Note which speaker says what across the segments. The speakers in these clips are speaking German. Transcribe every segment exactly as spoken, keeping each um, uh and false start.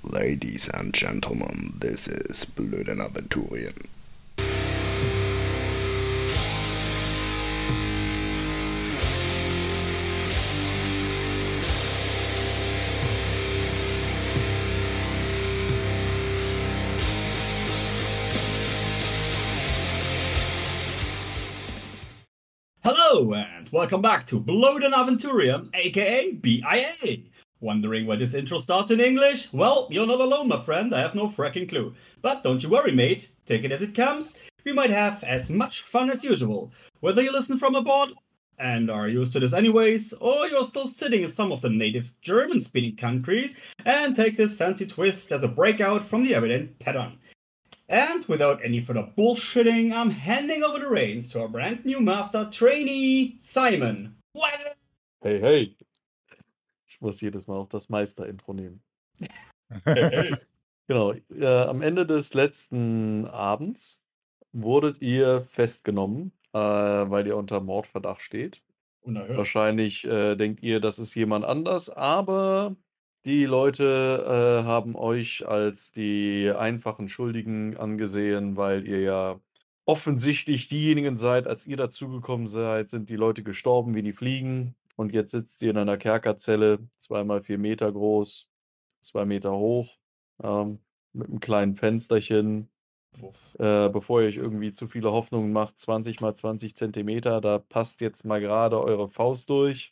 Speaker 1: Ladies and gentlemen, this is Blöden Aventurien.
Speaker 2: Hello and welcome back to Blöden Aventurium, aka B I A. Wondering why this intro starts in English? Well, you're not alone, my friend, I have no fracking clue. But don't you worry, mate, take it as it comes. We might have as much fun as usual. Whether you listen from abroad and are used to this anyways, or you're still sitting in some of the native German-speaking countries and take this fancy twist as a breakout from the evident pattern. And without any further bullshitting, I'm handing over the reins to our brand new master trainee, Simon. What?
Speaker 3: Hey, hey. Ich muss jedes Mal auch das Meister-Intro nehmen.
Speaker 2: Hey, hey.
Speaker 3: Genau. Äh, am Ende des letzten Abends wurdet ihr festgenommen, äh, weil ihr unter Mordverdacht steht.
Speaker 2: Unerhört.
Speaker 3: Wahrscheinlich äh, denkt ihr, das ist jemand anders, aber die Leute äh, haben euch als die einfachen Schuldigen angesehen, weil ihr ja offensichtlich diejenigen seid. Als ihr dazugekommen seid, sind die Leute gestorben wie die Fliegen. Und jetzt sitzt ihr in einer Kerkerzelle, zweimal vier Meter groß, zwei Meter hoch, ähm, mit einem kleinen Fensterchen. Äh, bevor ihr euch irgendwie zu viele Hoffnungen macht, zwanzig mal zwanzig Zentimeter, da passt jetzt mal gerade eure Faust durch.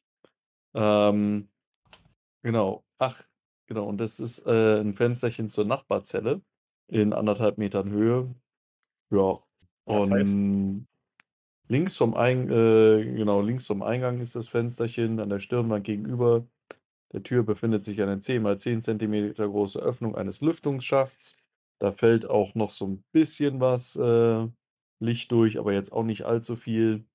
Speaker 3: Ähm, genau, ach, genau, und das ist äh, ein Fensterchen zur Nachbarzelle in anderthalb Metern Höhe. Ja,
Speaker 4: Das heißt,
Speaker 3: und links vom Eingang, äh, genau, links vom Eingang ist das Fensterchen an der Stirnwand gegenüber der Tür befindet sich eine zehn mal zehn Zentimeter große Öffnung eines Lüftungsschafts. Da fällt auch noch so ein bisschen was äh, Licht durch, aber jetzt auch nicht allzu viel.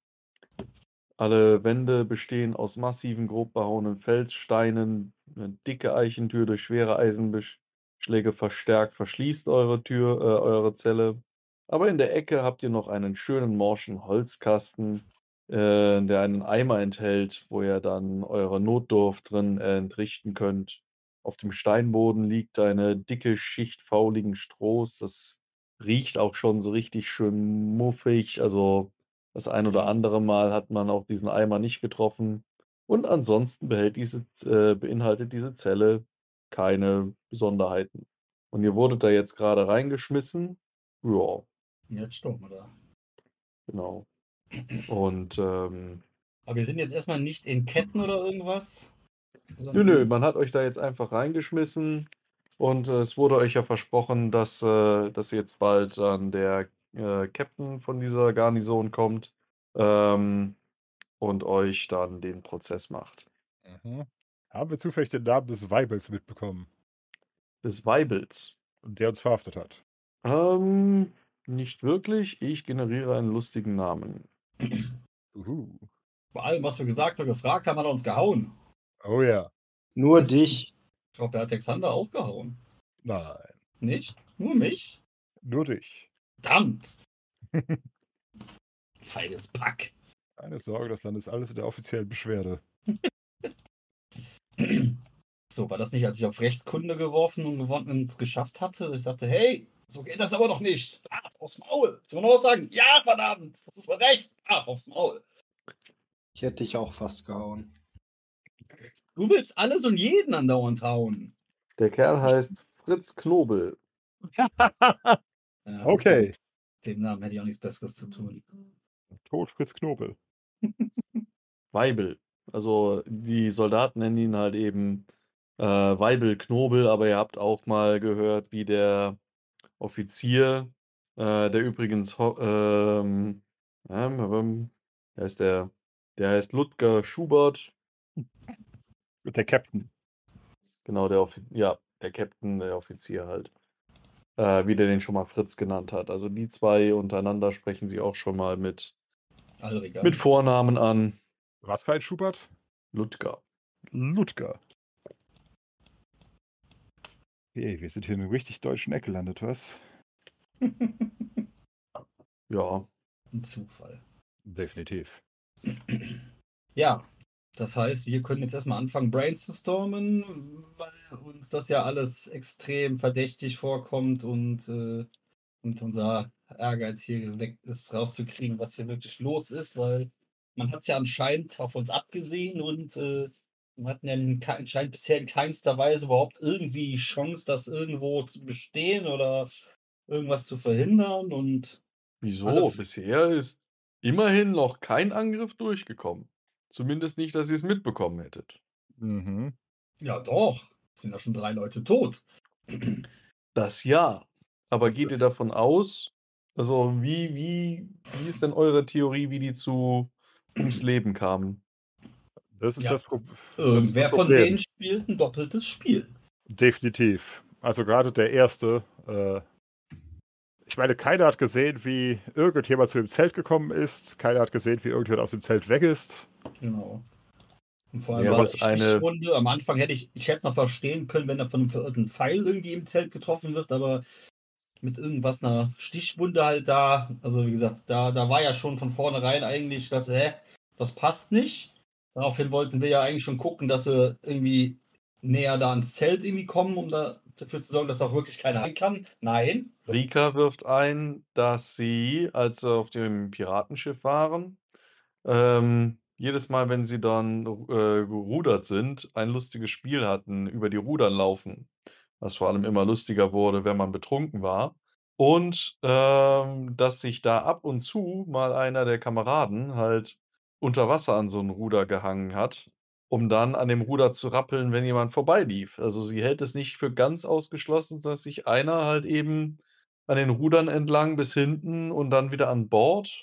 Speaker 3: Alle Wände bestehen aus massiven, grob behauenen Felssteinen. Eine dicke Eichentür durch schwere Eisenbeschläge verstärkt verschließt eure Tür, äh, eure Zelle. Aber in der Ecke habt ihr noch einen schönen morschen Holzkasten, äh, der einen Eimer enthält, wo ihr dann eure Notdurft drin äh, entrichten könnt. Auf dem Steinboden liegt eine dicke Schicht fauligen Strohs. Das riecht auch schon so richtig schön muffig. Also das ein oder andere Mal hat man auch diesen Eimer nicht getroffen. Und ansonsten behält diese, äh, beinhaltet diese Zelle keine Besonderheiten. Und ihr wurdet da jetzt gerade reingeschmissen. Ja,
Speaker 2: Jetzt stehen wir da.
Speaker 3: genau. Und ähm,
Speaker 2: Aber wir sind jetzt erstmal nicht in Ketten oder irgendwas.
Speaker 3: nö, nö, man hat euch da jetzt einfach reingeschmissen. Und äh, es wurde euch ja versprochen, dass, äh, dass jetzt bald dann der äh, Captain von dieser Garnison kommt. Ähm, und euch dann den Prozess macht.
Speaker 4: mhm. Haben wir zufällig den Namen des Weibels mitbekommen,
Speaker 3: Des Weibels.
Speaker 4: der uns verhaftet hat?
Speaker 3: Ähm, nicht wirklich. Ich generiere einen lustigen Namen.
Speaker 4: Uhu.
Speaker 2: Bei allem, was wir gesagt und gefragt haben, hat er uns gehauen.
Speaker 4: Oh ja.
Speaker 5: Nur dich.
Speaker 2: Ich glaube, der hat Alexander auch gehauen.
Speaker 4: Nein.
Speaker 2: Nicht? Nur mich?
Speaker 4: Nur dich.
Speaker 2: Verdammt! Feiges Pack.
Speaker 4: Keine Sorge, das Land ist alles in der offiziellen Beschwerde.
Speaker 2: So, war das nicht, als ich auf Rechtskunde geworfen und gewonnen und geschafft hatte? Ich sagte, hey, so geht das aber noch nicht. Ah, aufs Maul. Soll man noch was sagen? Ja, verdammt, das ist mein Recht. Ah, aufs Maul.
Speaker 5: Ich hätte dich auch fast gehauen.
Speaker 2: Du willst alles und jeden andauernd hauen.
Speaker 3: Der Kerl heißt Fritz Knobel.
Speaker 2: Ja,
Speaker 4: Okay.
Speaker 2: Dem Namen hätte ich auch nichts Besseres zu tun.
Speaker 4: Tod Fritz Knobel.
Speaker 3: Weibel. Also die Soldaten nennen ihn halt eben äh, Weibel Knobel, aber ihr habt auch mal gehört, wie der Offizier, äh, der übrigens, ho- ähm, ähm, ähm, wer ist der? Der heißt Ludger Schubert.
Speaker 4: Mit der Captain.
Speaker 3: Genau, der Offi ja, der Captain, der Offizier halt. Äh, wie der den schon mal Fritz genannt hat. Also die zwei untereinander sprechen sie auch schon mal mit,
Speaker 2: Allriger.
Speaker 3: mit Vornamen an.
Speaker 4: Was für ein Schubert?
Speaker 3: Ludger.
Speaker 4: Ludger. Okay, wir sind hier in einer richtig deutschen Ecke gelandet, was?
Speaker 3: Ja.
Speaker 2: Ein Zufall.
Speaker 4: Definitiv.
Speaker 2: Ja, das heißt, wir können jetzt erstmal anfangen brainstormen, weil uns das ja alles extrem verdächtig vorkommt und, äh, und unser Ehrgeiz hier weg ist, rauszukriegen, was hier wirklich los ist, weil man hat es ja anscheinend auf uns abgesehen und äh, wir hatten ja in kei- anscheinend bisher in keinster Weise überhaupt irgendwie Chance, das irgendwo zu bestehen oder irgendwas zu verhindern und alle
Speaker 3: Wieso?
Speaker 2: f-
Speaker 3: Bisher ist immerhin noch kein Angriff durchgekommen. Zumindest nicht, dass ihr es mitbekommen hättet.
Speaker 4: Mhm.
Speaker 2: ja doch, es sind ja schon drei Leute tot.
Speaker 3: Das ja. Aber
Speaker 4: Das
Speaker 3: geht ihr
Speaker 4: ist,
Speaker 3: davon aus, also wie, wie, wie ist denn eure Theorie, wie die zu ums Leben kamen?
Speaker 4: das ist
Speaker 2: Ja,
Speaker 4: das, Pro das, ist das
Speaker 2: irgendwer von
Speaker 4: Problem.
Speaker 2: denen spielt ein doppeltes Spiel.
Speaker 4: Definitiv. Also gerade der erste. Äh, ich meine, keiner hat gesehen, wie irgendjemand zu dem Zelt gekommen ist. Keiner hat gesehen, wie irgendjemand aus dem Zelt weg ist.
Speaker 2: Genau. Und vor allem
Speaker 3: Wäre
Speaker 2: war
Speaker 3: es
Speaker 2: die
Speaker 3: eine,
Speaker 2: Stichwunde. Am Anfang hätte ich, ich hätte es noch verstehen können, wenn er von einem verirrten Pfeil irgendwie im Zelt getroffen wird, aber mit irgendwas einer Stichwunde halt da, also wie gesagt, da, da war ja schon von vornherein eigentlich, dass, hä, das passt nicht. Daraufhin wollten wir ja eigentlich schon gucken, dass wir irgendwie näher da ans Zelt irgendwie kommen, um da dafür zu sorgen, dass auch wirklich keiner rein kann. Nein.
Speaker 3: Rika wirft ein, dass sie, als sie auf dem Piratenschiff waren, ähm, jedes Mal, wenn sie dann äh, gerudert sind, ein lustiges Spiel hatten, über die Rudern laufen. Was vor allem immer lustiger wurde, wenn man betrunken war. Und ähm, dass sich da ab und zu mal einer der Kameraden halt unter Wasser an so ein Ruder gehangen hat, um dann an dem Ruder zu rappeln, wenn jemand vorbeilief. Also sie hält es nicht für ganz ausgeschlossen, dass sich einer halt eben an den Rudern entlang bis hinten und dann wieder an Bord.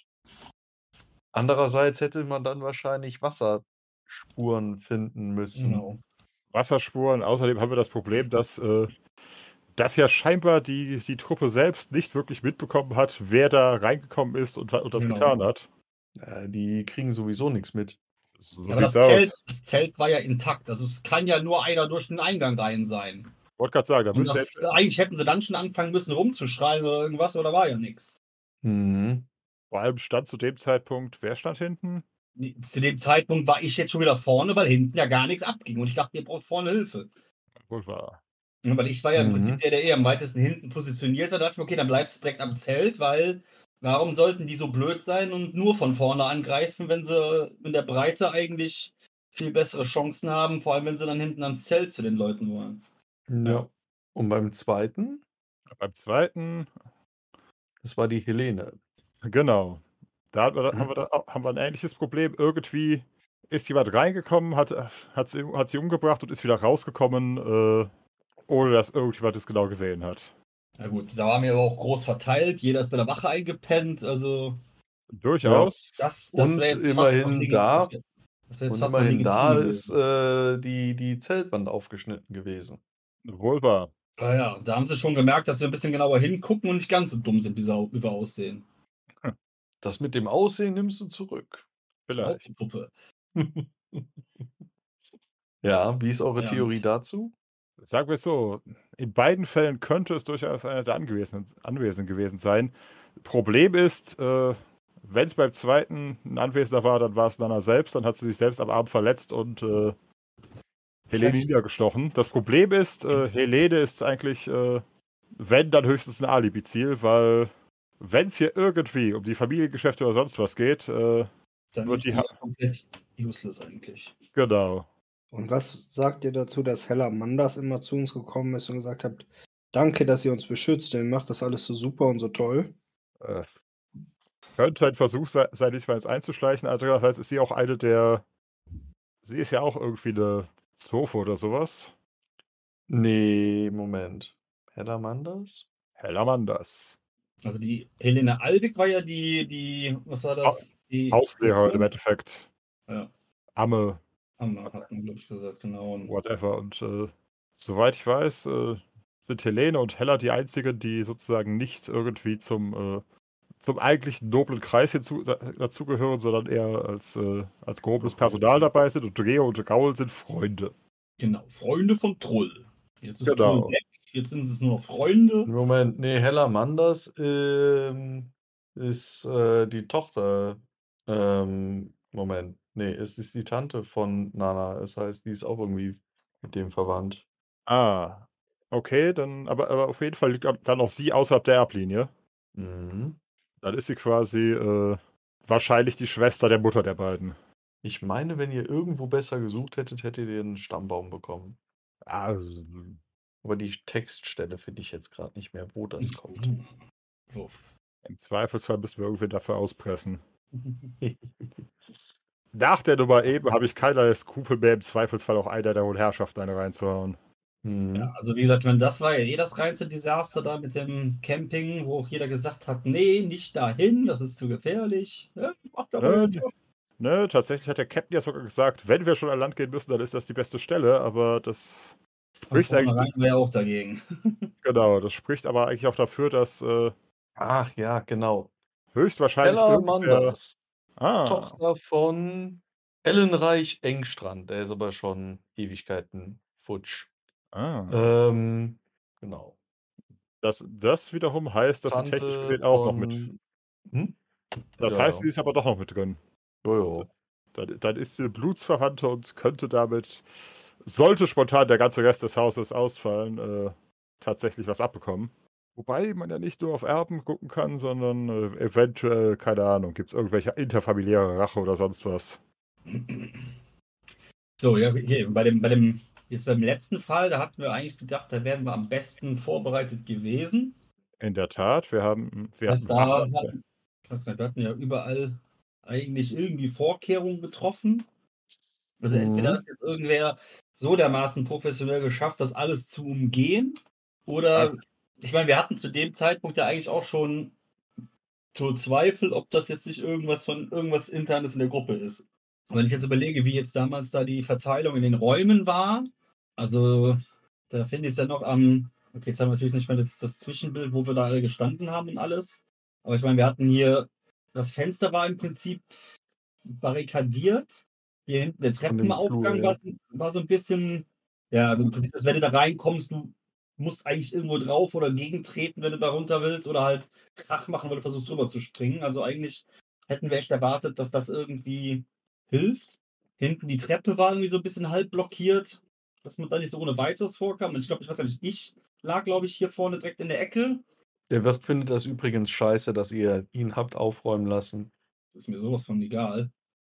Speaker 3: Andererseits hätte man dann wahrscheinlich Wasserspuren finden müssen.
Speaker 2: Genau.
Speaker 4: Wasserspuren. Außerdem haben wir das Problem, dass, äh, dass ja scheinbar die, die Truppe selbst nicht wirklich mitbekommen hat, wer da reingekommen ist und, wa- und das
Speaker 2: Genau.
Speaker 4: getan hat.
Speaker 3: Äh, die kriegen sowieso nichts mit.
Speaker 4: So
Speaker 2: Ja, aber das
Speaker 4: sieht's
Speaker 2: Zelt,
Speaker 4: aus.
Speaker 2: das Zelt war ja intakt. Also es kann ja nur einer durch den Eingang rein sein.
Speaker 4: Wollte gerade sagen, da
Speaker 2: Und
Speaker 4: müsste
Speaker 2: das,
Speaker 4: jetzt,
Speaker 2: eigentlich hätten sie dann schon anfangen müssen rumzuschreien oder irgendwas, aber da war ja nichts.
Speaker 3: Mhm.
Speaker 4: vor allem stand zu dem Zeitpunkt, wer stand hinten?
Speaker 2: Zu dem Zeitpunkt war ich jetzt schon wieder vorne, weil hinten ja gar nichts abging. Und ich dachte, ihr braucht vorne Hilfe.
Speaker 4: Wohl wahr.
Speaker 2: Ja, weil ich war ja im Prinzip
Speaker 3: Mhm.
Speaker 2: der, der eher am weitesten hinten positioniert war. Da dachte ich mir, okay, dann bleibst du direkt am Zelt, weil warum sollten die so blöd sein und nur von vorne angreifen, wenn sie in der Breite eigentlich viel bessere Chancen haben, vor allem wenn sie dann hinten ans Zelt zu den Leuten wollen.
Speaker 3: Ja. Und beim zweiten,
Speaker 4: Beim zweiten,
Speaker 3: das war die Helene.
Speaker 4: genau. Da hat wir, haben, wir da, haben wir ein ähnliches Problem. Irgendwie ist jemand reingekommen, hat, hat, sie, hat sie umgebracht und ist wieder rausgekommen, äh, ohne dass irgendjemand es genau gesehen hat.
Speaker 2: Na gut, da waren wir aber auch groß verteilt. Jeder ist bei der Wache eingepennt. Also
Speaker 4: Durchaus.
Speaker 2: das, das
Speaker 3: Und
Speaker 2: wäre jetzt fast noch
Speaker 3: immerhin
Speaker 2: legit,
Speaker 3: da,
Speaker 2: das wär, das wär jetzt
Speaker 3: und
Speaker 2: fast noch
Speaker 3: immerhin
Speaker 2: legitim
Speaker 3: da
Speaker 2: gewesen.
Speaker 3: ist äh, die, die Zeltwand aufgeschnitten gewesen.
Speaker 4: Wohl wahr.
Speaker 2: Ah ja, da haben sie schon gemerkt, dass wir ein bisschen genauer hingucken und nicht ganz so dumm sind, wie, sie, wie wir aussehen.
Speaker 3: Das mit dem Aussehen nimmst du zurück.
Speaker 4: Vielleicht.
Speaker 2: Puppe.
Speaker 3: Ja, wie ist eure
Speaker 2: Ja,
Speaker 3: Theorie
Speaker 2: und
Speaker 3: dazu?
Speaker 4: Sagen wir es so, in beiden Fällen könnte es durchaus einer der Anwesenden, Anwesenden gewesen sein. Problem ist, äh, wenn es beim zweiten ein Anwesender war, dann war es Nana selbst, dann hat sie sich selbst am Arm verletzt und äh, Helene
Speaker 2: weiß-
Speaker 4: niedergestochen. Das Problem ist, äh, Helene ist eigentlich, äh, wenn, dann höchstens ein Alibi-Ziel, weil wenn es hier irgendwie um die Familiengeschäfte oder sonst was geht, äh,
Speaker 2: dann
Speaker 4: wird
Speaker 2: ist
Speaker 4: die
Speaker 2: die
Speaker 4: ha
Speaker 2: ja komplett useless eigentlich.
Speaker 4: genau.
Speaker 5: Und was sagt ihr dazu, dass Hella Manders immer zu uns gekommen ist und gesagt hat, danke, dass ihr uns beschützt, denn ihr macht das alles so super und so toll?
Speaker 4: Äh, könnte ein Versuch sei, sein, sich mal ins einzuschleichen. Andererseits ist sie auch eine der. Sie ist ja auch irgendwie eine Zofe oder sowas.
Speaker 3: Nee, Moment. Hedda Manders?
Speaker 4: Hella Manders.
Speaker 2: Also die Helene Alvik war ja die, die, was war
Speaker 4: Ha
Speaker 2: das? Die
Speaker 4: Hauslehrer im Endeffekt.
Speaker 2: Ja,
Speaker 4: Amme,
Speaker 2: haben wir, hatten wir, glaube ich, gesagt, genau. Und
Speaker 4: whatever. Und äh, soweit ich weiß, äh, sind Helene und Hella die einzigen, die sozusagen nicht irgendwie zum, äh, zum eigentlichen noblen Kreis hinzu, da, dazugehören, sondern eher als, äh, als gehobenes Personal dabei sind. Und Geo und Gaul sind Freunde.
Speaker 2: genau, Freunde von Trull. Jetzt ist
Speaker 4: Genau.
Speaker 2: Trull weg, jetzt sind es nur noch Freunde.
Speaker 3: Moment, nee, Hella Manders ähm, ist äh, die Tochter. Ähm, Moment, nee, es ist die Tante von Nana. Es heißt, die ist auch irgendwie mit dem verwandt.
Speaker 4: Ah, okay, dann aber aber auf jeden Fall liegt dann dann auch sie außerhalb der Erblinie.
Speaker 3: Mhm.
Speaker 4: Dann ist sie quasi, äh, wahrscheinlich die Schwester der Mutter der beiden.
Speaker 3: Ich meine, wenn ihr irgendwo besser gesucht hättet, hättet ihr 'n Stammbaum bekommen.
Speaker 4: Ah, s
Speaker 3: Aber die Textstelle finde ich jetzt grad nicht mehr, wo das kommt.
Speaker 2: Uff.
Speaker 4: Im Zweifelsfall müssen wir irgendwen dafür auspressen. Nach der Nummer eben habe ich keinerlei Skrupel mehr, im Zweifelsfall auch einer der hohen Herrschaften eine reinzuhauen.
Speaker 2: Ja,
Speaker 3: Mhm.
Speaker 2: also wie gesagt, ich meine, das war ja eh das reinste Desaster da mit dem Camping, wo auch jeder gesagt hat: „Ne, nicht dahin, das ist zu gefährlich. Ja, macht doch
Speaker 4: Ne,
Speaker 2: euren
Speaker 4: n
Speaker 2: Job.“
Speaker 4: ne, tatsächlich hat der Captain ja sogar gesagt: „Wenn wir schon an Land gehen müssen, dann ist das die beste Stelle“, aber das
Speaker 2: Von
Speaker 4: spricht eigentlich
Speaker 2: vornherein war er auch dagegen.
Speaker 4: genau, das spricht aber eigentlich auch dafür, dass, äh
Speaker 3: Ach ja, genau.
Speaker 4: höchstwahrscheinlich
Speaker 3: Hella
Speaker 4: irgendwer
Speaker 3: Manders,
Speaker 4: ah.
Speaker 3: Tochter von Ellenreich Engstrand. Der ist aber schon Ewigkeiten futsch.
Speaker 4: Ah.
Speaker 3: Ähm, genau.
Speaker 4: Das das wiederum heißt, dass sie technisch
Speaker 3: Tante
Speaker 4: gesehen auch noch mit
Speaker 3: von hm?
Speaker 4: das
Speaker 3: Ja,
Speaker 4: heißt,
Speaker 3: ja.
Speaker 4: sie ist aber doch noch mit drin.
Speaker 3: Ja, ja.
Speaker 4: Dann dann ist sie Blutsverwandte und könnte damit, sollte spontan der ganze Rest des Hauses ausfallen, äh, tatsächlich was abbekommen. Wobei man ja nicht nur auf Erben gucken kann, sondern, äh, eventuell, keine Ahnung, gibt's irgendwelche interfamiliäre Rache oder sonst was.
Speaker 2: So, ja, okay, bei dem bei dem jetzt beim letzten Fall, da hatten wir eigentlich gedacht, da wären wir am besten vorbereitet gewesen.
Speaker 4: In der Tat, wir haben
Speaker 2: Das
Speaker 4: wir
Speaker 2: heißt,
Speaker 4: hatten
Speaker 2: da
Speaker 4: Wache
Speaker 2: hatten ich weiß nicht, wir hatten ja überall eigentlich irgendwie Vorkehrungen getroffen. Also entweder
Speaker 3: Mhm.
Speaker 2: hat jetzt irgendwer so dermaßen professionell geschafft, das alles zu umgehen,
Speaker 4: Sag
Speaker 2: oder ich meine, wir hatten zu dem Zeitpunkt ja eigentlich auch schon so Zweifel, ob das jetzt nicht irgendwas von irgendwas Internes in der Gruppe ist. Und wenn ich jetzt überlege, wie jetzt damals da die Verteilung in den Räumen war, also da finde ich es ja noch am okay, jetzt haben wir natürlich nicht mehr das das Zwischenbild, wo wir da alle gestanden haben und alles. Aber ich meine, wir hatten hier das Fenster war im Prinzip barrikadiert. Hier hinten der
Speaker 3: Von dem Flur,
Speaker 2: Treppenaufgang war
Speaker 3: ja.
Speaker 2: so war so 'n bisschen ja, also im Prinzip, dass wenn du da reinkommst, du musst eigentlich irgendwo drauf oder gegentreten, wenn du da runter willst oder halt Krach machen, weil du versuchst drüber zu springen. Also eigentlich hätten wir echt erwartet, dass das irgendwie hilft. Hinten die Treppe war irgendwie so 'n bisschen halb blockiert, dass man da nicht so ohne Weiteres vorkam. Und ich glaube, ich weiß ja nicht, ich lag, glaube ich, hier vorne direkt in der Ecke.
Speaker 3: Der Wirt findet das übrigens scheiße, dass ihr ihn habt aufräumen lassen.
Speaker 2: Das ist mir so was von egal.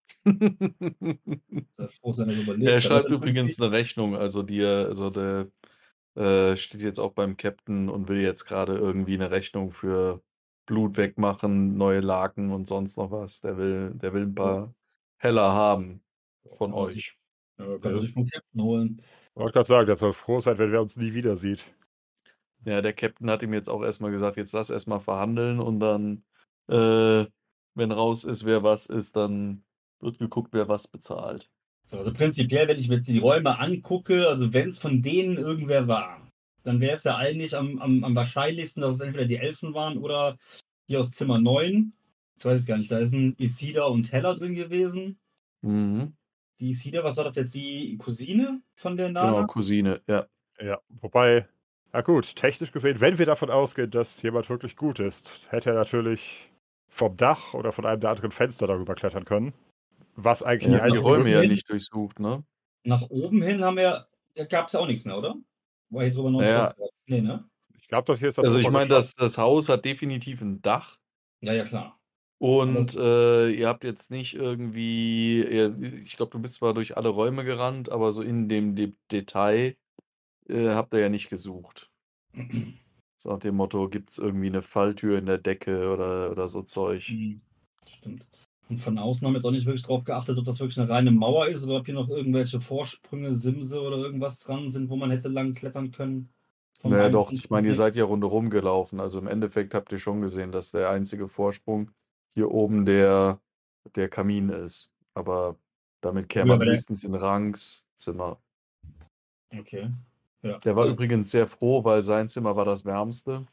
Speaker 2: Sei froh, dass er noch
Speaker 3: Er
Speaker 2: überlebt hat.
Speaker 3: schreibt
Speaker 2: Also im Prinzip
Speaker 3: übrigens 'ne Rechnung, also die er also der, äh, steht jetzt auch beim Captain und will jetzt grade irgendwie 'ne Rechnung für Blut wegmachen, neue Laken und sonst noch was. Der will der will 'n
Speaker 2: Ja.
Speaker 3: paar Heller haben von
Speaker 2: Kann er sich
Speaker 3: euch.
Speaker 2: ja, kann er
Speaker 4: Ja.
Speaker 2: sich vom Captain holen.
Speaker 4: Wollte grad sagen, der soll froh sein, wenn er uns nie wieder sieht.
Speaker 3: Ja, der Captain hat ihm jetzt auch erst mal gesagt: „Jetzt lass erst mal verhandeln und dann, äh, wenn raus ist, wer was ist, dann wird geguckt, wer was bezahlt.“
Speaker 2: So, also prinzipiell, wenn ich mir jetzt die Räume angucke, also wenn's von denen irgendwer war, dann wäre es ja eigentlich am am am wahrscheinlichsten, dass es entweder die Elfen waren oder die aus Zimmer neun. Jetzt weiß ich gar nicht, da ist 'n Isida und Hella drin gewesen.
Speaker 3: Mhm.
Speaker 2: Die Isida, was war das jetzt, die Cousine von der
Speaker 3: Genau,
Speaker 2: Nana?
Speaker 3: Cousine, ja.
Speaker 4: Ja, wobei ja gut, technisch gesehen, wenn wir davon ausgehen, dass jemand wirklich gut ist, hätte er natürlich vom Dach oder von einem der anderen Fenster darüber klettern können. Was eigentlich
Speaker 3: Er
Speaker 4: die
Speaker 3: hat die
Speaker 2: Nach
Speaker 4: einzige
Speaker 3: Räume
Speaker 2: oben
Speaker 3: ja
Speaker 4: Möglichkeit
Speaker 2: hin
Speaker 3: nicht durchsucht, ne?
Speaker 2: nach oben hin haben wir da gab's ja auch nix mehr, oder? War hier drüber noch
Speaker 3: Na
Speaker 2: nicht
Speaker 3: ja.
Speaker 2: was ne, ne?
Speaker 4: Ich glaube, das hier ist das
Speaker 3: Also, ich meine,
Speaker 4: Obergeschoss.
Speaker 3: das das Haus hat definitiv 'n Dach.
Speaker 2: Ja, ja, klar. Aber
Speaker 3: Und,
Speaker 2: es
Speaker 3: äh, ihr habt jetzt nicht irgendwie ihr ich glaube, du bist zwar durch alle Räume gerannt, aber so in dem De Detail, äh, habt ihr ja nicht gesucht. So nach dem Motto: „Gibt's irgendwie 'ne Falltür in der Decke“ oder oder so Zeug.
Speaker 2: Mhm, stimmt. Und von außen haben wir jetzt auch nicht wirklich drauf geachtet, ob das wirklich 'ne reine Mauer ist oder ob hier noch irgendwelche Vorsprünge, Simse oder irgendwas dran sind, wo man hätte lang klettern können.
Speaker 3: Na
Speaker 2: Vom
Speaker 3: ja, doch,
Speaker 2: Eingang
Speaker 3: ich meine, ihr
Speaker 2: gesehen.
Speaker 3: seid ja rundherum gelaufen. Also, im Endeffekt habt ihr schon gesehen, dass der einzige Vorsprung hier oben der der Kamin ist. Aber damit
Speaker 2: Ja
Speaker 3: käme
Speaker 2: gut,
Speaker 3: man
Speaker 2: aber der
Speaker 3: höchstens in Ranks Zimmer.
Speaker 2: Okay, ja.
Speaker 3: Der war
Speaker 2: Also
Speaker 3: übrigens sehr froh, weil sein Zimmer war das wärmste.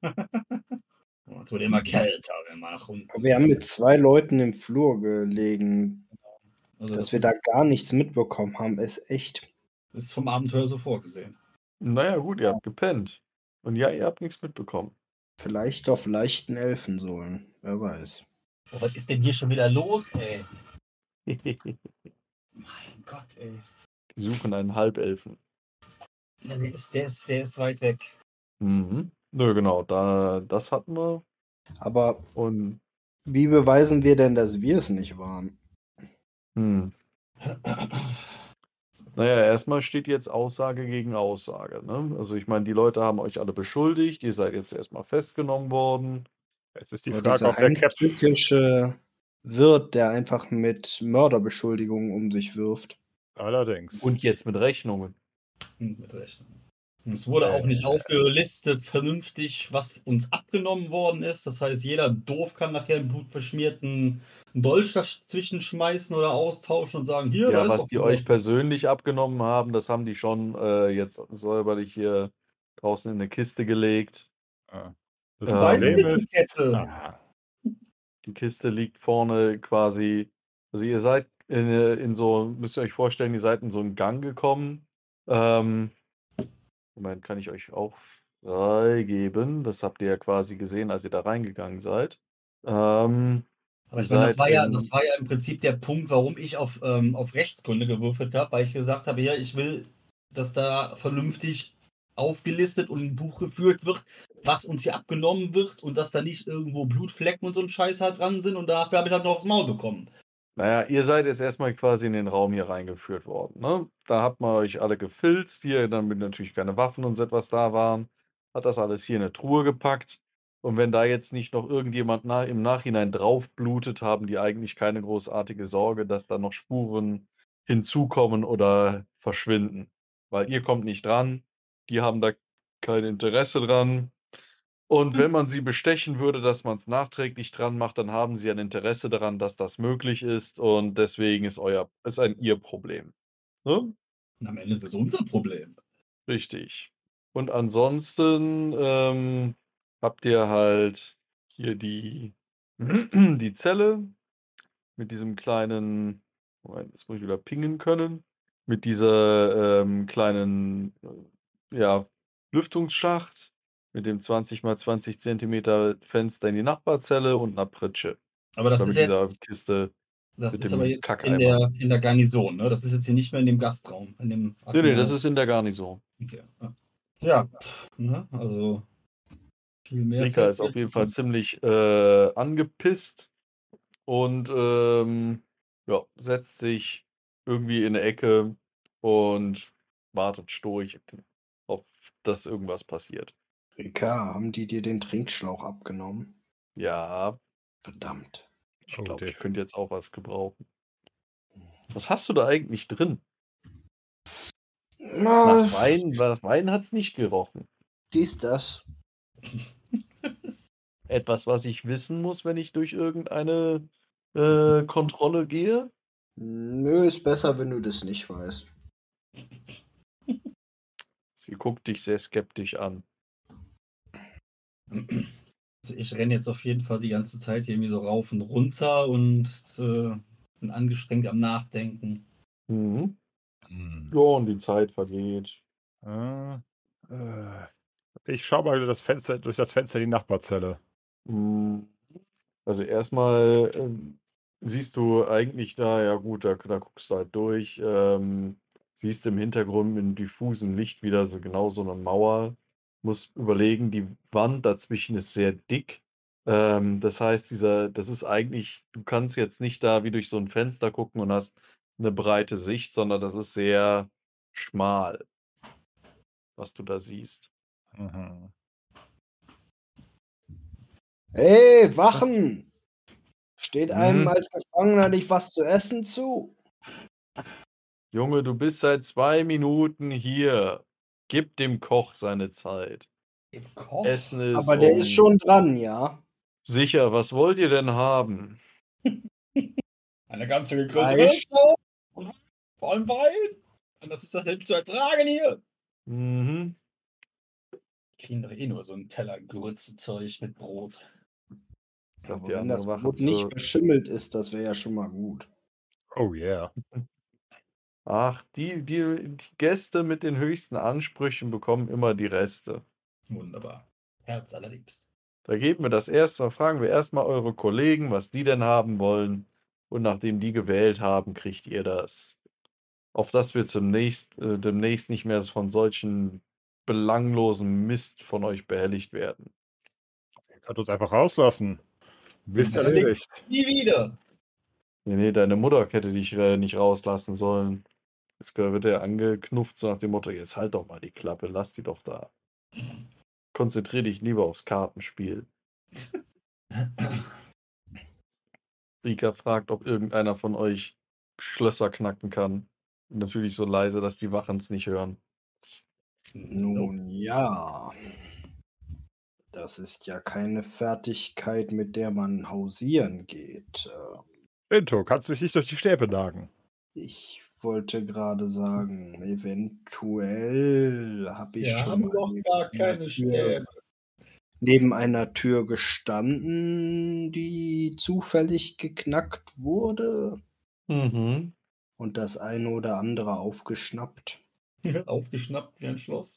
Speaker 2: Oh, es wurde immer kälter, wenn wir nach unten
Speaker 5: Wir haben
Speaker 2: gegangen
Speaker 5: mit zwei Leuten im Flur gelegen.
Speaker 2: Genau. Also,
Speaker 5: Dass
Speaker 2: das
Speaker 5: wir da
Speaker 2: ist
Speaker 5: gar nichts mitbekommen haben, ist echt
Speaker 2: ist vom Abenteuer so vorgesehen.
Speaker 3: Na ja, gut, ihr
Speaker 5: Ja.
Speaker 3: habt gepennt. Und ja, ihr habt nix mitbekommen.
Speaker 5: Vielleicht auf leichten Elfensohlen, wer weiß.
Speaker 2: Oh, was ist denn hier schon wieder los, ey? Mein Gott, ey.
Speaker 3: Die suchen einen Halbelfen.
Speaker 2: Ja, der ist, der ist, der ist weit weg.
Speaker 3: Mhm. Nö, genau, da, das hatten wir.
Speaker 5: Aber
Speaker 3: Und
Speaker 5: wie beweisen wir denn, dass wir es nicht waren?
Speaker 3: hm. Naja, erstmal steht jetzt Aussage gegen Aussage. Ne? Also ich meine, die Leute haben euch alle beschuldigt, ihr seid jetzt erstmal festgenommen worden.
Speaker 4: Jetzt ist die
Speaker 5: Aber
Speaker 4: Frage,
Speaker 5: dieser
Speaker 4: ob der Cap.
Speaker 5: heimtückische Wirt, der einfach mit Mörderbeschuldigungen um sich wirft.
Speaker 4: Allerdings.
Speaker 3: Und jetzt mit Rechnungen.
Speaker 2: Hm, Mit Rechnung. Und es wurde auch nicht
Speaker 3: Äh.
Speaker 2: aufgelistet vernünftig, was uns abgenommen worden ist. Das heißt, jeder doof kann nachher einen blutverschmierten Dolch dazwischen schmeißen oder austauschen und sagen, hier, da
Speaker 3: Ja,
Speaker 2: ist
Speaker 3: was
Speaker 2: doch
Speaker 3: die
Speaker 2: was.
Speaker 3: euch persönlich abgenommen haben, das haben die schon äh, jetzt säuberlich hier draußen in eine Kiste gelegt.
Speaker 4: Ja. Das
Speaker 3: Ähm,
Speaker 4: Problem
Speaker 2: Weißt du,
Speaker 4: ist.
Speaker 2: die Kette?
Speaker 4: Ah,
Speaker 3: Die Kiste liegt vorne quasi. Also ihr seid in, in so, müsst ihr euch vorstellen, ihr seid in so einen Gang gekommen. Ähm, Moment, kann ich euch auch freigeben. Das habt ihr ja quasi gesehen, als ihr da reingegangen seid. Ähm,
Speaker 2: Aber
Speaker 3: ihr
Speaker 2: ich meine, das
Speaker 3: seid
Speaker 2: war ja,
Speaker 3: in,
Speaker 2: das war ja im Prinzip der Punkt, warum ich auf, ähm, auf Rechtsgründe gewürfelt habe, weil ich gesagt habe, ja, ich will, dass da vernünftig aufgelistet und ein Buch geführt wird, was uns hier abgenommen wird und dass da nicht irgendwo Blutflecken und so ein Scheiß halt dran sind und dafür habe ich halt noch aufs Maul bekommen.
Speaker 3: naja, ihr seid jetzt erstmal quasi in den Raum hier reingeführt worden. Ne? Da hat man euch alle gefilzt, hier, damit natürlich keine Waffen und so etwas da waren. Hat das alles hier in eine Truhe gepackt. Und wenn da jetzt nicht noch irgendjemand na im Nachhinein drauf blutet, haben die eigentlich keine großartige Sorge, dass da noch Spuren hinzukommen oder verschwinden. Weil ihr kommt nicht dran, die haben da kein Interesse dran. Und wenn man sie bestechen würde, dass man es nachträglich dran macht, dann haben sie ein Interesse daran, dass das möglich ist. Und deswegen ist euer, ist ein ihr Problem. Ne?
Speaker 2: Und am Ende ist es unser Problem.
Speaker 3: Richtig. Und ansonsten ähm, habt ihr halt hier die, die Zelle mit diesem kleinen, Moment, jetzt muss ich wieder pingen können, mit dieser ähm, kleinen, äh, ja, Lüftungsschacht, mit dem zwanzig mal zwanzig Zentimeter Fenster in die Nachbarzelle und einer Pritsche.
Speaker 2: Aber das
Speaker 3: Oder
Speaker 2: ist
Speaker 3: mit
Speaker 2: jetzt,
Speaker 3: dieser Kiste
Speaker 2: das
Speaker 3: mit
Speaker 2: ist aber
Speaker 3: dem
Speaker 2: jetzt in
Speaker 3: Kackeimer.
Speaker 2: der, in der Garnison, ne? Das ist jetzt hier nicht mehr in dem Gastraum, in dem
Speaker 3: Nee, nee, das
Speaker 2: Admiral-
Speaker 3: ist in der Garnison.
Speaker 2: Okay. Ja, ja pff, ne? Also viel mehr
Speaker 3: Rika
Speaker 2: fällt
Speaker 3: ist
Speaker 2: mir
Speaker 3: auf jeden
Speaker 2: nicht
Speaker 3: Fall
Speaker 2: ein.
Speaker 3: ziemlich äh, angepisst und ähm, ja, setzt sich irgendwie in eine Ecke und wartet stoisch auf, dass irgendwas passiert.
Speaker 5: Rika, haben die dir den Trinkschlauch abgenommen?
Speaker 3: Ja,
Speaker 5: Verdammt.
Speaker 3: ich
Speaker 4: Oh,
Speaker 3: glaube, ich
Speaker 4: Dave.
Speaker 3: könnte jetzt auch was gebrauchen. Was hast du da eigentlich drin? Nach
Speaker 5: Na,
Speaker 3: Wein, nach Wein hat es nicht gerochen.
Speaker 5: dies, das.
Speaker 3: Etwas, was ich wissen muss, wenn ich durch irgendeine äh, Kontrolle gehe?
Speaker 5: Nö, ist besser, wenn du das nicht weißt.
Speaker 3: Sie guckt dich sehr skeptisch an.
Speaker 2: Also ich renne jetzt auf jeden Fall die ganze Zeit hier irgendwie so rauf und runter und äh, bin angestrengt am Nachdenken.
Speaker 3: Mhm.
Speaker 4: Hm.
Speaker 3: Ja, und die Zeit vergeht.
Speaker 4: Äh, äh, ich schaue mal durch das Fenster, durch das Fenster in die Nachbarzelle.
Speaker 3: Mhm. Also erstmal ähm, siehst du eigentlich da, ja gut, da, da guckst du halt durch, ähm, siehst im Hintergrund mit diffusem Licht wieder so genau so eine Mauer. Musst überlegen, die Wand dazwischen ist sehr dick. Ähm, das heißt, dieser, das ist eigentlich, du kannst jetzt nicht da wie durch so ein Fenster gucken und hast eine breite Sicht, sondern das ist sehr schmal, was du da siehst.
Speaker 4: Mhm.
Speaker 5: Hey, Wachen! Steht einem
Speaker 3: Mhm.
Speaker 5: als Gefangener nicht was zu essen zu?
Speaker 3: Junge, du bist seit zwei Minuten hier. Gib dem Koch seine Zeit.
Speaker 2: Im Koch?
Speaker 3: Essen ist
Speaker 5: Aber der ist
Speaker 3: um.
Speaker 5: schon dran, ja?
Speaker 3: Sicher, was wollt ihr denn haben?
Speaker 2: Eine ganze gegrillte
Speaker 5: Fleisch?
Speaker 2: Wurst und vor allem Wein. Und das ist das nicht zu ertragen hier.
Speaker 3: Mhm.
Speaker 2: Die kriegen doch eh nur so einen Teller Grützezeug mit Brot.
Speaker 3: Sagt
Speaker 5: Aber
Speaker 3: die
Speaker 5: wenn
Speaker 3: andere
Speaker 5: das
Speaker 3: Wache
Speaker 5: Brot nicht
Speaker 3: zu.
Speaker 5: verschimmelt ist, das wäre ja schon mal gut.
Speaker 4: Oh yeah.
Speaker 3: Ach, die, die, die Gäste mit den höchsten Ansprüchen bekommen immer die Reste.
Speaker 2: Wunderbar. Herz allerliebst.
Speaker 3: Da geben wir das erstmal, fragen wir erstmal eure Kollegen, was die denn haben wollen. Und nachdem die gewählt haben, kriegt ihr das. auf dass wir zunächst, äh, demnächst nicht mehr von solchen belanglosen Mist von euch behelligt werden.
Speaker 4: Ihr könnt uns einfach rauslassen. Bist
Speaker 2: Behelligt
Speaker 4: erledigt.
Speaker 2: Nie wieder.
Speaker 3: Nee, nee, deine Mutter hätte dich äh, nicht rauslassen sollen. Jetzt wird er angeknufft, so nach dem Motto, jetzt halt doch mal die Klappe, lass die doch da. Konzentrier dich lieber aufs Kartenspiel. Rika fragt, ob irgendeiner von euch Schlösser knacken kann. Natürlich so leise, dass die Wachen es nicht hören.
Speaker 5: Nun ja. Das ist ja keine Fertigkeit, mit der man hausieren geht. Äh,
Speaker 4: Bento, kannst du mich nicht durch die Stäbe nagen?
Speaker 5: Ich wollte gerade sagen, eventuell habe ich
Speaker 2: Wir
Speaker 5: schon
Speaker 2: haben
Speaker 5: mal
Speaker 2: noch
Speaker 5: neben
Speaker 2: gar
Speaker 5: einer
Speaker 2: keine
Speaker 5: Tür,
Speaker 2: Stäbe.
Speaker 5: neben einer Tür gestanden, die zufällig geknackt wurde
Speaker 3: Mhm.
Speaker 5: und das eine oder andere aufgeschnappt.
Speaker 2: Aufgeschnappt wie ein Schloss.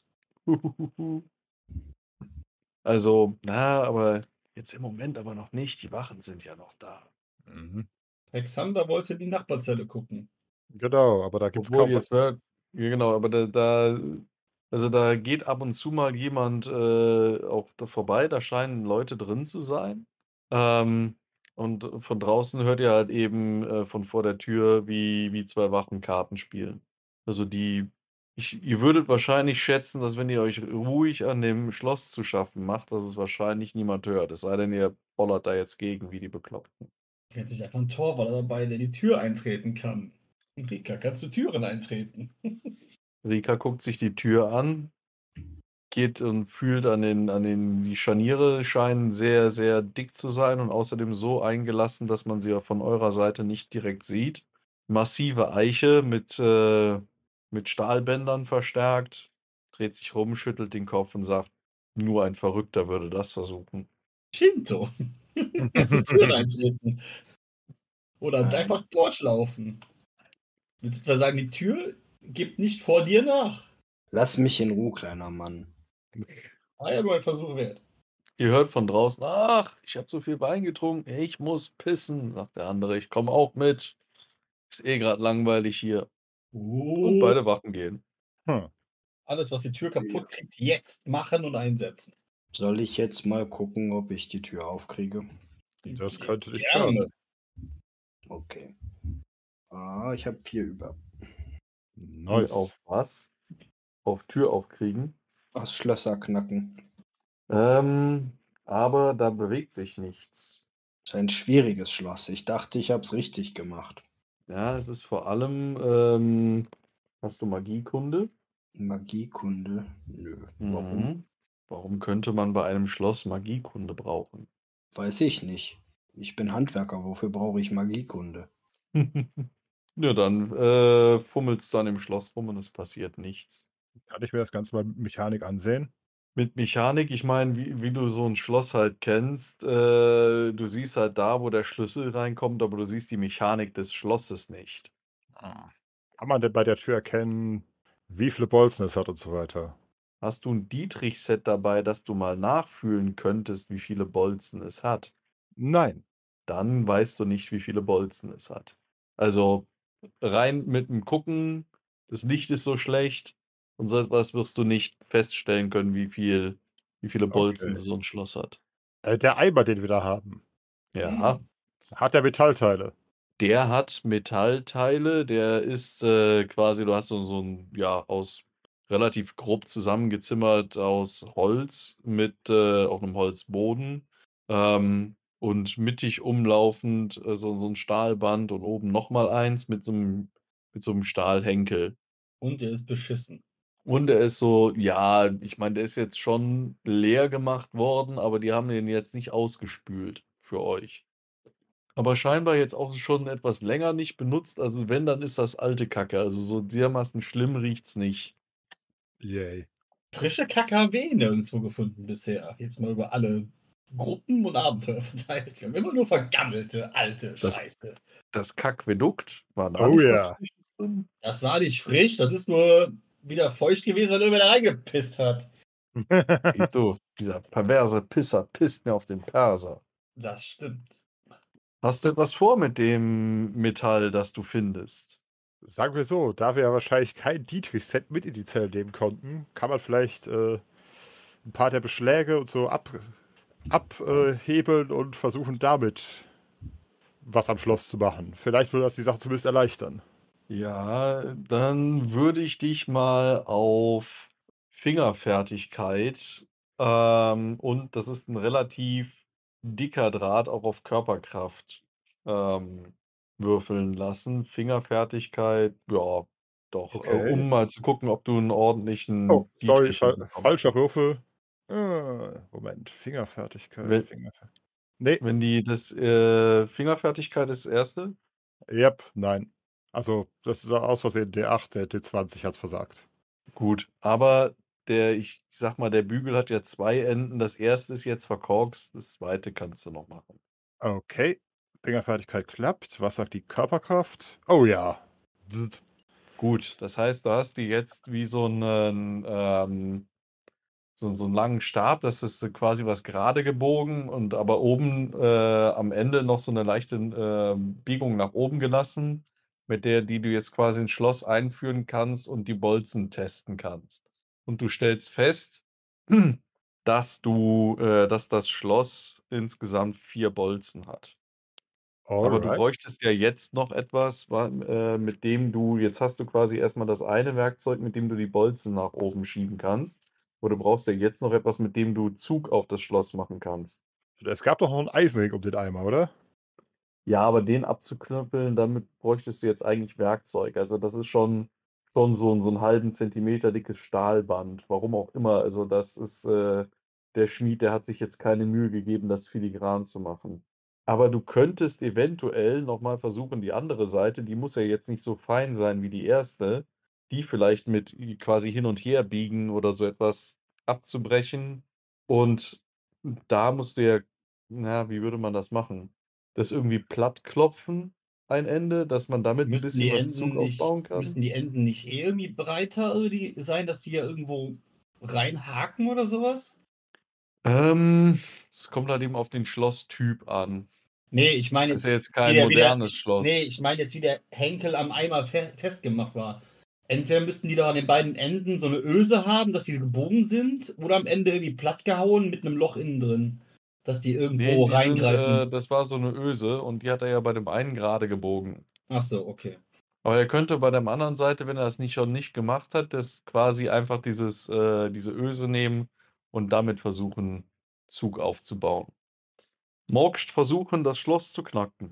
Speaker 3: Also, na, aber jetzt im Moment aber noch nicht. Die Wachen sind ja noch da.
Speaker 4: Mhm.
Speaker 2: Alexander wollte in die Nachbarzelle gucken.
Speaker 4: Genau, aber da gibt es
Speaker 3: Obwohl
Speaker 4: kaum
Speaker 3: jetzt
Speaker 4: was.
Speaker 3: hört, ja genau, aber da, da, also da geht ab und zu mal jemand äh, auch da vorbei, da scheinen Leute drin zu sein. Ähm, und von draußen hört ihr halt eben äh, von vor der Tür, wie, wie zwei Wachen Karten spielen. Also die, ich, ihr würdet wahrscheinlich schätzen, dass wenn ihr euch ruhig an dem Schloss zu schaffen macht, dass es wahrscheinlich niemand hört. Es sei denn, ihr bollert da jetzt gegen, wie die Bekloppten.
Speaker 2: Jetzt sich einfach ein Torwart dabei, der die Tür eintreten kann. Rika, kannst du Türen eintreten?
Speaker 3: Rika guckt sich die Tür an, geht und fühlt an den, an den, die Scharniere scheinen sehr, sehr dick zu sein und außerdem so eingelassen, dass man sie ja von eurer Seite nicht direkt sieht. Massive Eiche mit, äh, mit Stahlbändern verstärkt, dreht sich rum, schüttelt den Kopf und sagt, nur ein Verrückter würde das versuchen.
Speaker 2: Shinto. Kannst du Türen eintreten? Oder
Speaker 5: Ähm.
Speaker 2: einfach durchlaufen? Willst du etwa sagen, die Tür gibt nicht vor dir nach?
Speaker 5: Lass mich in Ruhe, kleiner Mann.
Speaker 2: Ah ja, nur ein Versuch wert.
Speaker 3: Ihr hört von draußen, ach, ich habe so viel Wein getrunken, ich muss pissen, sagt der andere, ich komme auch mit. Ist eh gerade langweilig hier. Und
Speaker 2: Oh.
Speaker 3: beide Wachen gehen.
Speaker 4: Hm.
Speaker 2: Alles, was die Tür kaputt kriegt, jetzt machen und einsetzen.
Speaker 5: Soll ich jetzt mal gucken, ob ich die Tür aufkriege?
Speaker 4: Das könnte nicht
Speaker 2: Gerne.
Speaker 4: schaden.
Speaker 5: Okay. Ah, ich habe vier über.
Speaker 4: Nice.
Speaker 3: Auf was? Auf Tür aufkriegen.
Speaker 5: Aus Schlösser knacken.
Speaker 3: Ähm, aber da bewegt sich nichts.
Speaker 5: Das ist ein schwieriges Schloss. Ich dachte, ich habe es richtig gemacht.
Speaker 3: Ja, es ist vor allem, ähm, hast du Magiekunde?
Speaker 5: Magiekunde? Nö. Warum?
Speaker 3: Mhm. Warum könnte man bei einem Schloss Magiekunde brauchen?
Speaker 5: Weiß ich nicht. Ich bin Handwerker. Wofür brauche ich Magiekunde?
Speaker 3: Ja, dann äh, fummelst du an dem Schloss rum und es passiert nichts.
Speaker 4: Kann ich mir das Ganze mal mit Mechanik ansehen?
Speaker 3: Mit Mechanik, ich meine, wie, wie du so ein Schloss halt kennst, äh, du siehst halt da, wo der Schlüssel reinkommt, aber du siehst die Mechanik des Schlosses nicht.
Speaker 4: Ah. Kann man denn bei der Tür erkennen, wie viele Bolzen es hat und so weiter?
Speaker 3: Hast du ein Dietrich-Set dabei, dass du mal nachfühlen könntest, wie viele Bolzen es hat?
Speaker 4: Nein.
Speaker 3: Dann weißt du nicht, wie viele Bolzen es hat. Also rein mit dem Gucken, das Licht ist so schlecht und so etwas wirst du nicht feststellen können, wie viel, wie viele Bolzen
Speaker 4: Okay.
Speaker 3: so ein Schloss hat.
Speaker 4: Äh, der Eimer, den wir da haben,
Speaker 3: Ja,
Speaker 4: hat der Metallteile?
Speaker 3: der hat Metallteile, der ist äh, quasi, du hast so, so ein, ja, aus relativ grob zusammengezimmert aus Holz mit äh, auch einem Holzboden ähm, und mittig umlaufend äh, so, so ein Stahlband und oben nochmal eins mit so einem, mit so einem Stahlhenkel.
Speaker 2: Und der ist beschissen.
Speaker 3: Und er ist so, ja, ich meine, der ist jetzt schon leer gemacht worden, aber die haben den jetzt nicht ausgespült für euch. Aber scheinbar jetzt auch schon etwas länger nicht benutzt. Also wenn, dann ist das alte Kacke. Also so dermaßen schlimm riecht's nicht.
Speaker 4: Yay.
Speaker 2: Frische Kacke haben wir eh nirgendwo gefunden bisher. Jetzt mal über alle Gruppen und Abenteuer verteilt. Wir haben immer nur vergammelte, alte
Speaker 3: Das-
Speaker 2: Scheiße.
Speaker 3: Das Kackvedukt war da
Speaker 4: Oh
Speaker 3: nicht
Speaker 4: ja.
Speaker 3: was Frisches drin?
Speaker 2: Das war nicht frisch, das ist nur wieder feucht gewesen, weil irgendwer da reingepisst hat.
Speaker 3: Siehst du, dieser perverse Pisser pisst mir auf den Perser.
Speaker 2: Das stimmt.
Speaker 3: Hast du etwas vor mit dem Metall, das du findest?
Speaker 4: Sagen wir so, da wir ja wahrscheinlich kein Dietrich-Set mit in die Zelle nehmen konnten, kann man vielleicht äh, ein paar der Beschläge und so ab, abhebeln und versuchen damit was am Schloss zu machen. Vielleicht würde das die Sache zumindest erleichtern.
Speaker 3: Ja, dann würde ich dich mal auf Fingerfertigkeit, ähm, und das ist ein relativ dicker Draht, auch auf Körperkraft, ähm, würfeln lassen. Fingerfertigkeit, ja, doch, äh,
Speaker 4: Okay.
Speaker 3: um mal zu gucken, ob du einen
Speaker 4: Oh,
Speaker 3: ordentlichen
Speaker 4: sorry,
Speaker 3: Dietrich
Speaker 4: fa
Speaker 3: hinbekommst.
Speaker 4: falscher Würfel. Äh, Moment, Fingerfertigkeit,
Speaker 3: Wenn
Speaker 4: Fingerfer Ne,
Speaker 3: wenn die das, äh Fingerfertigkeit ist das erste?
Speaker 4: Jep, nein. Also, das war aus Versehen D acht, der D zwanzig hat's versagt.
Speaker 3: Gut, aber der ich sage mal, der Bügel hat ja zwei Enden. Das erste ist jetzt verkorkst, das zweite kannst du noch machen.
Speaker 4: Okay, Fingerfertigkeit klappt. Was sagt die Körperkraft? Oh ja. Dt.
Speaker 3: Gut, das heißt, du hast die jetzt wie so 'nen, ähm so 'n so 'n langen Stab, das ist so quasi was gerade gebogen und aber oben, äh, am Ende noch so 'ne leichte, ähm, Biegung nach oben gelassen, mit der die du jetzt quasi ins Schloss einführen kannst und die Bolzen testen kannst. Und du stellst fest, dass du äh, dass das Schloss insgesamt vier Bolzen hat. Aber du
Speaker 4: Alright.
Speaker 3: bräuchtest ja jetzt noch etwas, wa äh, mit dem du jetzt hast du quasi erst mal das eine Werkzeug, mit dem du die Bolzen nach oben schieben kannst. Aber du brauchst ja jetzt noch etwas, mit dem du Zug auf das Schloss machen kannst.
Speaker 4: Es gab doch noch 'n Eisenring um den Eimer, oder?
Speaker 3: Ja, aber den abzuknüppeln, damit bräuchtest du jetzt eigentlich Werkzeug. Also, das ist schon schon so 'n so 'n halben Zentimeter dickes Stahlband, warum auch immer. Also, das ist, äh der Schmied, der hat sich jetzt keine Mühe gegeben, das filigran zu machen. Aber du könntest eventuell noch mal versuchen, die andere Seite, die muss ja jetzt nicht so fein sein wie die erste, die vielleicht mit i quasi hin und her biegen oder so etwas abzubrechen. Und da musst du ja na, wie würde man das machen? Das irgendwie plattklopfen, ein Ende, dass man damit 'n
Speaker 2: Müssten
Speaker 3: bisschen
Speaker 2: die
Speaker 3: was Zug
Speaker 2: Enden nicht
Speaker 3: aufbauen kann?
Speaker 2: müssten die Enden nicht eh irgendwie breiter irgendwie sein, dass die ja irgendwo reinhaken oder so was?
Speaker 3: Ähm, es kommt halt eben auf den Schlosstyp an.
Speaker 2: Ne, ich meine
Speaker 3: Das ist ja
Speaker 2: jetzt,
Speaker 3: jetzt
Speaker 2: wie
Speaker 3: kein
Speaker 2: der wie der
Speaker 3: modernes
Speaker 2: ich ne,
Speaker 3: Schloss.
Speaker 2: ich meine jetzt, wie der Henkel am Eimer fe festgemacht war. Entweder müssten die doch an den beiden Enden so 'ne Öse haben, dass die gebogen sind, oder am Ende irgendwie plattgehauen mit 'nem Loch innen drin, dass die
Speaker 3: Ne,
Speaker 2: irgendwo
Speaker 3: die sind
Speaker 2: reingreifen.
Speaker 3: äh, das war so 'ne Öse und die hat er ja bei dem einen gerade gebogen.
Speaker 2: Ach so, okay.
Speaker 3: Aber er könnte bei der anderen Seite, wenn er das nicht schon nicht gemacht hat, das quasi einfach dieses äh, diese Öse nehmen und damit versuchen, Zug aufzubauen. Mogst versuchen, das Schloss zu knacken.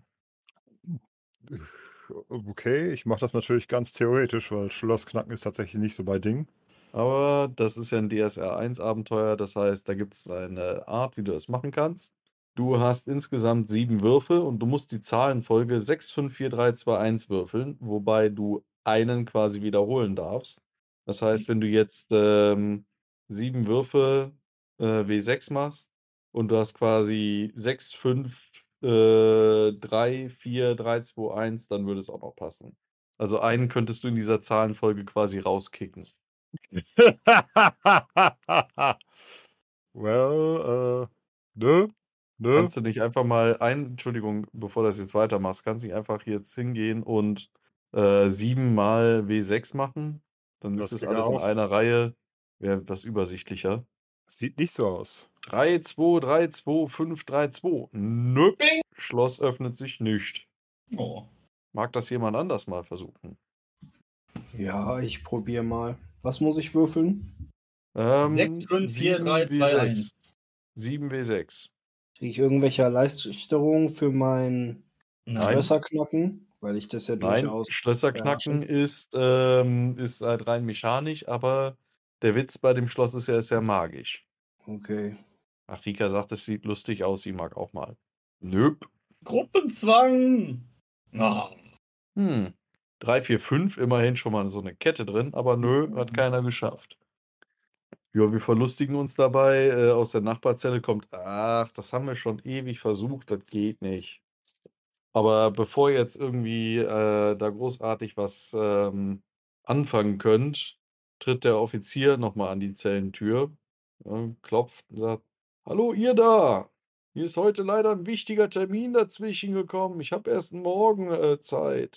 Speaker 4: Okay, ich mache das natürlich ganz theoretisch, weil Schlossknacken ist tatsächlich nicht so mein Ding.
Speaker 3: Aber das ist ja 'n D S R eins Abenteuer, das heißt, da gibt's eine Art, wie du das machen kannst. Du hast insgesamt sieben Würfe und du musst die Zahlenfolge sechs, fünf, vier, drei, zwei, eins würfeln, wobei du einen quasi wiederholen darfst. Das heißt, wenn du jetzt, ähm, sieben Würfe, äh, W sechs machst und du hast quasi sechs, fünf, äh, drei, vier, drei, zwei, eins, dann würde es auch noch passen. Also, einen könntest du in dieser Zahlenfolge quasi rauskicken.
Speaker 4: Well, äh, ne, ne?
Speaker 3: Kannst du nicht einfach mal ein Entschuldigung, bevor du das jetzt weitermachst, kannst du nicht einfach jetzt hingehen und, äh, sieben mal W sechs machen? Dann ist
Speaker 4: Das
Speaker 3: das
Speaker 4: ginge
Speaker 3: alles in
Speaker 4: auch.
Speaker 3: einer Reihe, wäre etwas übersichtlicher.
Speaker 4: Sieht nicht so aus.
Speaker 3: drei, zwei, drei, zwei, fünf, drei, zwei. Nöp,
Speaker 2: Bing.
Speaker 3: Schloss öffnet sich nicht.
Speaker 2: Oh.
Speaker 3: Mag das jemand anders mal versuchen?
Speaker 5: Ja, ich probiere mal. Was muss ich würfeln?
Speaker 2: sechs,
Speaker 3: Ähm,
Speaker 2: fünf, vier, drei,
Speaker 3: sieben W
Speaker 2: zwei, eins.
Speaker 3: sechs. sieben W sechs.
Speaker 5: Kriege ich irgendwelche Erleichterung für mein
Speaker 3: Nein.
Speaker 5: Schlösserknacken? Weil ich das ja
Speaker 3: Nein,
Speaker 5: durchaus
Speaker 3: Schlösserknacken
Speaker 5: beherrsche.
Speaker 3: ist, ähm ist halt rein mechanisch, aber der Witz bei dem Schloss ist ja, ist ja magisch.
Speaker 5: Okay.
Speaker 3: Ach, Rika sagt, es sieht lustig aus, sie mag auch mal. Nöp.
Speaker 2: Gruppenzwang! Ah.
Speaker 3: Hm. drei, vier, fünf, immerhin schon mal so 'ne Kette drin, aber nö, hat keiner geschafft. Ja, wir verlustigen uns dabei. Äh, aus der Nachbarzelle kommt: „Ach, das haben wir schon ewig versucht, das geht nicht.“ Aber bevor ihr jetzt irgendwie, äh, da großartig was, ähm, anfangen könnt, tritt der Offizier noch mal an die Zellentür, ne, klopft und sagt: „Hallo, ihr da! Mir ist heute leider 'n wichtiger Termin dazwischen gekommen. Ich habe erst morgen, äh, Zeit.“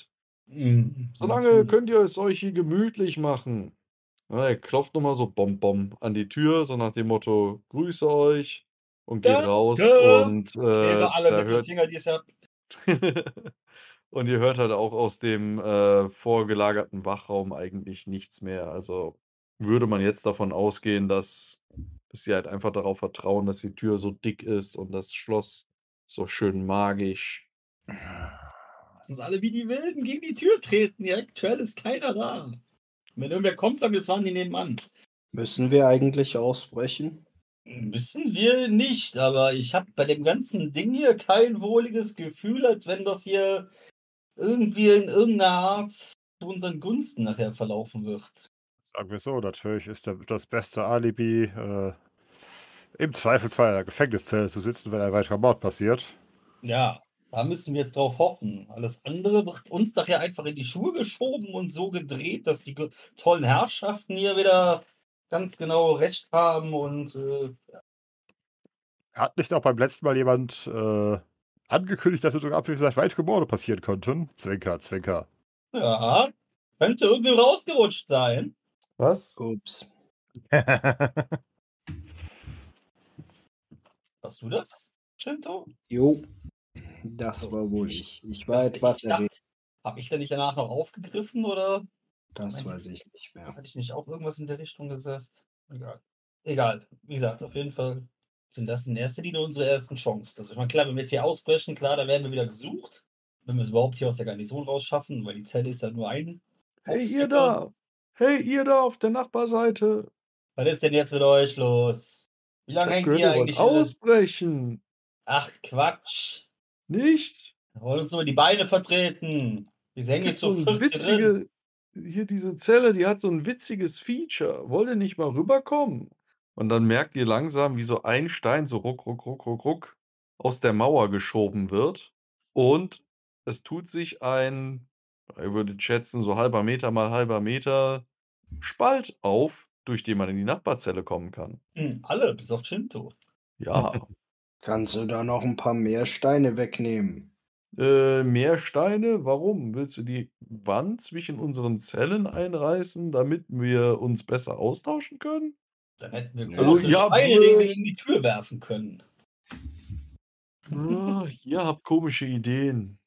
Speaker 2: Mhm,
Speaker 3: Solange
Speaker 2: natürlich.
Speaker 3: könnt ihr es euch hier gemütlich machen. Ja, er klopft nochmal so bom bom an die Tür, so nach dem Motto, grüße euch und geht raus
Speaker 2: Danke.
Speaker 3: und
Speaker 2: Kleben
Speaker 3: äh,
Speaker 2: wir alle
Speaker 3: da hört
Speaker 2: Mittelfinger, die ich habe.
Speaker 3: und ihr hört halt auch aus dem äh, vorgelagerten Wachraum eigentlich nichts mehr. Also würde man jetzt davon ausgehen, dass, dass sie halt einfach darauf vertrauen, dass die Tür so dick ist und das Schloss so schön magisch.
Speaker 2: Lass uns alle wie die Wilden gegen die Tür treten. Ja, aktuell ist keiner da. Wenn irgendwer kommt, sagen wir, das waren die nebenan.
Speaker 5: Müssen wir eigentlich ausbrechen?
Speaker 2: Müssen wir nicht, aber ich habe bei dem ganzen Ding hier kein wohliges Gefühl, als wenn das hier irgendwie in irgendeiner Art zu unseren Gunsten nachher verlaufen wird.
Speaker 4: Sagen wir so, natürlich ist der, das beste Alibi, äh, im Zweifelsfall in der Gefängniszelle zu sitzen, wenn ein weiterer Mord passiert.
Speaker 2: Ja, da müssen wir jetzt drauf hoffen. Alles andere wird uns nachher einfach in die Schuhe geschoben und so gedreht, dass die ge- tollen Herrschaften hier wieder ganz genau recht haben und äh,
Speaker 4: Hat nicht auch beim letzten Mal jemand äh, angekündigt, dass in der Abwesenheit weitere Morde passieren könnten? Zwinker, Zwinker.
Speaker 2: ja, könnte irgendwie rausgerutscht sein.
Speaker 3: Was?
Speaker 5: Ups.
Speaker 2: Warst du das, Shinto?
Speaker 5: Jo, das
Speaker 2: So,
Speaker 5: war wohl
Speaker 2: ich
Speaker 5: ich. Ich war
Speaker 2: dachte,
Speaker 5: etwas
Speaker 2: ich
Speaker 5: erregt.
Speaker 2: dachte, habe ich denn nicht danach noch aufgegriffen oder
Speaker 5: Das
Speaker 2: Mein-
Speaker 5: weiß ich nicht mehr.
Speaker 2: hatte ich nicht auch irgendwas in der Richtung gesagt? Egal. Egal. Wie gesagt, auf jeden Fall sind das in erster Linie unsere ersten Chancen. Also ich meine, klar, wenn wir jetzt hier ausbrechen, klar, da werden wir wieder gesucht. Wenn wir es überhaupt hier aus der Garnison rausschaffen, weil die Zelle ist ja nur ein
Speaker 3: Hey, ihr
Speaker 2: Aufsticker.
Speaker 3: da! Hey, ihr da auf der Nachbarseite!
Speaker 2: Was ist denn jetzt mit euch los? Wie
Speaker 3: Ich
Speaker 2: lange
Speaker 3: hab
Speaker 2: hängt
Speaker 3: gehört,
Speaker 2: ihr
Speaker 3: ihr wollt
Speaker 2: eigentlich hier?
Speaker 3: ausbrechen.
Speaker 2: Ach, Quatsch.
Speaker 3: Nicht?
Speaker 2: Wir wollen uns nur die Beine vertreten. Wir
Speaker 3: Es
Speaker 2: hängen
Speaker 3: gibt
Speaker 2: jetzt
Speaker 3: so
Speaker 2: so
Speaker 3: ein
Speaker 2: fünf hier drin.
Speaker 3: witzige hier diese Zelle, die hat so ein witziges Feature. Wollt ihr nicht mal rüberkommen? Und dann merkt ihr langsam, wie so ein Stein so ruck, ruck, ruck, ruck, ruck aus der Mauer geschoben wird. Und es tut sich ein, ihr würdet schätzen, so halber Meter mal halber Meter Spalt auf, durch den man in die Nachbarzelle kommen kann.
Speaker 2: Hm, alle, bis auf Shinto.
Speaker 3: Ja,
Speaker 5: Kannst du da noch ein paar mehr Steine wegnehmen?
Speaker 3: äh, mehr Steine? Warum? Willst du die Wand zwischen unseren Zellen einreißen, damit wir uns besser austauschen können?
Speaker 2: Dann hätten wir
Speaker 5: Also,
Speaker 2: große
Speaker 3: ja,
Speaker 2: Steine, die
Speaker 3: blö-
Speaker 2: wir gegen die Tür werfen können.
Speaker 3: Ah, ihr habt komische Ideen.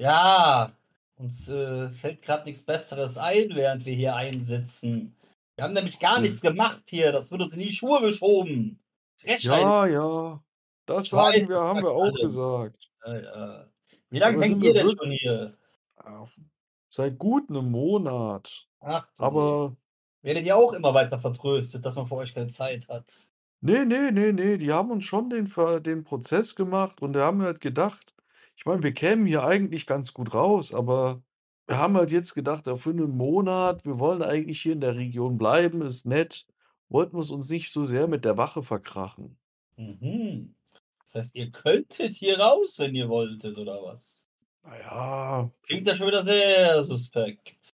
Speaker 2: Ja, uns äh, fällt gerade nichts Besseres ein, während wir hier einsitzen. Wir haben nämlich gar
Speaker 3: Das-
Speaker 2: nichts gemacht hier. Das wird uns in die Schuhe geschoben. Frechheit.
Speaker 3: Ja, ja, das
Speaker 2: Ich
Speaker 3: sagen
Speaker 2: weiß,
Speaker 3: wir,
Speaker 2: das
Speaker 3: haben wir
Speaker 2: sagt
Speaker 3: auch
Speaker 2: alle.
Speaker 3: gesagt.
Speaker 2: Ja, ja. Wie lange
Speaker 3: Aber
Speaker 2: hängt
Speaker 3: sind
Speaker 2: ihr
Speaker 3: wir
Speaker 2: denn
Speaker 3: wirk-
Speaker 2: schon hier?
Speaker 3: Ah, Seit gut einem Monat.
Speaker 2: Ach, du je.
Speaker 3: Aber
Speaker 2: Werdet ihr auch immer weiter vertröstet, dass man für euch keine Zeit hat?
Speaker 3: nee, nee, nee, nee, die haben uns schon den, Ver- den Prozess gemacht und wir haben halt gedacht, ich meine, wir kämen hier eigentlich ganz gut raus, aber wir haben halt jetzt gedacht, ja, für einen Monat, wir wollen eigentlich hier in der Region bleiben, ist nett, wollten wir es uns nicht so sehr mit der Wache verkrachen.
Speaker 2: Mhm. Das heißt, ihr könntet hier raus, wenn ihr wolltet, oder was?
Speaker 3: Naja,
Speaker 2: Klingt ja schon wieder sehr suspekt.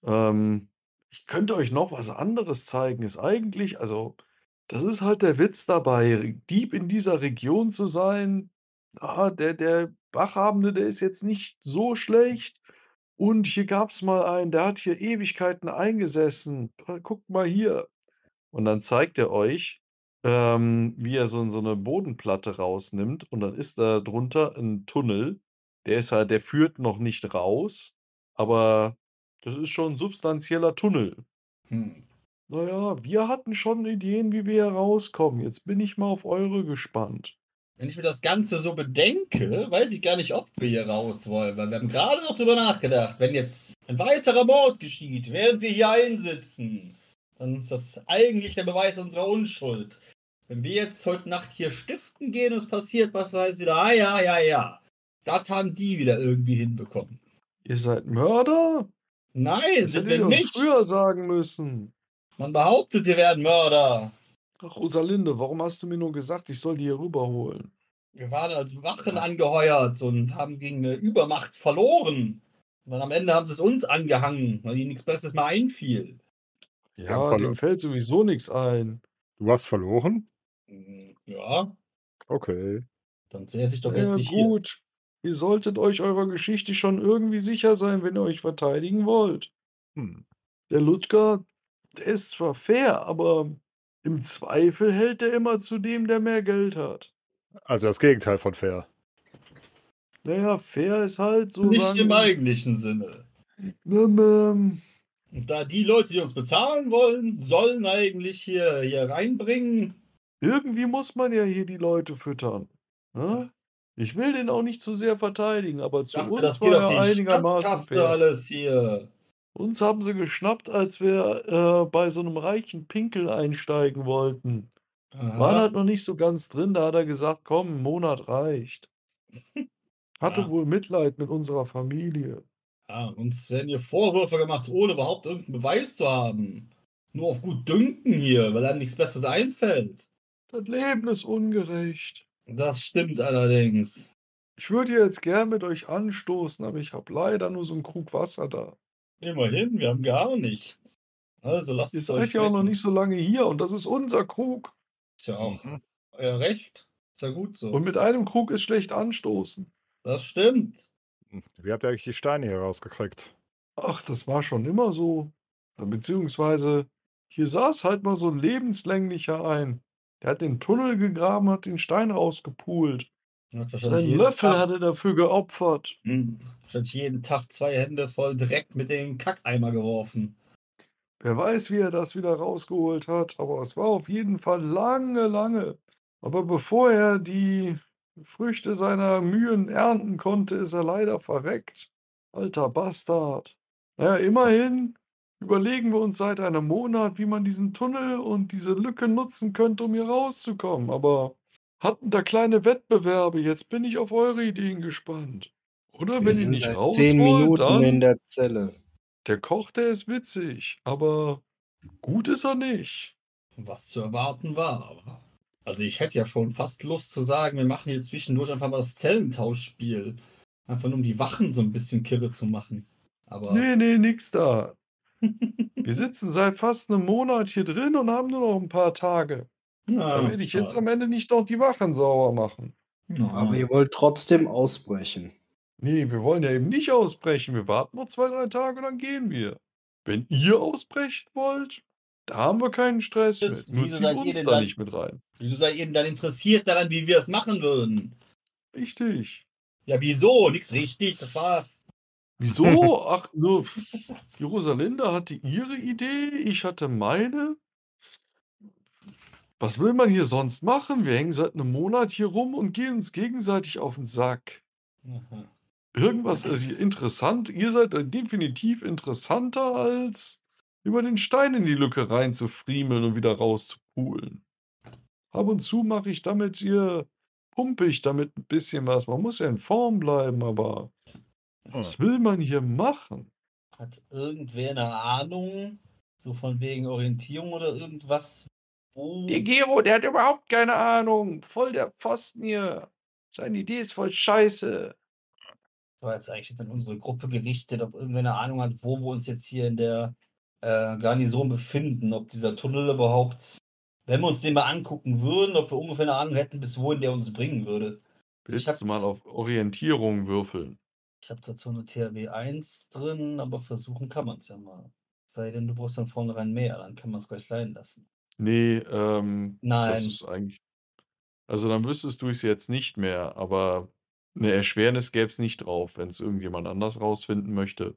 Speaker 3: ähm, ich könnte euch noch was anderes zeigen, ist eigentlich, also, das ist halt der Witz dabei, Dieb in dieser Region zu sein. Ah, der, der Wachhabende, der ist jetzt nicht so schlecht. Und hier gab's mal einen, der hat hier Ewigkeiten eingesessen. Pa- Guckt mal hier. Und dann zeigt er euch, ähm, wie er so, so eine Bodenplatte rausnimmt. Und dann ist da drunter ein Tunnel. Der ist halt, der führt noch nicht raus, aber das ist schon ein substanzieller Tunnel.
Speaker 2: Hm.
Speaker 3: Naja, wir hatten schon Ideen, wie wir hier rauskommen. Jetzt bin ich mal auf eure gespannt.
Speaker 2: Wenn ich mir das Ganze so bedenke, weiß ich gar nicht, ob wir hier raus wollen, weil wir haben gerade noch drüber nachgedacht, wenn jetzt ein weiterer Mord geschieht, während wir hier einsitzen, dann ist das eigentlich der Beweis unserer Unschuld. Wenn wir jetzt heute Nacht hier stiften gehen und es passiert was, heißt wieder, ah ja, ja, ja. Das haben die wieder irgendwie hinbekommen.
Speaker 3: Ihr seid Mörder?
Speaker 2: Nein,
Speaker 3: Das
Speaker 2: sind
Speaker 3: hättet
Speaker 2: wir
Speaker 3: ihr uns
Speaker 2: nicht.
Speaker 3: früher sagen müssen.
Speaker 2: Man behauptet, wir wären Mörder.
Speaker 3: Ach, Rosalinde, warum hast du mir nur gesagt, ich soll die hier rüberholen?
Speaker 2: Wir waren als Wachen angeheuert und haben gegen eine Übermacht verloren. Und dann am Ende haben sie es uns angehangen, weil ihnen nichts Besseres mehr einfiel.
Speaker 4: Wir haben
Speaker 3: Ja,
Speaker 4: verlo-
Speaker 3: dem fällt sowieso nichts ein.
Speaker 4: Du hast verloren?
Speaker 2: Hm, Ja,
Speaker 4: Okay.
Speaker 2: dann säße ich doch
Speaker 3: Ja,
Speaker 2: jetzt nicht hier.
Speaker 3: gut. Ihr solltet euch eurer Geschichte schon irgendwie sicher sein, wenn ihr euch verteidigen wollt.
Speaker 4: Hm.
Speaker 3: Der Ludger, der ist zwar fair, aber im Zweifel hält er immer zu dem, der mehr Geld hat.
Speaker 4: Also das Gegenteil von fair.
Speaker 3: Naja, fair ist halt so,
Speaker 2: Nicht
Speaker 3: sagen
Speaker 2: im
Speaker 3: wir uns.
Speaker 2: eigentlichen Sinne.
Speaker 3: Ähm, ähm,
Speaker 2: Und da die Leute, die uns bezahlen wollen, sollen eigentlich hier, hier reinbringen.
Speaker 3: irgendwie muss man ja hier die Leute füttern. Ne? Ich will den auch nicht zu sehr verteidigen, aber
Speaker 2: Ich
Speaker 3: zu
Speaker 2: dachte, das
Speaker 3: uns
Speaker 2: geht
Speaker 3: war
Speaker 2: auf
Speaker 3: er
Speaker 2: die
Speaker 3: einigermaßen
Speaker 2: Stadtkasse
Speaker 3: fair.
Speaker 2: alles hier.
Speaker 3: Uns haben sie geschnappt, als wir äh, bei so einem reichen Pinkel einsteigen wollten. Waren
Speaker 2: Aha.
Speaker 3: halt noch nicht so ganz drin, da hat er gesagt, komm, ein Monat reicht. Hatte
Speaker 2: Ja.
Speaker 3: wohl Mitleid mit unserer Familie.
Speaker 2: Ja, uns werden hier Vorwürfe gemacht, ohne überhaupt irgendeinen Beweis zu haben. Nur auf gut Dünken hier, weil einem nichts Besseres einfällt.
Speaker 3: Das Leben ist ungerecht.
Speaker 2: Das stimmt allerdings.
Speaker 3: Ich würde jetzt gern mit euch anstoßen, aber ich habe leider nur so einen Krug Wasser da.
Speaker 2: Immerhin, wir haben gar nichts. Also lasst
Speaker 3: Ihr
Speaker 2: es euch
Speaker 3: seid ja auch noch
Speaker 2: schmecken.
Speaker 3: nicht so lange hier und das ist unser Krug.
Speaker 2: Ist ja auch
Speaker 4: Mhm.
Speaker 2: euer Recht. Ist ja gut so.
Speaker 3: Und mit einem Krug ist schlecht anstoßen.
Speaker 2: Das stimmt.
Speaker 4: Wie habt ihr eigentlich die Steine hier rausgekriegt?
Speaker 3: Ach, das war schon immer so. Beziehungsweise, hier saß halt mal so ein lebenslänglicher ein. Der hat den Tunnel gegraben, hat den Stein rausgepult.
Speaker 2: Hat wahrscheinlich
Speaker 3: Seinen
Speaker 2: jeden
Speaker 3: Löffel
Speaker 2: Tag,
Speaker 3: hat er dafür geopfert.
Speaker 2: hm, wahrscheinlich jeden Tag zwei Hände voll Dreck mit den Kackeimer geworfen.
Speaker 3: Wer weiß, wie er das wieder rausgeholt hat, aber es war auf jeden Fall lange, lange. Aber bevor er die Früchte seiner Mühen ernten konnte, ist er leider verreckt. Alter Bastard. Na ja, immerhin überlegen wir uns seit einem Monat, wie man diesen Tunnel und diese Lücke nutzen könnte, um hier rauszukommen. Aber hatten da kleine Wettbewerbe. Jetzt bin ich auf eure Ideen gespannt. Oder
Speaker 5: Wir
Speaker 3: wenn ihr
Speaker 5: sind
Speaker 3: nicht
Speaker 5: seit
Speaker 3: raus
Speaker 5: zehn
Speaker 3: wollt,
Speaker 5: Minuten in
Speaker 3: dann
Speaker 5: der Zelle.
Speaker 3: der Koch, der ist witzig, aber gut ist er nicht.
Speaker 2: Was zu erwarten war. Aber also ich hätte ja schon fast Lust zu sagen, wir machen hier zwischendurch einfach mal das Zellentauschspiel. Einfach nur um die Wachen so ein bisschen kirre zu machen. Aber
Speaker 3: Nee, nee, nix da. Wir sitzen seit fast einem Monat hier drin und haben nur noch ein paar Tage. Da
Speaker 2: ja,
Speaker 3: werde ich jetzt am Ende nicht noch die Wachen sauer machen.
Speaker 2: ja.
Speaker 5: Aber ihr wollt trotzdem ausbrechen.
Speaker 3: Nee, wir wollen ja eben nicht ausbrechen. Wir warten noch zwei, drei Tage, dann gehen wir. Wenn ihr ausbrechen wollt, da haben wir keinen Stress
Speaker 2: Das-
Speaker 3: mit. Nur
Speaker 2: wieso
Speaker 3: zieht
Speaker 2: seid ihr
Speaker 3: uns
Speaker 2: denn
Speaker 3: da
Speaker 2: dann-
Speaker 3: nicht mit rein.
Speaker 2: Wieso seid ihr denn dann interessiert daran, wie wir es machen würden?
Speaker 3: Richtig.
Speaker 2: Ja, wieso? Nix richtig. Das war.
Speaker 3: Wieso? Ach, nur, die Rosalinde hatte ihre Idee, ich hatte meine. Was will man hier sonst machen? Wir hängen seit einem Monat hier rum und gehen uns gegenseitig auf den Sack.
Speaker 2: Aha.
Speaker 3: Irgendwas also interessant. Ihr seid äh, definitiv interessanter, als über den Stein in die Lücke reinzufriemeln und wieder rauszupulen. Ab und zu mache ich damit hier, pumpe ich damit ein bisschen was. Man muss ja in Form bleiben, aber was will man hier machen?
Speaker 2: Hat irgendwer eine Ahnung? So von wegen Orientierung oder irgendwas? Wo?
Speaker 3: Der Gero, der hat überhaupt keine Ahnung. Voll der Pfosten hier. Seine Idee ist voll scheiße.
Speaker 2: war jetzt eigentlich jetzt an unsere Gruppe gerichtet, ob irgendwer eine Ahnung hat, wo wir uns jetzt hier in der äh, Garnison befinden, ob dieser Tunnel überhaupt, wenn wir uns den mal angucken würden, ob wir ungefähr eine Ahnung hätten, bis wohin der uns bringen würde. Also ich
Speaker 3: Willst
Speaker 2: habe
Speaker 3: du mal auf Orientierung würfeln?
Speaker 2: ich hab dazu eine T H W eins drin, aber versuchen kann man es ja mal. Sei denn, du brauchst dann vornherein mehr, dann kann man es gleich leiden lassen.
Speaker 3: Nee, ähm, das
Speaker 2: Nein.
Speaker 3: ist eigentlich. Also dann wüsstest du es jetzt nicht mehr, aber eine Erschwernis gäbe es nicht drauf, wenn es irgendjemand anders rausfinden möchte.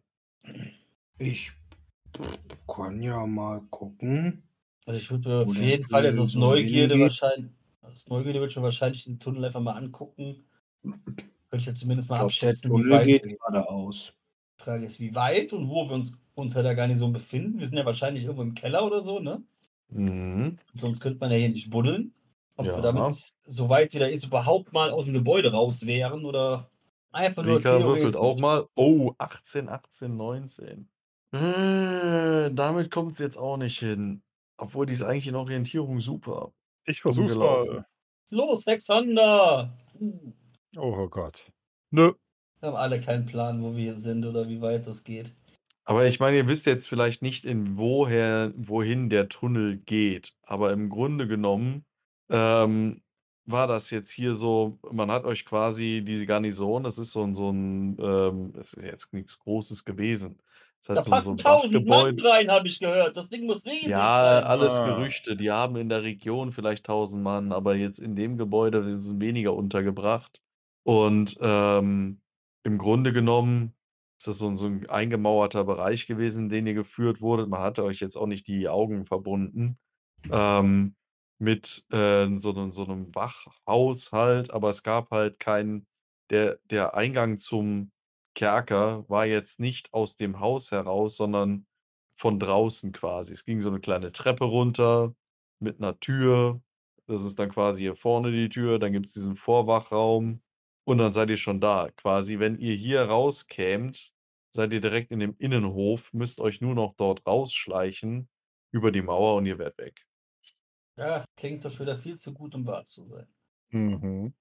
Speaker 5: Ich kann ja mal gucken.
Speaker 2: Also ich würde mir
Speaker 5: Wo
Speaker 2: auf
Speaker 5: der
Speaker 2: jeden Fall jetzt
Speaker 5: Tunnel
Speaker 2: aus
Speaker 5: so
Speaker 2: Neugierde
Speaker 5: hingeht.
Speaker 2: wahrscheinlich, aus Neugierde würde ich mir wahrscheinlich den Tunnel einfach mal angucken. Könnte ich ja zumindest
Speaker 5: Ich
Speaker 2: mal
Speaker 5: glaube, der
Speaker 2: abschätzen, wie
Speaker 5: Tunnel
Speaker 2: weit.
Speaker 5: geht geradeaus.
Speaker 2: Die Frage ist, wie weit und wo wir uns unter der Garnison befinden. Wir sind ja wahrscheinlich irgendwo im Keller oder so, ne?
Speaker 3: Mhm.
Speaker 2: Sonst könnte man ja hier nicht buddeln. Ob
Speaker 3: Ja.
Speaker 2: wir damit, so weit wie da ist, überhaupt mal aus dem Gebäude raus wären oder einfach nur
Speaker 3: Rika würfelt
Speaker 2: theoretisch.
Speaker 3: auch mal. Oh, achtzehn, achtzehn, neunzehn. Äh, damit kommt es jetzt auch nicht hin. Obwohl die ist eigentlich in Orientierung super.
Speaker 4: Ich versuch's
Speaker 3: gelaufen.
Speaker 4: mal.
Speaker 2: Los, Alexander! Uh,
Speaker 4: Oh Gott. Nö.
Speaker 2: Wir haben alle keinen Plan, wo wir hier sind oder wie weit das geht.
Speaker 3: Aber ich meine, ihr wisst jetzt vielleicht nicht, in woher, wohin der Tunnel geht. Aber im Grunde genommen, ähm, war das jetzt hier so, man hat euch quasi die Garnison, das ist so 'n so 'n, ähm das ist jetzt nichts Großes gewesen. Das ist
Speaker 2: Da
Speaker 3: halt so 'n so
Speaker 2: passen
Speaker 3: 'n
Speaker 2: tausend Mann
Speaker 3: Wachgebäude.
Speaker 2: rein, habe ich gehört. Das Ding muss riesig
Speaker 3: Ja,
Speaker 2: sein.
Speaker 3: alles
Speaker 4: Ah.
Speaker 3: Gerüchte. Die haben in der Region vielleicht tausend Mann, aber jetzt in dem Gebäude sind weniger untergebracht. Und, ähm, im Grunde genommen ist das so 'n so 'n eingemauerter Bereich gewesen, in den ihr geführt wurdet. Man hatte euch jetzt auch nicht die Augen verbunden, ähm, mit, äh, so 'nem so 'nem Wachhaus halt, aber es gab halt keinen der der Eingang zum Kerker war jetzt nicht aus dem Haus heraus, sondern von draußen quasi. Es ging so 'ne kleine Treppe runter mit 'ner Tür. Das ist dann quasi hier vorne die Tür, dann gibt's diesen Vorwachraum und dann seid ihr schon da. Quasi, wenn ihr hier rauskämt, seid ihr direkt in dem Innenhof, müsst euch nur noch dort rausschleichen über die Mauer und ihr wärt weg.
Speaker 2: Ja, das klingt doch schon wieder viel zu gut, um wahr zu sein.
Speaker 4: Mhm.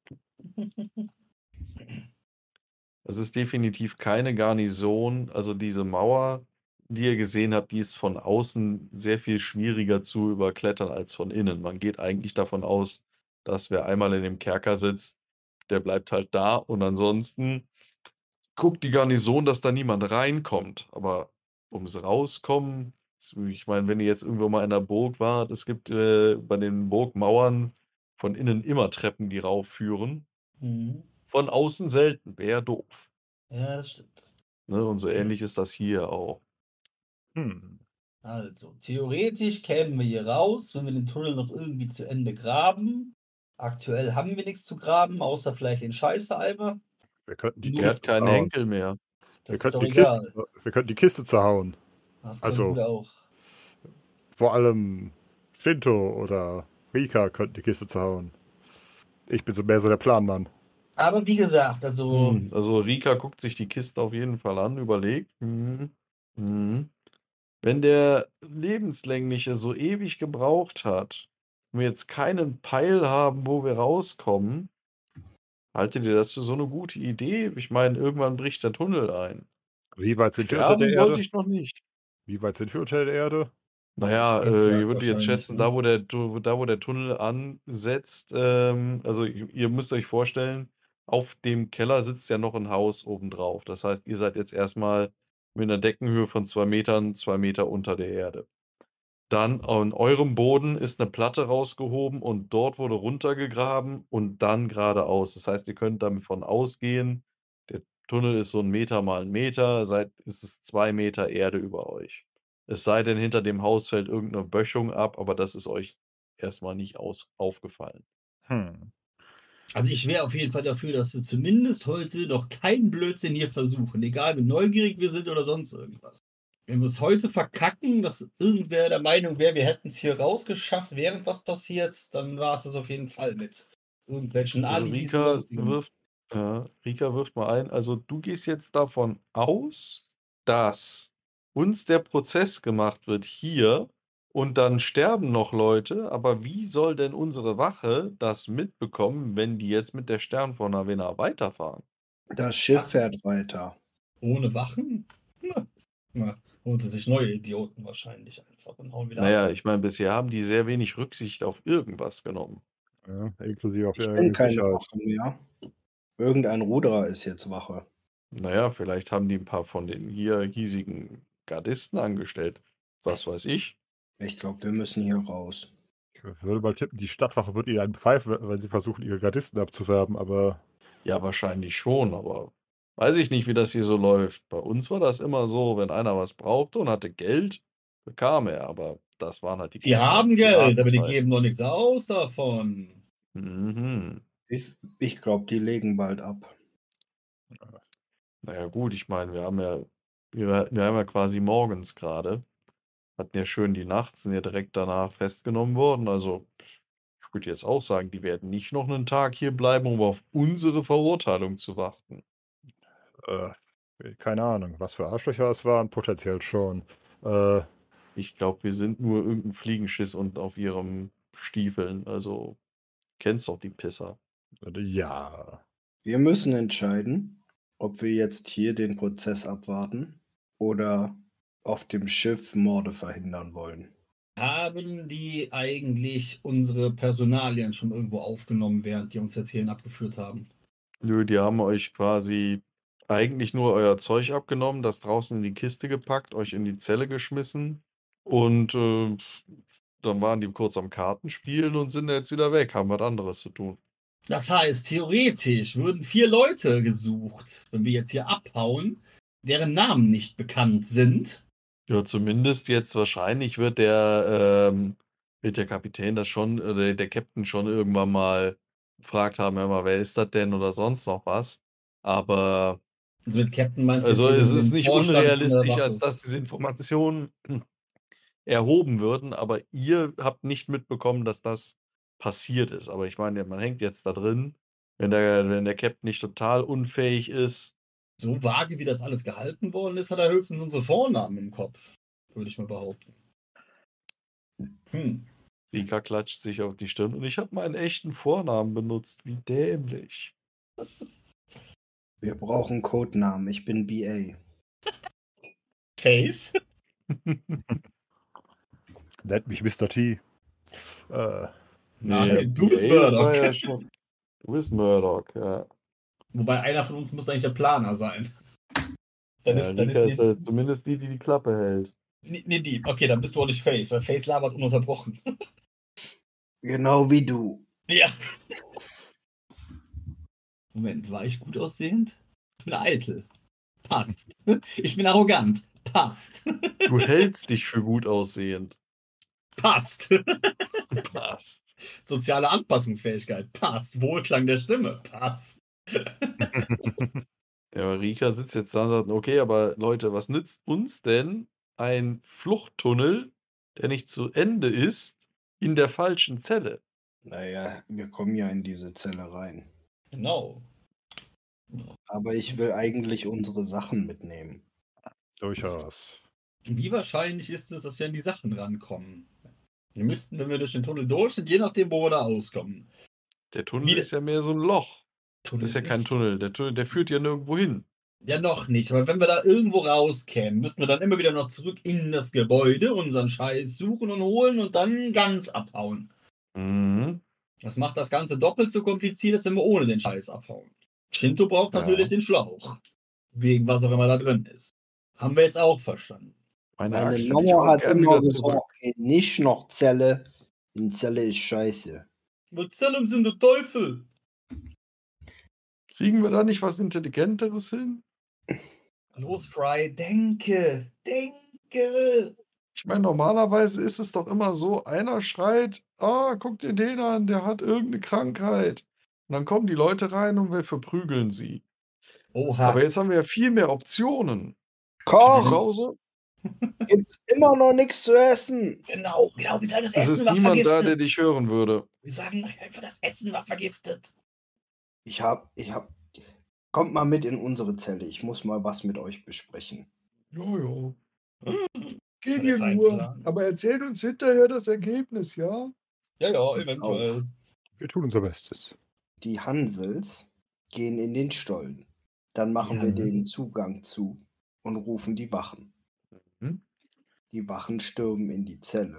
Speaker 3: Es ist definitiv keine Garnison. Also, diese Mauer, die ihr gesehen habt, die ist von außen sehr viel schwieriger zu überklettern als von innen. Man geht eigentlich davon aus, dass wer einmal in dem Kerker sitzt, der bleibt halt da und ansonsten guckt die Garnison, dass da niemand reinkommt. Aber ums Rauskommen s ich meine, wenn ihr jetzt irgendwo mal in der Burg wart, es gibt, äh, bei den Burgmauern von innen immer Treppen, die raufführen.
Speaker 2: Mhm.
Speaker 3: Von außen selten, wäre doof.
Speaker 2: Ja, das stimmt.
Speaker 3: Ne, und so ähnlich ist das hier auch.
Speaker 4: Hm.
Speaker 2: Also, theoretisch kämen wir hier raus, wenn wir den Tunnel noch irgendwie zu Ende graben. Aktuell haben wir nichts zu graben, außer vielleicht den Scheißeimer.
Speaker 4: Wir könnten die
Speaker 3: Der hat
Speaker 4: Kiste
Speaker 3: keinen
Speaker 4: zerhauen.
Speaker 3: Henkel mehr.
Speaker 4: Wir
Speaker 2: Das ist
Speaker 4: könnten
Speaker 2: doch
Speaker 4: die Kiste
Speaker 2: egal.
Speaker 4: wir könnten die Kiste zerhauen.
Speaker 2: Das können
Speaker 4: Also
Speaker 2: wir auch.
Speaker 4: vor allem Shinto oder Rika könnten die Kiste zerhauen. Ich bin so mehr so der Planmann.
Speaker 2: Aber wie gesagt, also
Speaker 3: Hm, also Rika guckt sich die Kiste auf jeden Fall an, überlegt. Mhm, mhm. Wenn der Lebenslängliche so ewig gebraucht hat und wir jetzt keinen Peil haben, wo wir rauskommen haltet ihr das für so 'ne gute Idee? Ich meine, irgendwann bricht der Tunnel ein.
Speaker 4: Wie weit sind wir unter der
Speaker 3: Sterben wollte
Speaker 4: Erde?
Speaker 3: ich noch nicht.
Speaker 4: Wie weit sind wir unter der Erde?
Speaker 3: Na ja, äh,
Speaker 2: Stockwerk
Speaker 3: ich würde jetzt
Speaker 2: wahrscheinlich,
Speaker 3: schätzen,
Speaker 2: ne?
Speaker 3: da wo der Tu da wo der Tunnel ansetzt, ähm also i ihr müsst euch vorstellen, auf dem Keller sitzt ja noch 'n Haus obendrauf. Das heißt, ihr seid jetzt erst mal mit 'ner Deckenhöhe von zwei Metern, zwei Meter unter der Erde. Dann an eurem Boden ist 'ne Platte rausgehoben und dort wurde runtergegraben und dann geradeaus. Das heißt, ihr könnt davon ausgehen, der Tunnel ist so 'n Meter mal 'n Meter, seid ist es zwei Meter Erde über euch. Es sei denn, hinter dem Haus fällt irgend 'ne Böschung ab, aber das ist euch erst mal nicht aus aufgefallen.
Speaker 4: Hm.
Speaker 2: Also, ich wäre auf jeden Fall dafür, dass wir zumindest heute noch keinen Blödsinn hier versuchen, egal wie neugierig wir sind oder sonst irgendwas. Wenn wir's heute verkacken, dass irgendwer der Meinung wäre, wir hätten's hier rausgeschafft, während was passiert, dann war's das auf jeden Fall mit irgendwelchen
Speaker 3: Also,
Speaker 2: Alibis und
Speaker 3: Rika
Speaker 2: Sonstigem.
Speaker 3: wirft ja, Rika wirft mal ein. Also, du gehst jetzt davon aus, dass uns der Prozess gemacht wird hier und dann sterben noch Leute, aber wie soll denn unsere Wache das mitbekommen, wenn die jetzt mit der Stern von Ravenna weiterfahren?
Speaker 5: Das Schiff
Speaker 2: Was?
Speaker 5: fährt weiter.
Speaker 2: Ohne Wachen? Na, na, holen sie sich neue Idioten wahrscheinlich einfach und hauen wieder
Speaker 3: Na
Speaker 2: ab.
Speaker 3: ja, ich meine, bisher haben die sehr wenig Rücksicht auf irgendwas genommen.
Speaker 4: Ja, inklusive auf
Speaker 5: Ich
Speaker 4: ihre
Speaker 5: kenne keine
Speaker 4: Sicherheit.
Speaker 5: Wache mehr. Irgendein Ruderer ist jetzt Wache.
Speaker 3: Na ja, vielleicht haben die 'n paar von den hier hiesigen Gardisten angestellt. Was weiß ich?
Speaker 5: Ich glaube, wir müssen hier raus.
Speaker 4: Ich würde mal tippen, die Stadtwache wird ihnen einen pfeifen, wenn sie versuchen, ihre Gardisten abzuwerben, aber
Speaker 3: Ja, wahrscheinlich schon, aber weiß ich nicht, wie das hier so läuft. Bei uns war das immer so, wenn einer was brauchte und hatte Geld, bekam er, aber das waren halt die
Speaker 2: Die
Speaker 3: guten
Speaker 2: haben
Speaker 3: alten
Speaker 2: Geld, aber die
Speaker 3: Piratenzeiten.
Speaker 2: geben doch nix aus davon.
Speaker 3: Mhm.
Speaker 5: Ich ich glaube, die legen bald ab.
Speaker 3: Na ja gut, ich meine, wir haben ja wir wir haben ja quasi morgens grade. Hatten ja schön die Nacht, sind ja direkt danach festgenommen worden. Also, ich würde jetzt auch sagen, die werden nicht noch 'nen Tag hier bleiben, um auf unsere Verurteilung zu warten.
Speaker 4: Äh, keine Ahnung, was für Arschlöcher es waren, potenziell schon. Äh
Speaker 3: Ich glaube, wir sind nur irgend 'n Fliegenschiss und auf ihrem Stiefeln. Also, kennst doch die Pisser.
Speaker 4: Ja.
Speaker 5: Wir müssen entscheiden, ob wir jetzt hier den Prozess abwarten oder auf dem Schiff Morde verhindern wollen.
Speaker 2: Haben die eigentlich unsere Personalien schon irgendwo aufgenommen, während die uns jetzt hierhin abgeführt haben?
Speaker 3: Nö, die haben euch quasi eigentlich nur euer Zeug abgenommen, das draußen in die Kiste gepackt, euch in die Zelle geschmissen und äh, dann waren die kurz am Kartenspielen und sind jetzt wieder weg, haben was anderes zu tun.
Speaker 2: Das heißt, theoretisch würden vier Leute gesucht, wenn wir jetzt hier abhauen, deren Namen nicht bekannt sind.
Speaker 3: Ja, zumindest jetzt wahrscheinlich wird der, ähm, wird der Kapitän das schon, äh, der Captain schon irgendwann mal gefragt haben, hör mal, wer ist das denn oder sonst noch was. Aber
Speaker 2: Also mit Captain meinst du
Speaker 3: also
Speaker 2: jetzt
Speaker 3: es
Speaker 2: den,
Speaker 3: ist
Speaker 2: den
Speaker 3: nicht
Speaker 2: Vorstand von der
Speaker 3: unrealistisch,
Speaker 2: Wache?
Speaker 3: als dass diese Informationen erhoben würden, aber ihr habt nicht mitbekommen, dass das passiert ist. Aber ich meine, man hängt jetzt da drin. Wenn der, wenn der Captain nicht total unfähig ist,
Speaker 2: So vage, wie das alles gehalten worden ist, hat er höchstens unsere Vornamen im Kopf, würde ich mal behaupten. Hm.
Speaker 3: Rika klatscht sich auf die Stirn und ich habe meinen echten Vornamen benutzt. Wie dämlich.
Speaker 5: Wir brauchen Codenamen. Ich bin B A.
Speaker 2: Face?
Speaker 4: Nennt mich Mister T. Äh,
Speaker 2: Nein, du
Speaker 3: B A,
Speaker 2: bist
Speaker 3: das
Speaker 2: Murdoch.
Speaker 3: war ja schon. Du bist Murdoch, ja.
Speaker 2: Wobei einer von uns muss eigentlich der Planer sein. Dann
Speaker 3: ja
Speaker 2: ist, dann
Speaker 3: Rika
Speaker 2: ist
Speaker 3: ist
Speaker 2: nee,
Speaker 3: ja zumindest die, die die Klappe hält.
Speaker 2: nee, nee, die. Okay, dann bist du auch nicht Face, weil Face labert ununterbrochen.
Speaker 5: Genau wie du.
Speaker 2: Ja. Moment, war ich gut aussehend? Ich bin eitel. Passt. Ich bin arrogant. Passt.
Speaker 3: Du hältst dich für gut aussehend.
Speaker 2: Passt.
Speaker 3: Passt.
Speaker 2: Soziale Anpassungsfähigkeit. Passt. Wohlklang der Stimme. Passt.
Speaker 3: Ja, aber Rika sitzt jetzt da und sagt, okay, aber Leute, was nützt uns denn ein Fluchttunnel, der nicht zu Ende ist, in der falschen Zelle?
Speaker 5: Naja, wir kommen ja in diese Zelle rein.
Speaker 2: Genau.
Speaker 5: Aber ich will eigentlich unsere Sachen mitnehmen.
Speaker 4: durchaus.
Speaker 2: Wie wahrscheinlich ist es, dass wir an die Sachen rankommen? Wir müssten, wenn wir durch den Tunnel durch sind, je nachdem, wo wir da auskommen.
Speaker 3: Der Tunnel
Speaker 2: Wie-
Speaker 3: ist ja mehr so ein Loch.
Speaker 2: Tunnel
Speaker 3: Das ist ja kein
Speaker 2: nicht-
Speaker 3: Tunnel. Der Tunnel, der führt ja nirgendwo hin.
Speaker 2: Ja, noch nicht. Aber wenn wir da irgendwo rauskämen, müssten wir dann immer wieder noch zurück in das Gebäude, unseren Scheiß suchen und holen und dann ganz abhauen.
Speaker 3: Mhm.
Speaker 2: Das macht das Ganze doppelt so kompliziert, als wenn wir ohne den Scheiß abhauen. Shinto braucht
Speaker 3: Ja.
Speaker 2: natürlich den Schlauch. Wegen was auch immer da drin ist. Haben wir jetzt auch verstanden.
Speaker 3: Meine,
Speaker 5: Meine
Speaker 3: Axt hätte ich
Speaker 5: Mama
Speaker 3: auch
Speaker 5: hat
Speaker 3: gern
Speaker 5: immer
Speaker 3: wieder zurück.
Speaker 5: gesagt, geht nicht noch Zelle. Die Zelle ist scheiße.
Speaker 2: Erzählung sind der Teufel.
Speaker 3: Kriegen wir da nicht was Intelligenteres hin?
Speaker 2: Los, Fry, denke, denke.
Speaker 3: Ich meine, normalerweise ist es doch immer so, einer schreit, ah, guck dir den an, der hat irgendeine Krankheit. Und dann kommen die Leute rein und wir verprügeln sie.
Speaker 2: Oha.
Speaker 3: Aber jetzt haben wir ja viel mehr Optionen.
Speaker 5: Koch!
Speaker 3: Pause.
Speaker 5: Gibt's immer noch nichts zu essen.
Speaker 2: Genau, genau, wie sagen, das
Speaker 3: Es
Speaker 2: Essen
Speaker 3: ist
Speaker 2: war
Speaker 3: niemand
Speaker 2: vergiftet.
Speaker 3: da, der dich hören würde.
Speaker 2: Wir sagen einfach, das Essen war vergiftet.
Speaker 5: Ich hab, ich hab. Kommt mal mit in unsere Zelle. Ich muss mal was mit euch besprechen.
Speaker 3: Jojo.
Speaker 2: Geh dir nur,
Speaker 3: aber erzählt uns hinterher das Ergebnis, ja?
Speaker 2: Ja, ja,
Speaker 5: Ich
Speaker 2: eventuell.
Speaker 4: Wir tun unser Bestes.
Speaker 5: Die Hansels gehen in den Stollen. Dann machen
Speaker 2: Ja.
Speaker 5: wir den Zugang zu und rufen die Wachen.
Speaker 3: Mhm.
Speaker 5: Die Wachen stürmen in die Zelle.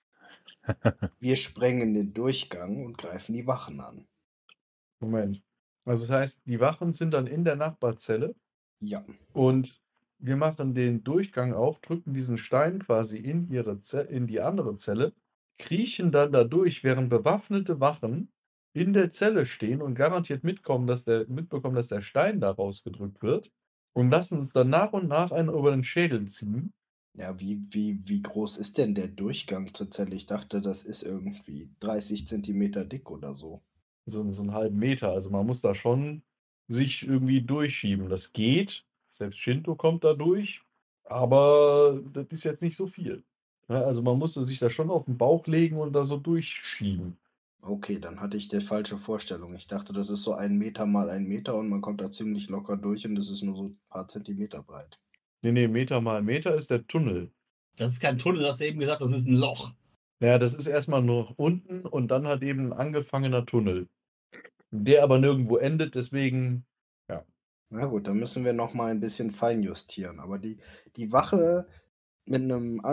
Speaker 5: Wir sprengen den Durchgang und greifen die Wachen an.
Speaker 3: Moment. Also das heißt, die Wachen sind dann in der Nachbarzelle
Speaker 5: Ja.
Speaker 3: und wir machen den Durchgang auf, drücken diesen Stein quasi in ihre Ze in die andere Zelle, kriechen dann da durch, während bewaffnete Wachen in der Zelle stehen und garantiert mitkommen, dass der, mitbekommen, dass der Stein da rausgedrückt wird und lassen uns dann nach und nach einen über den Schädel ziehen.
Speaker 5: Ja, wie, wie, wie groß ist denn der Durchgang zur Zelle? Ich dachte, das ist irgendwie dreißig Zentimeter dick oder so.
Speaker 3: So, so einen halben Meter. Also man muss da schon sich irgendwie durchschieben. Das geht. Selbst Shinto kommt da durch. Aber das ist jetzt nicht so viel. Ja, also man musste sich da schon auf den Bauch legen und da so durchschieben.
Speaker 5: Okay, dann hatte ich die falsche Vorstellung. Ich dachte, das ist so ein Meter mal ein Meter und man kommt da ziemlich locker durch und es ist nur so ein paar Zentimeter breit.
Speaker 3: Nee, nee, Meter mal Meter ist der Tunnel.
Speaker 2: Das ist kein Tunnel, hast du eben gesagt, das ist ein Loch.
Speaker 3: Ja, das ist erstmal nur unten und dann hat eben ein angefangener Tunnel. Der aber nirgendwo endet, deswegen, ja.
Speaker 5: Na gut, dann müssen wir noch mal ein bisschen feinjustieren. Aber die, die Wache mit einem auf,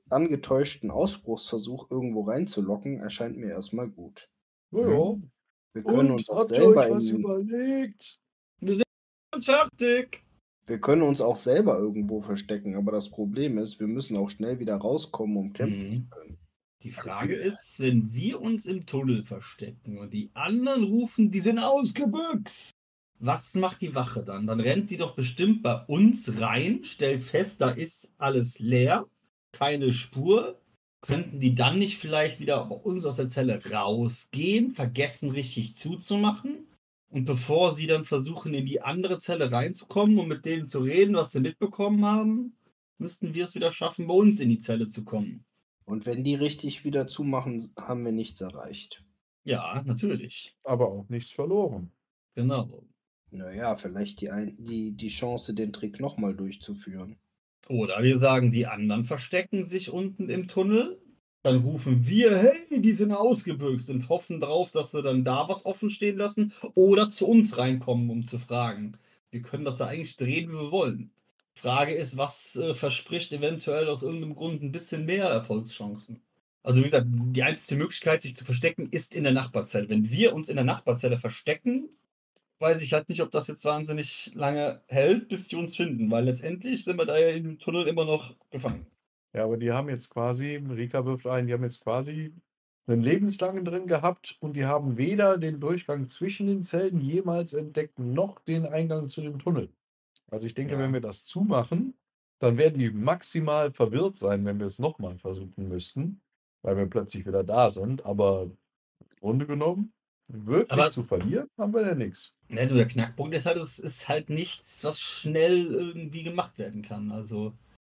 Speaker 5: angetäuschten Ausbruchsversuch irgendwo reinzulocken, erscheint mir erstmal gut.
Speaker 3: Ja,
Speaker 5: Wir können
Speaker 3: und
Speaker 5: uns auch
Speaker 3: habt ihr
Speaker 5: selber
Speaker 3: euch was
Speaker 5: in,
Speaker 3: überlegt?
Speaker 2: Wir sind ganz fertig.
Speaker 5: wir können uns auch selber irgendwo verstecken, aber das Problem ist, wir müssen auch schnell wieder rauskommen, um kämpfen
Speaker 2: Mhm.
Speaker 5: zu können.
Speaker 2: Die Frage ist, wenn wir uns im Tunnel verstecken und die anderen rufen, die sind ausgebüxt, was macht die Wache dann? Dann rennt die doch bestimmt bei uns rein, stellt fest, da ist alles leer, keine Spur. Könnten die dann nicht vielleicht wieder bei uns aus der Zelle rausgehen, vergessen richtig zuzumachen? Und bevor sie dann versuchen, in die andere Zelle reinzukommen und mit denen zu reden, was sie mitbekommen haben, müssten wir es wieder schaffen, bei uns in die Zelle zu kommen.
Speaker 5: Und wenn die richtig wieder zumachen, haben wir nichts erreicht.
Speaker 2: Ja, natürlich.
Speaker 3: Aber auch nichts verloren.
Speaker 2: Genau.
Speaker 5: Naja, vielleicht die, ein, die, die Chance, den Trick nochmal durchzuführen.
Speaker 2: Oder wir sagen, die anderen verstecken sich unten im Tunnel. Dann rufen wir, hey, die sind ausgebüxt und hoffen drauf, dass sie dann da was offen stehen lassen oder zu uns reinkommen, um zu fragen. Wir können das ja eigentlich drehen, wie wir wollen. Frage ist, was äh, verspricht eventuell aus irgendeinem Grund ein bisschen mehr Erfolgschancen? Also wie gesagt, die einzige Möglichkeit, sich zu verstecken, ist in der Nachbarzelle. Wenn wir uns in der Nachbarzelle verstecken, weiß ich halt nicht, ob das jetzt wahnsinnig lange hält, bis die uns finden, weil letztendlich sind wir da ja im Tunnel immer noch gefangen.
Speaker 3: Ja, aber die haben jetzt quasi, Rika wirft ein, die haben jetzt quasi einen lebenslangen drin gehabt und die haben weder den Durchgang zwischen den Zellen jemals entdeckt, noch den Eingang zu dem Tunnel. Also ich denke,
Speaker 2: Ja.
Speaker 3: wenn wir das zumachen, dann werden die maximal verwirrt sein, wenn wir es nochmal versuchen müssten, weil wir plötzlich wieder da sind. Aber im Grunde genommen, wirklich
Speaker 2: Aber-
Speaker 3: zu verlieren, haben wir ja nichts.
Speaker 2: Ja, nur der Knackpunkt ist halt, es ist halt nichts, was schnell irgendwie gemacht werden kann. Also,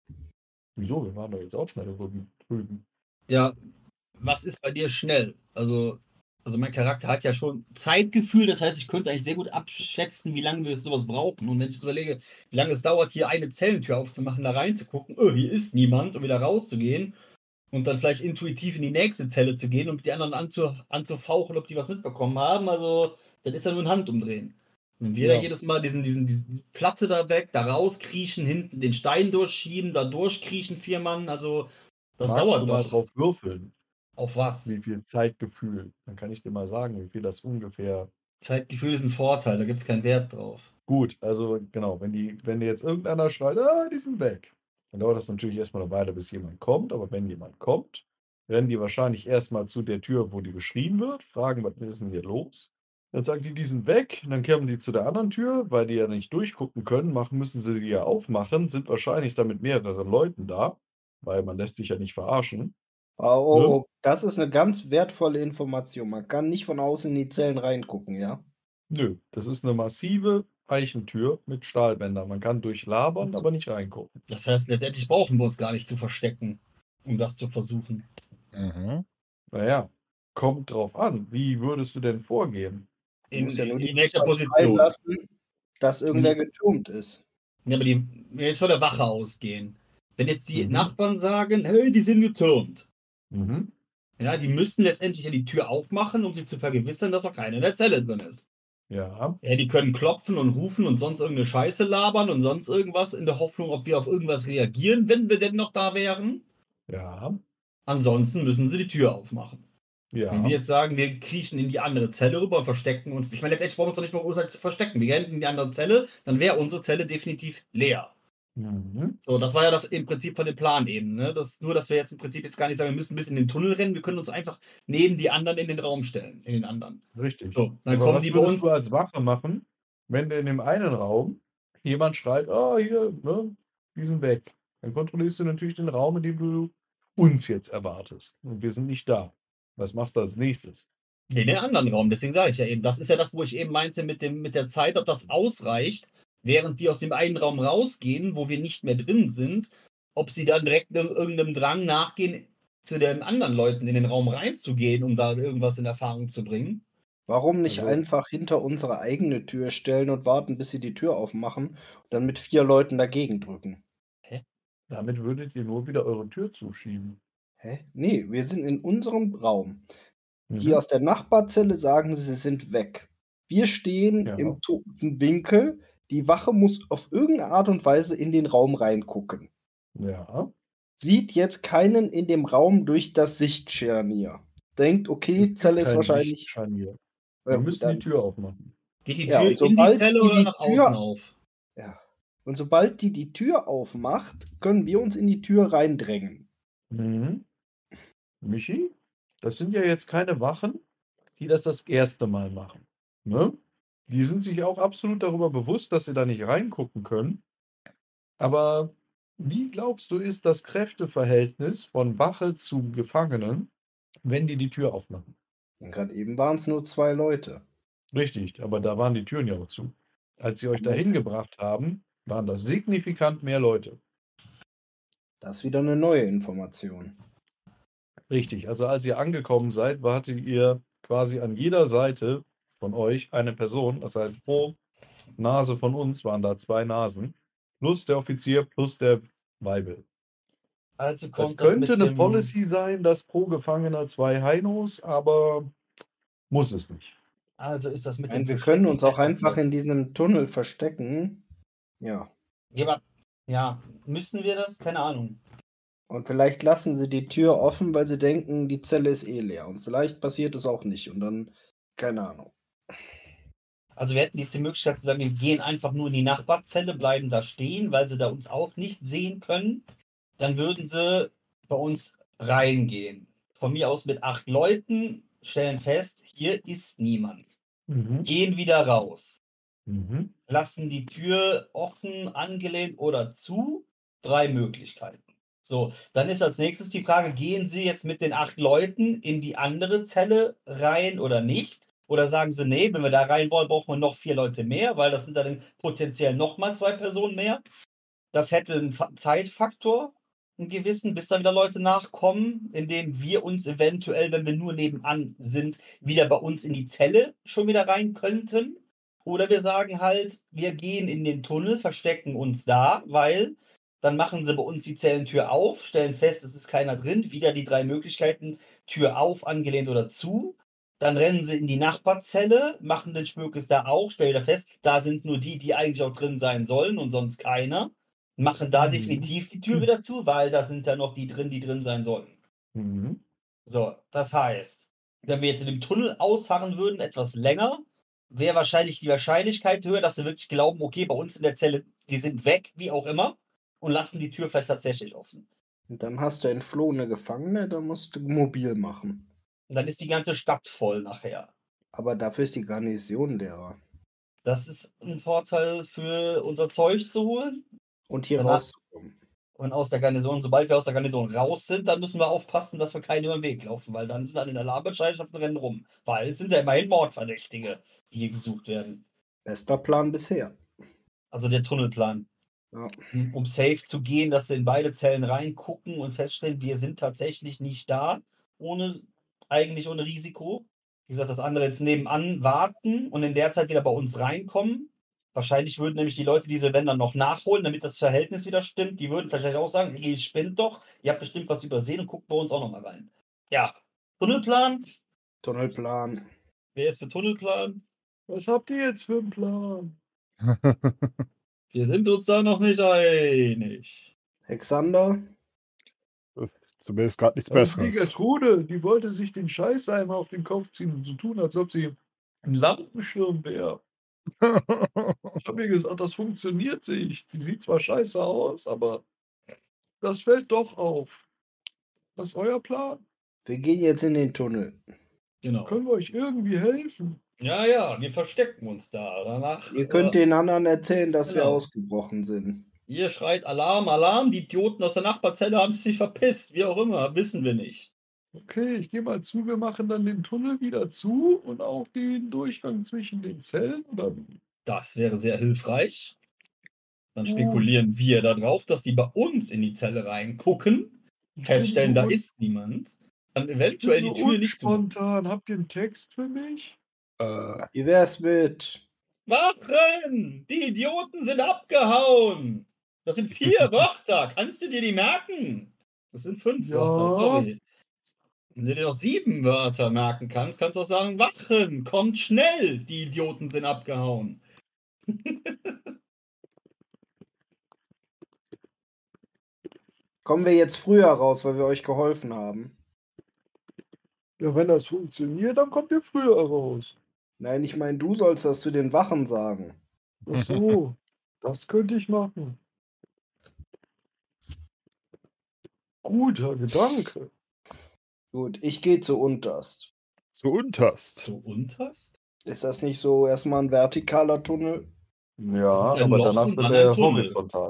Speaker 3: Wieso? Wir waren doch jetzt auch schnell drüben. drüben.
Speaker 2: ja, was ist bei dir schnell? Also, also mein Charakter hat ja schon Zeitgefühl, das heißt, ich könnte eigentlich sehr gut abschätzen, wie lange wir sowas brauchen. Und wenn ich jetzt überlege, wie lange es dauert, hier eine Zellentür aufzumachen, da reinzugucken, oh, hier ist niemand, und wieder rauszugehen und dann vielleicht intuitiv in die nächste Zelle zu gehen und die anderen anzu, anzufauchen, ob die was mitbekommen haben, also dann ist ja nur ein Handumdrehen. Und wir
Speaker 3: Ja.
Speaker 2: da jedes Mal diesen, diesen, diesen Platte da weg, da rauskriechen, hinten den Stein durchschieben, da durchkriechen vier Mann, also das
Speaker 3: Magst
Speaker 2: dauert
Speaker 3: du mal
Speaker 2: doch.
Speaker 3: drauf würfeln,
Speaker 2: Auf was?
Speaker 3: wie viel Zeitgefühl? Dann kann ich dir mal sagen, wie viel das ungefähr.
Speaker 2: Zeitgefühl ist ein Vorteil, da gibt es keinen Wert drauf.
Speaker 3: Gut, also genau, wenn die, wenn jetzt irgendeiner schreit, ah, die sind weg, dann dauert das natürlich erstmal eine Weile, bis jemand kommt. Aber wenn jemand kommt, rennen die wahrscheinlich erstmal zu der Tür, wo die beschrieben wird, fragen, was ist denn hier los? Dann sagen die, die sind weg. Dann kommen die zu der anderen Tür, weil die ja nicht durchgucken können, machen, müssen sie die ja aufmachen, sind wahrscheinlich dann mit mehreren Leuten da, weil man lässt sich ja nicht verarschen.
Speaker 5: Oh, oh,
Speaker 3: Ne?
Speaker 5: oh, das ist eine ganz wertvolle Information. Man kann nicht von außen in die Zellen reingucken, ja?
Speaker 3: Nö, das ist eine massive Eichentür mit Stahlbändern. Man kann durchlabern, aber nicht reingucken.
Speaker 2: Das heißt, letztendlich brauchen wir uns gar nicht zu verstecken, um das zu versuchen.
Speaker 4: Mhm.
Speaker 3: Naja, kommt drauf an. Wie würdest du denn vorgehen?
Speaker 5: Du
Speaker 2: In,
Speaker 5: musst ja nur die
Speaker 2: in welcher
Speaker 5: Nachbarn schreien
Speaker 2: Position?
Speaker 5: lassen, dass irgendwer
Speaker 2: Hm.
Speaker 5: getürmt ist.
Speaker 2: Ja, aber die, wenn wir jetzt von der Wache ausgehen, wenn jetzt die
Speaker 3: Mhm.
Speaker 2: Nachbarn sagen, hey, die sind getürmt,
Speaker 3: Mhm.
Speaker 2: ja, die müssen letztendlich ja die Tür aufmachen, um sich zu vergewissern, dass auch keiner in der Zelle drin ist.
Speaker 3: Ja,
Speaker 2: Ja, die können klopfen und rufen und sonst irgendeine Scheiße labern und sonst irgendwas in der Hoffnung, ob wir auf irgendwas reagieren, wenn wir denn noch da wären.
Speaker 3: ja,
Speaker 2: Ansonsten müssen sie die Tür aufmachen. Wenn wir
Speaker 3: ja.
Speaker 2: jetzt sagen, wir kriechen in die andere Zelle rüber und verstecken uns. Ich meine, letztendlich brauchen wir uns doch nicht mal großartig zu verstecken. Wir rennen in die andere Zelle, dann wäre unsere Zelle definitiv leer.
Speaker 3: Mhm.
Speaker 2: So, das war ja das im Prinzip von dem Plan eben. Ne? Das, nur, dass wir jetzt im Prinzip jetzt gar nicht sagen, wir müssen bis in den Tunnel rennen, wir können uns einfach neben die anderen in den Raum stellen. In den anderen.
Speaker 3: Richtig.
Speaker 2: So, dann
Speaker 3: Aber
Speaker 2: kommen
Speaker 3: was
Speaker 2: die bei
Speaker 3: würdest
Speaker 2: uns.
Speaker 3: du als Wache machen, wenn in dem einen Raum jemand schreit, ah, hier, ne, die sind weg? Dann kontrollierst du natürlich den Raum, in dem du uns jetzt erwartest. Und wir sind nicht da. Was machst du als nächstes?
Speaker 2: In den anderen Raum, deswegen sage ich ja eben, das ist ja das, wo ich eben meinte mit, dem, mit der Zeit, ob das ausreicht, während die aus dem einen Raum rausgehen, wo wir nicht mehr drin sind, ob sie dann direkt in irgendeinem Drang nachgehen, zu den anderen Leuten in den Raum reinzugehen, um da irgendwas in Erfahrung zu bringen.
Speaker 5: Warum nicht
Speaker 3: Also-
Speaker 5: einfach hinter unsere eigene Tür stellen und warten, bis sie die Tür aufmachen und dann mit vier Leuten dagegen drücken?
Speaker 3: Damit würdet ihr nur wieder eure Tür zuschieben.
Speaker 5: Hä? Nee, wir sind in unserem Raum. Die
Speaker 3: Mhm.
Speaker 5: aus der Nachbarzelle sagen, sie sind weg. Wir stehen
Speaker 3: Ja.
Speaker 5: im toten Winkel. Die Wache muss auf irgendeine Art und Weise in den Raum reingucken.
Speaker 3: Ja.
Speaker 5: sieht jetzt keinen in dem Raum durch das Sichtscharnier. Denkt, okay,
Speaker 3: Es gibt
Speaker 5: Zelle ist
Speaker 3: kein
Speaker 5: wahrscheinlich.
Speaker 3: Sichtscharnier.
Speaker 5: Ja,
Speaker 3: Wir
Speaker 5: gut,
Speaker 3: müssen
Speaker 5: dann,
Speaker 3: die Tür aufmachen.
Speaker 2: Geht die
Speaker 5: Ja,
Speaker 2: Tür
Speaker 5: und
Speaker 2: in die
Speaker 5: sobald
Speaker 2: Zelle
Speaker 5: die
Speaker 2: oder
Speaker 5: die
Speaker 2: nach
Speaker 5: Tür-
Speaker 2: außen auf?
Speaker 5: ja. Und sobald die die Tür aufmacht, können wir uns in die Tür reindrängen.
Speaker 3: Mhm. Michi, das sind ja jetzt keine Wachen, die das das erste Mal machen. Ne? Die sind sich auch absolut darüber bewusst, dass sie da nicht reingucken können. Aber wie glaubst du, ist das Kräfteverhältnis von Wache zu Gefangenen, wenn die die Tür aufmachen?
Speaker 5: Und gerade eben waren es nur zwei Leute.
Speaker 3: Richtig, aber da waren die Türen ja auch zu. Als sie euch
Speaker 5: Aber
Speaker 3: dahin gebracht haben, waren das signifikant mehr Leute.
Speaker 5: Das ist wieder eine neue Information.
Speaker 3: Richtig, also als ihr angekommen seid, hattet ihr quasi an jeder Seite von euch eine Person. Das heißt, pro Nase von uns waren da zwei Nasen. Plus der Offizier, plus der Weibel.
Speaker 2: Also
Speaker 3: Das
Speaker 2: kommt das
Speaker 3: könnte
Speaker 2: mit
Speaker 3: eine
Speaker 2: dem...
Speaker 3: Policy sein, dass pro Gefangener zwei Heinos, aber muss es nicht.
Speaker 2: Also ist das mit
Speaker 5: Nein,
Speaker 2: dem
Speaker 5: wir können uns auch
Speaker 2: Verstecken
Speaker 5: einfach
Speaker 2: vielleicht
Speaker 5: in diesem Tunnel verstecken. Ja.
Speaker 2: Ja, aber, ja, müssen wir das? Keine Ahnung.
Speaker 5: Und vielleicht lassen sie die Tür offen, weil sie denken, die Zelle ist eh leer. Und vielleicht passiert es auch nicht. Und dann, keine Ahnung.
Speaker 2: Also wir hätten jetzt die Möglichkeit zu sagen, wir gehen einfach nur in die Nachbarzelle, bleiben da stehen, weil sie da uns auch nicht sehen können. Dann würden sie bei uns reingehen. Von mir aus mit acht Leuten, stellen fest, hier ist niemand.
Speaker 3: Mhm.
Speaker 2: Gehen wieder raus.
Speaker 3: Mhm.
Speaker 2: Lassen die Tür offen, angelehnt oder zu. Drei Möglichkeiten. So, dann ist als nächstes die Frage, gehen Sie jetzt mit den acht Leuten in die andere Zelle rein oder nicht? Oder sagen Sie, nee, wenn wir da rein wollen, brauchen wir noch vier Leute mehr, weil das sind dann potenziell nochmal zwei Personen mehr. Das hätte einen Fa- Zeitfaktor, einen gewissen, bis da wieder Leute nachkommen, in denen wir uns eventuell, wenn wir nur nebenan sind, wieder bei uns in die Zelle schon wieder rein könnten. Oder wir sagen halt, wir gehen in den Tunnel, verstecken uns da, weil dann machen sie bei uns die Zellentür auf, stellen fest, es ist keiner drin. Wieder die drei Möglichkeiten, Tür auf, angelehnt oder zu. Dann rennen sie in die Nachbarzelle, machen den Spökes da auch, stellen wieder fest, da sind nur die, die eigentlich auch drin sein sollen und sonst keiner. Machen da
Speaker 3: Mhm.
Speaker 2: definitiv die Tür wieder zu, weil da sind dann noch die drin, die drin sein sollen.
Speaker 3: Mhm.
Speaker 2: So, das heißt, wenn wir jetzt in dem Tunnel ausharren würden, etwas länger, wäre wahrscheinlich die Wahrscheinlichkeit höher, dass sie wirklich glauben, okay, bei uns in der Zelle, die sind weg, wie auch immer, und lassen die Tür vielleicht tatsächlich offen.
Speaker 5: Und dann hast du entflohene Gefangene, dann musst du mobil machen.
Speaker 2: Und dann ist die ganze Stadt voll nachher.
Speaker 5: Aber dafür ist die Garnison derer.
Speaker 2: Das ist ein Vorteil für unser Zeug zu holen.
Speaker 5: Und hier
Speaker 2: Danach-
Speaker 5: rauszukommen.
Speaker 2: Und aus der Garnison, sobald wir aus der Garnison raus sind, dann müssen wir aufpassen, dass wir keinen über den Weg laufen, weil dann sind alle in der Alarmbereitschaft und rennen rum. Weil es sind ja immerhin Mordverdächtige, die hier gesucht werden.
Speaker 5: Bester Plan bisher.
Speaker 2: Also der Tunnelplan.
Speaker 5: Ja.
Speaker 2: Um safe zu gehen, dass wir in beide Zellen reingucken und feststellen, wir sind tatsächlich nicht da, ohne, eigentlich ohne Risiko. Wie gesagt, das andere jetzt nebenan warten und in der Zeit wieder bei uns reinkommen. Wahrscheinlich würden nämlich die Leute diese Wände noch nachholen, damit das Verhältnis wieder stimmt. Die würden vielleicht auch sagen, ihr spinnt doch, ihr habt bestimmt was übersehen und guckt bei uns auch nochmal rein. Ja, Tunnelplan.
Speaker 5: Tunnelplan.
Speaker 2: Wer ist für Tunnelplan?
Speaker 3: Was habt ihr jetzt für einen Plan?
Speaker 2: Wir sind uns da noch nicht einig.
Speaker 5: Hexander.
Speaker 4: Zumindest gerade nichts
Speaker 3: Das ist die
Speaker 4: Besseres.
Speaker 3: Gertrude, die wollte sich den Scheißeimer auf den Kopf ziehen und so tun, als ob sie ein Lampenschirm wäre. Ich habe ihr gesagt, das funktioniert nicht. Sie sieht zwar scheiße aus, aber das fällt doch auf. Was ist euer Plan?
Speaker 5: Wir gehen jetzt in den Tunnel.
Speaker 2: Genau.
Speaker 3: Können wir euch irgendwie helfen?
Speaker 2: Ja, ja, wir verstecken uns da. Danach,
Speaker 5: Ihr könnt
Speaker 2: äh,
Speaker 5: den anderen erzählen, dass wir
Speaker 2: genau.
Speaker 5: ausgebrochen sind.
Speaker 2: Ihr schreit Alarm, Alarm, die Idioten aus der Nachbarzelle haben sich verpisst, wie auch immer, wissen wir nicht.
Speaker 3: Okay, ich gehe mal zu, wir machen dann den Tunnel wieder zu und auch den Durchgang zwischen den Zellen, oder wie?
Speaker 2: Das wäre sehr hilfreich. Dann
Speaker 3: Gut.
Speaker 2: spekulieren wir darauf, dass die bei uns in die Zelle reingucken,
Speaker 3: Ich
Speaker 2: feststellen,
Speaker 3: bin so
Speaker 2: da
Speaker 3: un-
Speaker 2: ist niemand, dann
Speaker 3: Ich
Speaker 2: eventuell
Speaker 3: bin
Speaker 2: die
Speaker 3: so
Speaker 2: Tür nicht zu.
Speaker 3: unspontan. Habt ihr einen Text für mich?
Speaker 4: Äh,
Speaker 5: Wie wär's mit?
Speaker 2: Wachen! Die Idioten sind abgehauen! Das sind vier Wörter. Kannst du dir die merken? Das sind fünf
Speaker 3: Ja.
Speaker 2: Wörter, sorry. Wenn du dir noch sieben Wörter merken kannst, kannst du auch sagen, Wachen, kommt schnell, die Idioten sind abgehauen.
Speaker 5: Kommen wir jetzt früher raus, weil wir euch geholfen haben?
Speaker 3: Ja, wenn das funktioniert, dann kommt ihr früher raus.
Speaker 5: Nein, ich meine, du sollst das zu den Wachen sagen.
Speaker 3: Ach so, das könnte ich machen. Guter Gedanke.
Speaker 5: Gut, ich gehe zu unterst.
Speaker 4: Zu unterst.
Speaker 2: So unterst?
Speaker 5: Ist das nicht so erstmal ein vertikaler Tunnel?
Speaker 3: Ja,
Speaker 2: Das ist ein
Speaker 3: aber
Speaker 2: Loch
Speaker 3: danach
Speaker 2: und
Speaker 3: wird
Speaker 2: dann
Speaker 3: er
Speaker 2: ein Tunnel.
Speaker 3: horizontal.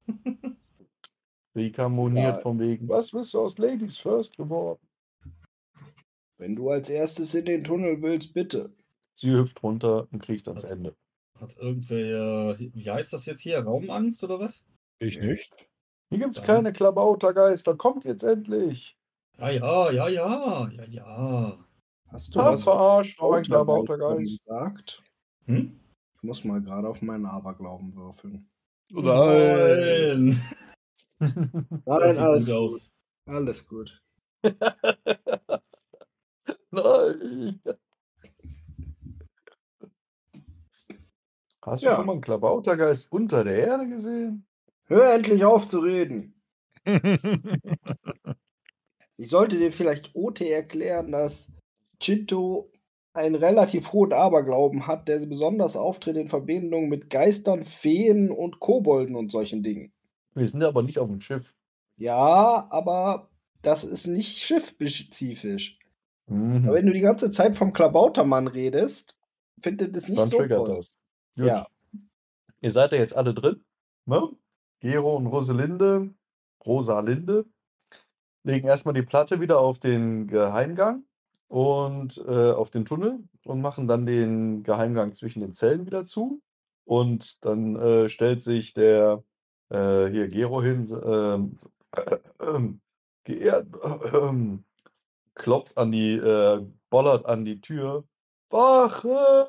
Speaker 3: Rika moniert
Speaker 5: Ja.
Speaker 3: von wegen, was bist du aus Ladies First geworden?
Speaker 5: Wenn du als erstes in den Tunnel willst, bitte.
Speaker 3: Sie hüpft runter und kriegt ans Ende.
Speaker 2: Hat irgendwer, wie heißt das jetzt hier? Raumangst oder was?
Speaker 4: Ich
Speaker 5: Nee.
Speaker 4: nicht.
Speaker 3: Hier gibt's
Speaker 2: Dann-
Speaker 3: keine Klabautergeister, kommt jetzt endlich.
Speaker 2: Ja, ja, ja, ja, ja, ja.
Speaker 5: Hast du
Speaker 3: Hab
Speaker 5: was
Speaker 3: verarscht, noch ein
Speaker 5: Klabautergeist
Speaker 3: Klabautergeist.
Speaker 5: gesagt?
Speaker 2: Hm?
Speaker 5: Ich muss mal gerade auf meinen Aberglauben würfeln.
Speaker 2: Nein. Das
Speaker 5: Nein,
Speaker 2: sieht
Speaker 5: alles
Speaker 2: gut
Speaker 5: gut.
Speaker 2: aus.
Speaker 5: Alles gut.
Speaker 3: Nein. Hast du
Speaker 5: Ja.
Speaker 3: schon mal einen Klabautergeist unter der Erde gesehen?
Speaker 5: Hör endlich auf zu reden. Ich sollte dir vielleicht Ote erklären, dass Chinto einen relativ hohen Aberglauben hat, der besonders auftritt in Verbindung mit Geistern, Feen und Kobolden und solchen Dingen.
Speaker 3: Wir sind aber nicht auf dem Schiff.
Speaker 5: Ja, aber das ist nicht schiffspezifisch.
Speaker 3: Mhm.
Speaker 5: Aber wenn du die ganze Zeit vom Klabautermann redest, findet es nicht
Speaker 3: Dann
Speaker 5: so
Speaker 3: triggert
Speaker 5: toll.
Speaker 3: das. Gut.
Speaker 5: Ja.
Speaker 3: Ihr seid ja jetzt alle drin. Ne? Gero und Rosalinde, Rosalinde, legen erstmal die Platte wieder auf den Geheimgang und äh, auf den Tunnel und machen dann den Geheimgang zwischen den Zellen wieder zu. Und dann äh, stellt sich der äh, hier Gero hin, ähm, äh, ähm, geehrt, äh, klopft an die, äh, bollert an die Tür. Wache!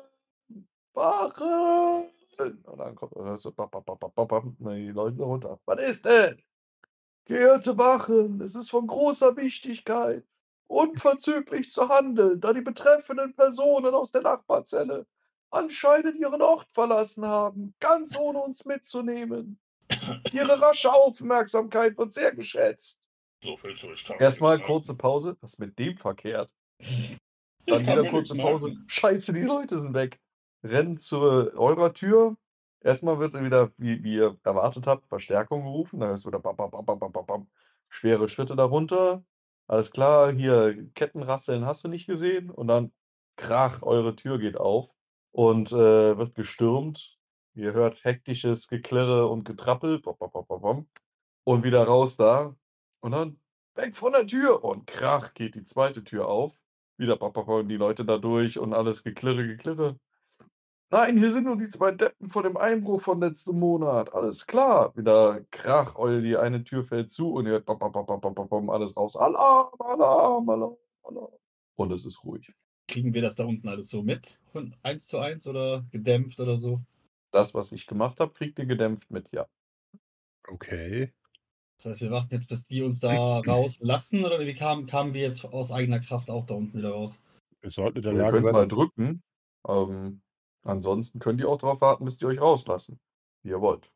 Speaker 3: Wache! Und dann kommt äh, so, bap, bap, bap, bap, bap, bap, na, die Leute runter. Was ist denn? Geehrte Wachen, es ist von großer Wichtigkeit, unverzüglich zu handeln, da die betreffenden Personen aus der Nachbarzelle anscheinend ihren Ort verlassen haben, ganz ohne uns mitzunehmen. Ihre rasche Aufmerksamkeit wird sehr geschätzt.
Speaker 2: So viel zu ich
Speaker 3: Erstmal kurze Pause. Was ist mit dem verkehrt? Dann wieder kurze Pause. Scheiße, die Leute sind weg. Rennen zu eurer Tür. Erstmal wird wieder, wie, wie ihr erwartet habt, Verstärkung gerufen. Da hörst du wieder bam, bam, bam, bam, bam, bam, bam. Schwere Schritte darunter. Alles klar, hier Kettenrasseln hast du nicht gesehen. Und dann krach, eure Tür geht auf und äh, wird gestürmt. Ihr hört hektisches Geklirre und Getrappel. Bom, bom, bom, bom, bom. Und wieder raus da. Und dann weg von der Tür. Und krach geht die zweite Tür auf. Wieder bom, bom, bom, die Leute da durch und alles Geklirre, Geklirre. Nein, hier sind nur die zwei Deppen vor dem Einbruch von letztem Monat. Alles klar. Wieder krach, eul, die eine Tür fällt zu und ihr hört bom, bom, bom, bom, bom, bom, bom, alles raus. Alarm, Alarm, Alarm, Alarm. Und es ist ruhig.
Speaker 2: Kriegen wir das da unten alles so mit? Von eins zu eins oder gedämpft oder so?
Speaker 3: Das, was ich gemacht habe, kriegt ihr gedämpft mit, ja.
Speaker 4: Okay.
Speaker 2: Das heißt, wir warten jetzt, bis die uns da rauslassen oder wie kamen, kamen wir jetzt aus eigener Kraft auch da unten wieder raus?
Speaker 4: Wir sollten in der
Speaker 3: Ihr
Speaker 4: Lage
Speaker 3: könnt
Speaker 4: sein,
Speaker 3: mal
Speaker 4: das-
Speaker 3: drücken. Ähm, ansonsten könnt ihr auch darauf warten, bis die euch rauslassen. Wie ihr wollt.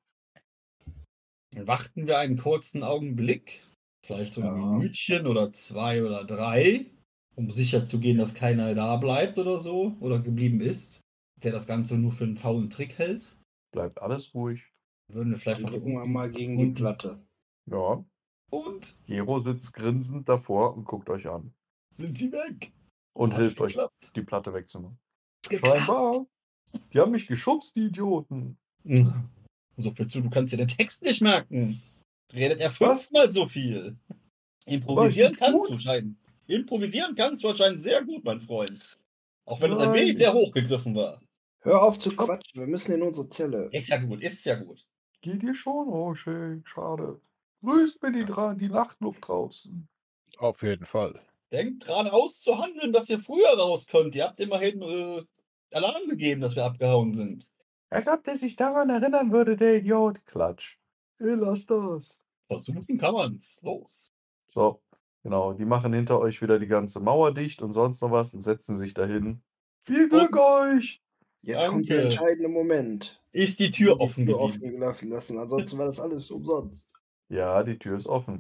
Speaker 2: Dann warten wir einen kurzen Augenblick, vielleicht so ein
Speaker 5: Ja.
Speaker 2: Minütchen oder zwei oder drei, um sicher zu gehen, dass keiner da bleibt oder so oder geblieben ist, der das Ganze nur für einen faulen Trick hält.
Speaker 3: Bleibt alles ruhig.
Speaker 2: Würden wir vielleicht
Speaker 5: Dann
Speaker 2: mal
Speaker 5: drücken wir
Speaker 2: unten-
Speaker 5: mal gegen die
Speaker 2: unten-
Speaker 5: Platte.
Speaker 3: Ja.
Speaker 2: Und
Speaker 3: Gero sitzt grinsend davor und guckt euch an.
Speaker 2: sind sie weg?
Speaker 3: Und
Speaker 2: Hat's
Speaker 3: hilft euch,
Speaker 2: geklappt?
Speaker 3: die Platte wegzumachen.
Speaker 2: Hat's geklappt?
Speaker 3: Scheinbar. Die haben mich geschubst, die Idioten.
Speaker 2: So viel zu, du kannst dir den Text nicht merken. Redet er
Speaker 3: Was?
Speaker 2: fünfmal so viel. Improvisieren
Speaker 3: ich
Speaker 2: kannst
Speaker 3: gut?
Speaker 2: du scheinen. Improvisieren kannst du anscheinend sehr gut, mein Freund. Auch wenn es ein
Speaker 3: Nein.
Speaker 2: wenig sehr hochgegriffen war.
Speaker 5: Hör auf zu quatschen, wir müssen in unsere Zelle.
Speaker 2: Ist ja gut, ist ja gut.
Speaker 3: Geht ihr schon? Oh, schön. Schade. Grüßt mir die, Dra die Nachtluft draußen.
Speaker 4: Auf jeden Fall.
Speaker 2: Denkt dran auszuhandeln, dass ihr früher raus könnt. Ihr habt immerhin äh, Alarm gegeben, dass wir abgehauen sind.
Speaker 3: Als ob der sich daran erinnern würde, der Idiot. Klatsch. Ey, lass das.
Speaker 2: Versuchen kann man's. Los.
Speaker 3: So, genau. Die machen hinter euch wieder die ganze Mauer dicht und sonst noch was und setzen sich dahin. Viel Glück euch!
Speaker 5: Jetzt kommt der
Speaker 2: Danke.
Speaker 5: entscheidende Moment.
Speaker 2: Ist die Tür
Speaker 5: Die
Speaker 2: offen
Speaker 5: Tür
Speaker 2: geblieben?
Speaker 5: offen gelassen lassen, ansonsten war das alles umsonst.
Speaker 3: Ja, die Tür ist offen.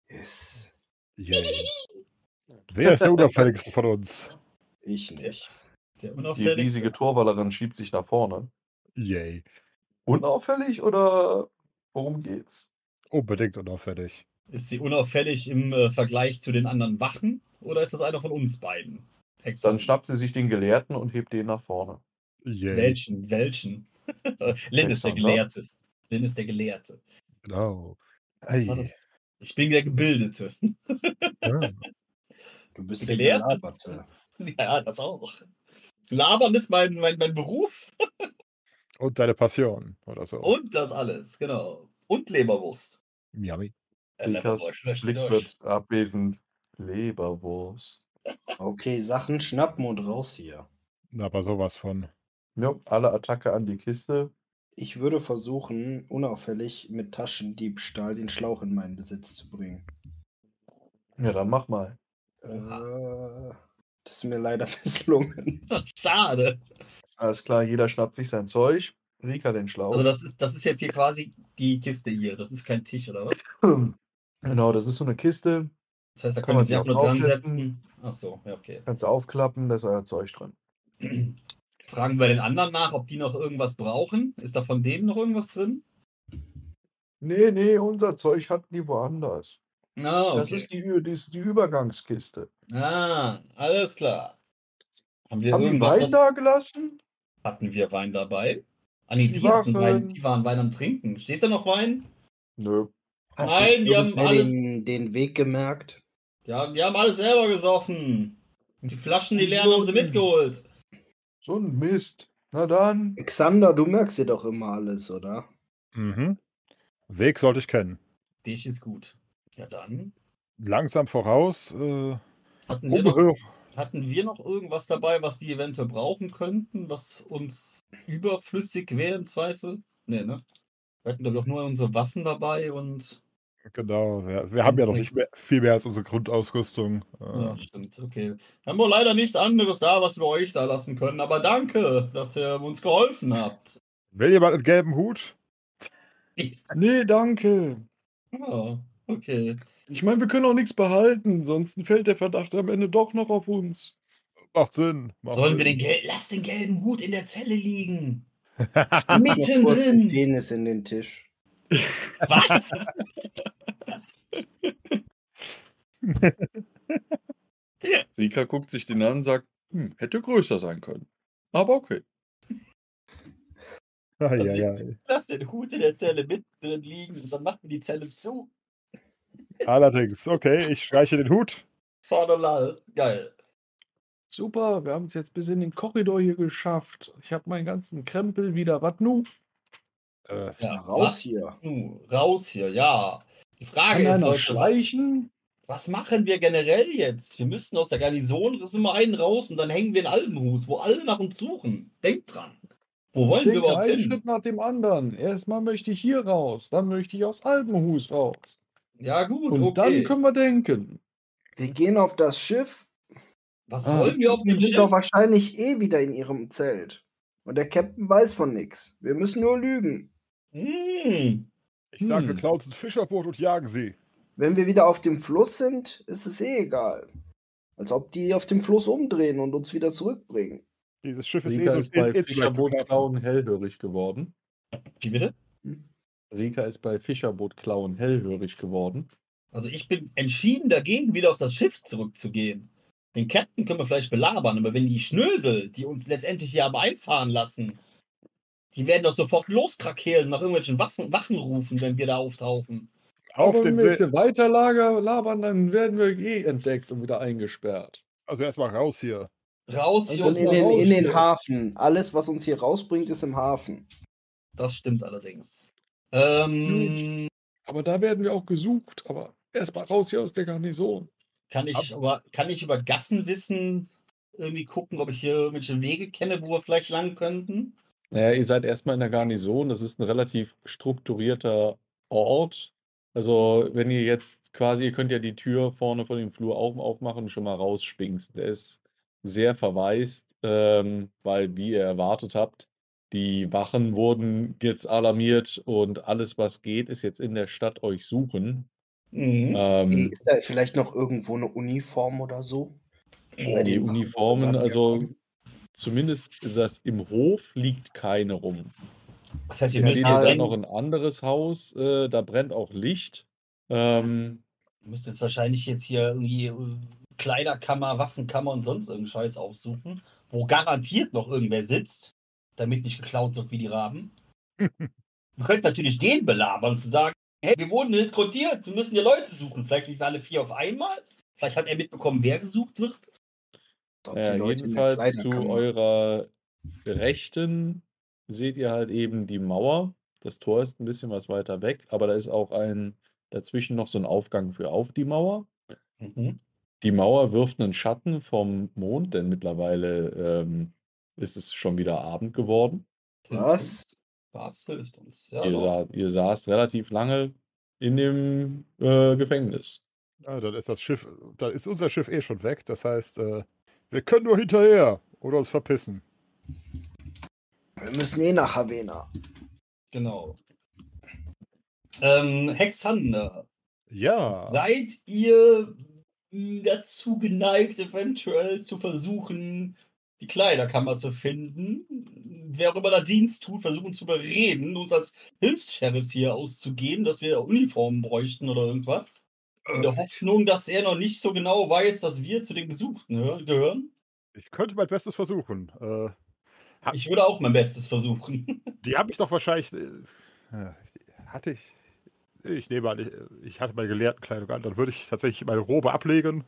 Speaker 5: Yes.
Speaker 4: Yay. Wer ist der Unauffälligste von uns?
Speaker 5: Ich nicht.
Speaker 2: Der
Speaker 3: Die
Speaker 2: unauffälligste.
Speaker 3: riesige Torwallerin schiebt sich nach vorne.
Speaker 4: Yay.
Speaker 3: Unauffällig oder worum geht's?
Speaker 4: Unbedingt unauffällig.
Speaker 2: Ist sie unauffällig im äh, Vergleich zu den anderen Wachen? Oder ist das einer von uns beiden? Extra.
Speaker 3: Dann schnappt sie sich den Gelehrten und hebt den nach vorne.
Speaker 4: Yay.
Speaker 2: Welchen? Welchen? Lynn ist der
Speaker 3: Alexander?
Speaker 2: Gelehrte. Lynn ist der Gelehrte.
Speaker 4: Genau.
Speaker 2: Was war
Speaker 4: Ei.
Speaker 2: das? Ich bin der Gebildete.
Speaker 4: Ja.
Speaker 5: Du bist
Speaker 2: Die
Speaker 5: der
Speaker 2: Gelehrte?
Speaker 5: Gelaberte.
Speaker 2: Ja, das auch. Labern ist mein, mein, mein Beruf.
Speaker 4: Und deine Passion oder so.
Speaker 2: Und das alles, genau. Und Leberwurst.
Speaker 4: Yummy.
Speaker 2: Äh,
Speaker 3: Rikas
Speaker 2: Leberwurst, schlecht
Speaker 3: Blick
Speaker 2: Deutsch.
Speaker 3: wird abwesend. Leberwurst.
Speaker 5: Okay, Sachen schnappen und raus hier.
Speaker 4: Aber sowas von.
Speaker 3: Ja, alle Attacke an die Kiste.
Speaker 5: Ich würde versuchen, unauffällig mit Taschendiebstahl den Schlauch in meinen Besitz zu bringen.
Speaker 3: Ja, dann mach mal.
Speaker 5: Äh, das ist mir leider misslungen.
Speaker 2: Schade.
Speaker 3: Alles klar, jeder schnappt sich sein Zeug. Rika den Schlauch.
Speaker 2: Also das ist, das ist jetzt hier quasi die Kiste hier. Das ist kein Tisch, oder was?
Speaker 3: Genau, das ist so eine Kiste.
Speaker 2: Das heißt, da
Speaker 3: Kann
Speaker 2: können
Speaker 3: man
Speaker 2: wir
Speaker 3: sich
Speaker 2: sich
Speaker 3: auch
Speaker 2: einfach nur dran
Speaker 3: draufsetzen.
Speaker 2: setzen. Achso, ja, okay.
Speaker 3: Kannst du aufklappen, da ist euer Zeug drin.
Speaker 2: Fragen wir den anderen nach, ob die noch irgendwas brauchen. Ist da von denen noch irgendwas drin?
Speaker 3: Nee, nee, unser Zeug hatten die woanders.
Speaker 2: Ah, okay.
Speaker 3: Das ist die, Ü- das ist die Übergangskiste.
Speaker 2: Ah, alles klar. Haben wir
Speaker 3: Haben die
Speaker 2: irgendwas,
Speaker 3: Wein
Speaker 2: was...
Speaker 3: da gelassen?
Speaker 2: Hatten wir Wein dabei? Ah nee,
Speaker 3: Die
Speaker 2: die, hatten
Speaker 3: Wachen.
Speaker 2: Wein, die waren Wein am Trinken. Steht da noch Wein?
Speaker 3: Nö.
Speaker 5: Hat
Speaker 2: Nein,
Speaker 5: sich
Speaker 2: die haben
Speaker 5: irgendwer
Speaker 2: alles-
Speaker 5: den, den Weg gemerkt?
Speaker 2: Ja, die haben alles selber gesoffen. Und die Flaschen, die leeren, haben sie
Speaker 3: Idioten.
Speaker 2: mitgeholt.
Speaker 3: So ein Mist. Na dann.
Speaker 5: Xander, du merkst dir doch immer alles, oder?
Speaker 4: Mhm. Weg sollte ich kennen.
Speaker 2: Das ist gut. Ja, dann
Speaker 4: Langsam voraus. Äh,
Speaker 2: hatten wir, noch,
Speaker 4: Unberühr
Speaker 2: hatten wir noch irgendwas dabei, was die eventuell brauchen könnten, was uns überflüssig wäre im Zweifel? Nee, ne? Wir hatten, glaube ich, auch nur unsere Waffen dabei und...
Speaker 4: Genau. Wir, wir haben ja noch
Speaker 2: nichts.
Speaker 4: nicht mehr, viel mehr als unsere Grundausrüstung.
Speaker 2: Ja,
Speaker 4: Ähm,
Speaker 2: stimmt, okay. Wir haben wohl leider nichts anderes da, was wir euch da lassen können, aber danke, dass ihr uns geholfen habt.
Speaker 4: Will jemand einen gelben Hut?
Speaker 3: Nee, danke.
Speaker 2: Ja, okay.
Speaker 3: Ich meine, wir können auch nichts behalten, sonst fällt der Verdacht am Ende doch noch auf uns.
Speaker 4: Macht Sinn. Macht
Speaker 2: Sollen wir
Speaker 4: Sinn.
Speaker 2: den Gel Lass den gelben Hut in der Zelle liegen.
Speaker 5: Spitz noch kurz den
Speaker 2: Mittendrin.
Speaker 5: Penis in den Tisch.
Speaker 2: Was?
Speaker 3: Rika guckt sich den an und sagt, hm, hätte größer sein können. Aber okay.
Speaker 4: Eieiei.
Speaker 2: Lass den Hut in der Zelle mittendrin liegen und dann machen wir die Zelle zu.
Speaker 4: Allerdings. Okay, ich streiche den Hut.
Speaker 2: Vorne lall. Geil.
Speaker 3: Super, wir haben es jetzt bis in den Korridor hier geschafft. Ich habe meinen ganzen Krempel wieder. Was nu?
Speaker 4: Äh,
Speaker 2: Ja,
Speaker 5: Raus
Speaker 2: was?
Speaker 5: hier.
Speaker 2: Uh, raus hier, ja. Die Frage
Speaker 3: Kann
Speaker 2: ist,
Speaker 3: einer
Speaker 2: Leute,
Speaker 3: schleichen?
Speaker 2: was machen wir generell jetzt? Wir müssten aus der Garnison immer einen raus und dann hängen wir in Albenhus, wo alle nach uns suchen. Denkt dran. Wo
Speaker 3: Ich
Speaker 2: wollen wir
Speaker 3: denke
Speaker 2: überhaupt
Speaker 3: einen
Speaker 2: hin?
Speaker 3: Schritt nach dem anderen. Erstmal möchte ich hier raus, dann möchte ich aus Alpenhus raus.
Speaker 2: Ja gut,
Speaker 3: Und
Speaker 2: okay.
Speaker 3: dann können wir denken.
Speaker 5: Wir gehen auf das Schiff.
Speaker 2: Was
Speaker 3: Ah,
Speaker 2: wollen wir auf
Speaker 5: Wir
Speaker 2: dem
Speaker 5: sind
Speaker 2: Schiff?
Speaker 5: doch wahrscheinlich eh wieder in ihrem Zelt. Und der Captain weiß von nichts. Wir müssen nur lügen.
Speaker 2: Hm.
Speaker 4: ich sage, wir
Speaker 3: Hm.
Speaker 4: klauen uns ein Fischerboot und jagen sie.
Speaker 5: Wenn wir wieder auf dem Fluss sind, ist es eh egal. Als ob die auf dem Fluss umdrehen und uns wieder zurückbringen.
Speaker 4: Dieses Schiff ist eh
Speaker 3: Rika
Speaker 4: so
Speaker 3: ist bei
Speaker 4: eh- eh zu leicht zu
Speaker 3: Fischerboot
Speaker 4: knappen.
Speaker 3: klauen hellhörig geworden.
Speaker 2: Wie bitte?
Speaker 3: Rika ist bei Fischerboot klauen hellhörig geworden.
Speaker 2: Also ich bin entschieden dagegen, wieder auf das Schiff zurückzugehen. Den Captain können wir vielleicht belabern, aber wenn die Schnösel, die uns letztendlich hier haben einfahren lassen, die werden doch sofort loskrakehlen, nach irgendwelchen Waffen, Wachen rufen, wenn wir da auftauchen.
Speaker 4: Auf
Speaker 3: Aber
Speaker 4: den
Speaker 3: wenn wir jetzt
Speaker 4: See.
Speaker 3: hier weiter lager, labern, dann werden wir eh entdeckt und wieder eingesperrt.
Speaker 4: Also erstmal raus hier.
Speaker 2: Raus
Speaker 3: Also
Speaker 2: hier
Speaker 5: Und
Speaker 2: aus
Speaker 3: das
Speaker 5: in
Speaker 3: mal
Speaker 5: den,
Speaker 3: raus
Speaker 5: in den
Speaker 3: hier.
Speaker 5: Hafen. Alles, was uns hier rausbringt, ist im Hafen.
Speaker 2: Das stimmt allerdings. Ähm,
Speaker 3: Aber da werden wir auch gesucht. Aber erstmal raus hier aus der Garnison.
Speaker 2: kann, ich, aber, kann ich über Gassenwissen irgendwie gucken, ob ich hier irgendwelche Wege kenne, wo wir vielleicht lang könnten?
Speaker 3: Naja, ihr seid erstmal in der Garnison. Das ist ein relativ strukturierter Ort. Also, wenn ihr jetzt quasi, ihr könnt ja die Tür vorne von dem Flur auch aufmachen und schon mal rausspinksen. Der ist sehr verwaist, ähm, weil, wie ihr erwartet habt, die Wachen wurden jetzt alarmiert und alles, was geht, ist jetzt in der Stadt euch suchen.
Speaker 2: Mhm.
Speaker 3: Ähm,
Speaker 5: Ist da vielleicht noch irgendwo eine Uniform oder so? Bei
Speaker 3: die
Speaker 5: den
Speaker 3: Uniformen,
Speaker 5: Wachen,
Speaker 3: also
Speaker 5: rangekommen?
Speaker 3: zumindest das im Hof liegt keine rum.
Speaker 2: Das heißt, wir
Speaker 3: Jetzt
Speaker 5: Ja,
Speaker 2: müssen
Speaker 3: seht
Speaker 2: jetzt
Speaker 3: ihr da
Speaker 5: nein.
Speaker 3: noch
Speaker 2: eigentlich,
Speaker 3: ein anderes Haus, äh, da brennt auch Licht. Ähm,
Speaker 2: wir müssen jetzt wahrscheinlich jetzt hier irgendwie äh, Kleiderkammer, Waffenkammer und sonst irgendeinen Scheiß aufsuchen, wo garantiert noch irgendwer sitzt, damit nicht geklaut wird wie die Raben. Wir könnten natürlich den belabern, zu sagen, hey, wir wurden rekrutiert, wir müssen hier Leute suchen. Vielleicht nicht alle vier auf einmal. Vielleicht hat er mitbekommen, wer gesucht wird.
Speaker 5: Ob
Speaker 3: Ja,
Speaker 5: die Leute in der
Speaker 3: jedenfalls zu
Speaker 5: Kleiderkammer.
Speaker 3: eurer Rechten seht ihr halt eben die Mauer. Das Tor ist ein bisschen was weiter weg, aber da ist auch ein dazwischen noch so ein Aufgang für auf die Mauer.
Speaker 2: Mhm.
Speaker 3: Die Mauer wirft einen Schatten vom Mond, denn mittlerweile ähm, ist es schon wieder Abend geworden.
Speaker 5: Was?
Speaker 2: Was hilft uns? Ja,
Speaker 3: Ihr,
Speaker 2: doch.
Speaker 3: sa ihr saßt relativ lange in dem äh, Gefängnis.
Speaker 4: Ja, dann ist das Schiff, dann ist unser Schiff eh schon weg. Das heißt, äh, wir können nur hinterher oder uns verpissen.
Speaker 5: Wir müssen eh nach Havena.
Speaker 2: Genau. Ähm, Hexander,
Speaker 4: Ja.
Speaker 2: seid ihr mh, dazu geneigt, eventuell zu versuchen, die Kleiderkammer zu finden? Wer auch immer da Dienst tut, versuchen zu überreden, uns als Hilfs-Sheriffs hier auszugeben, dass wir Uniformen bräuchten oder irgendwas? In der Hoffnung, dass er noch nicht so genau weiß, dass wir zu den Gesuchten hö- gehören?
Speaker 4: Ich könnte mein Bestes versuchen. Äh, Ha-
Speaker 2: Ich würde auch mein Bestes versuchen.
Speaker 4: die habe ich doch wahrscheinlich. Äh, äh, hatte ich. Ich nehme an, ich, ich hatte meine Gelehrtenkleidung an. Dann würde ich tatsächlich meine Robe ablegen.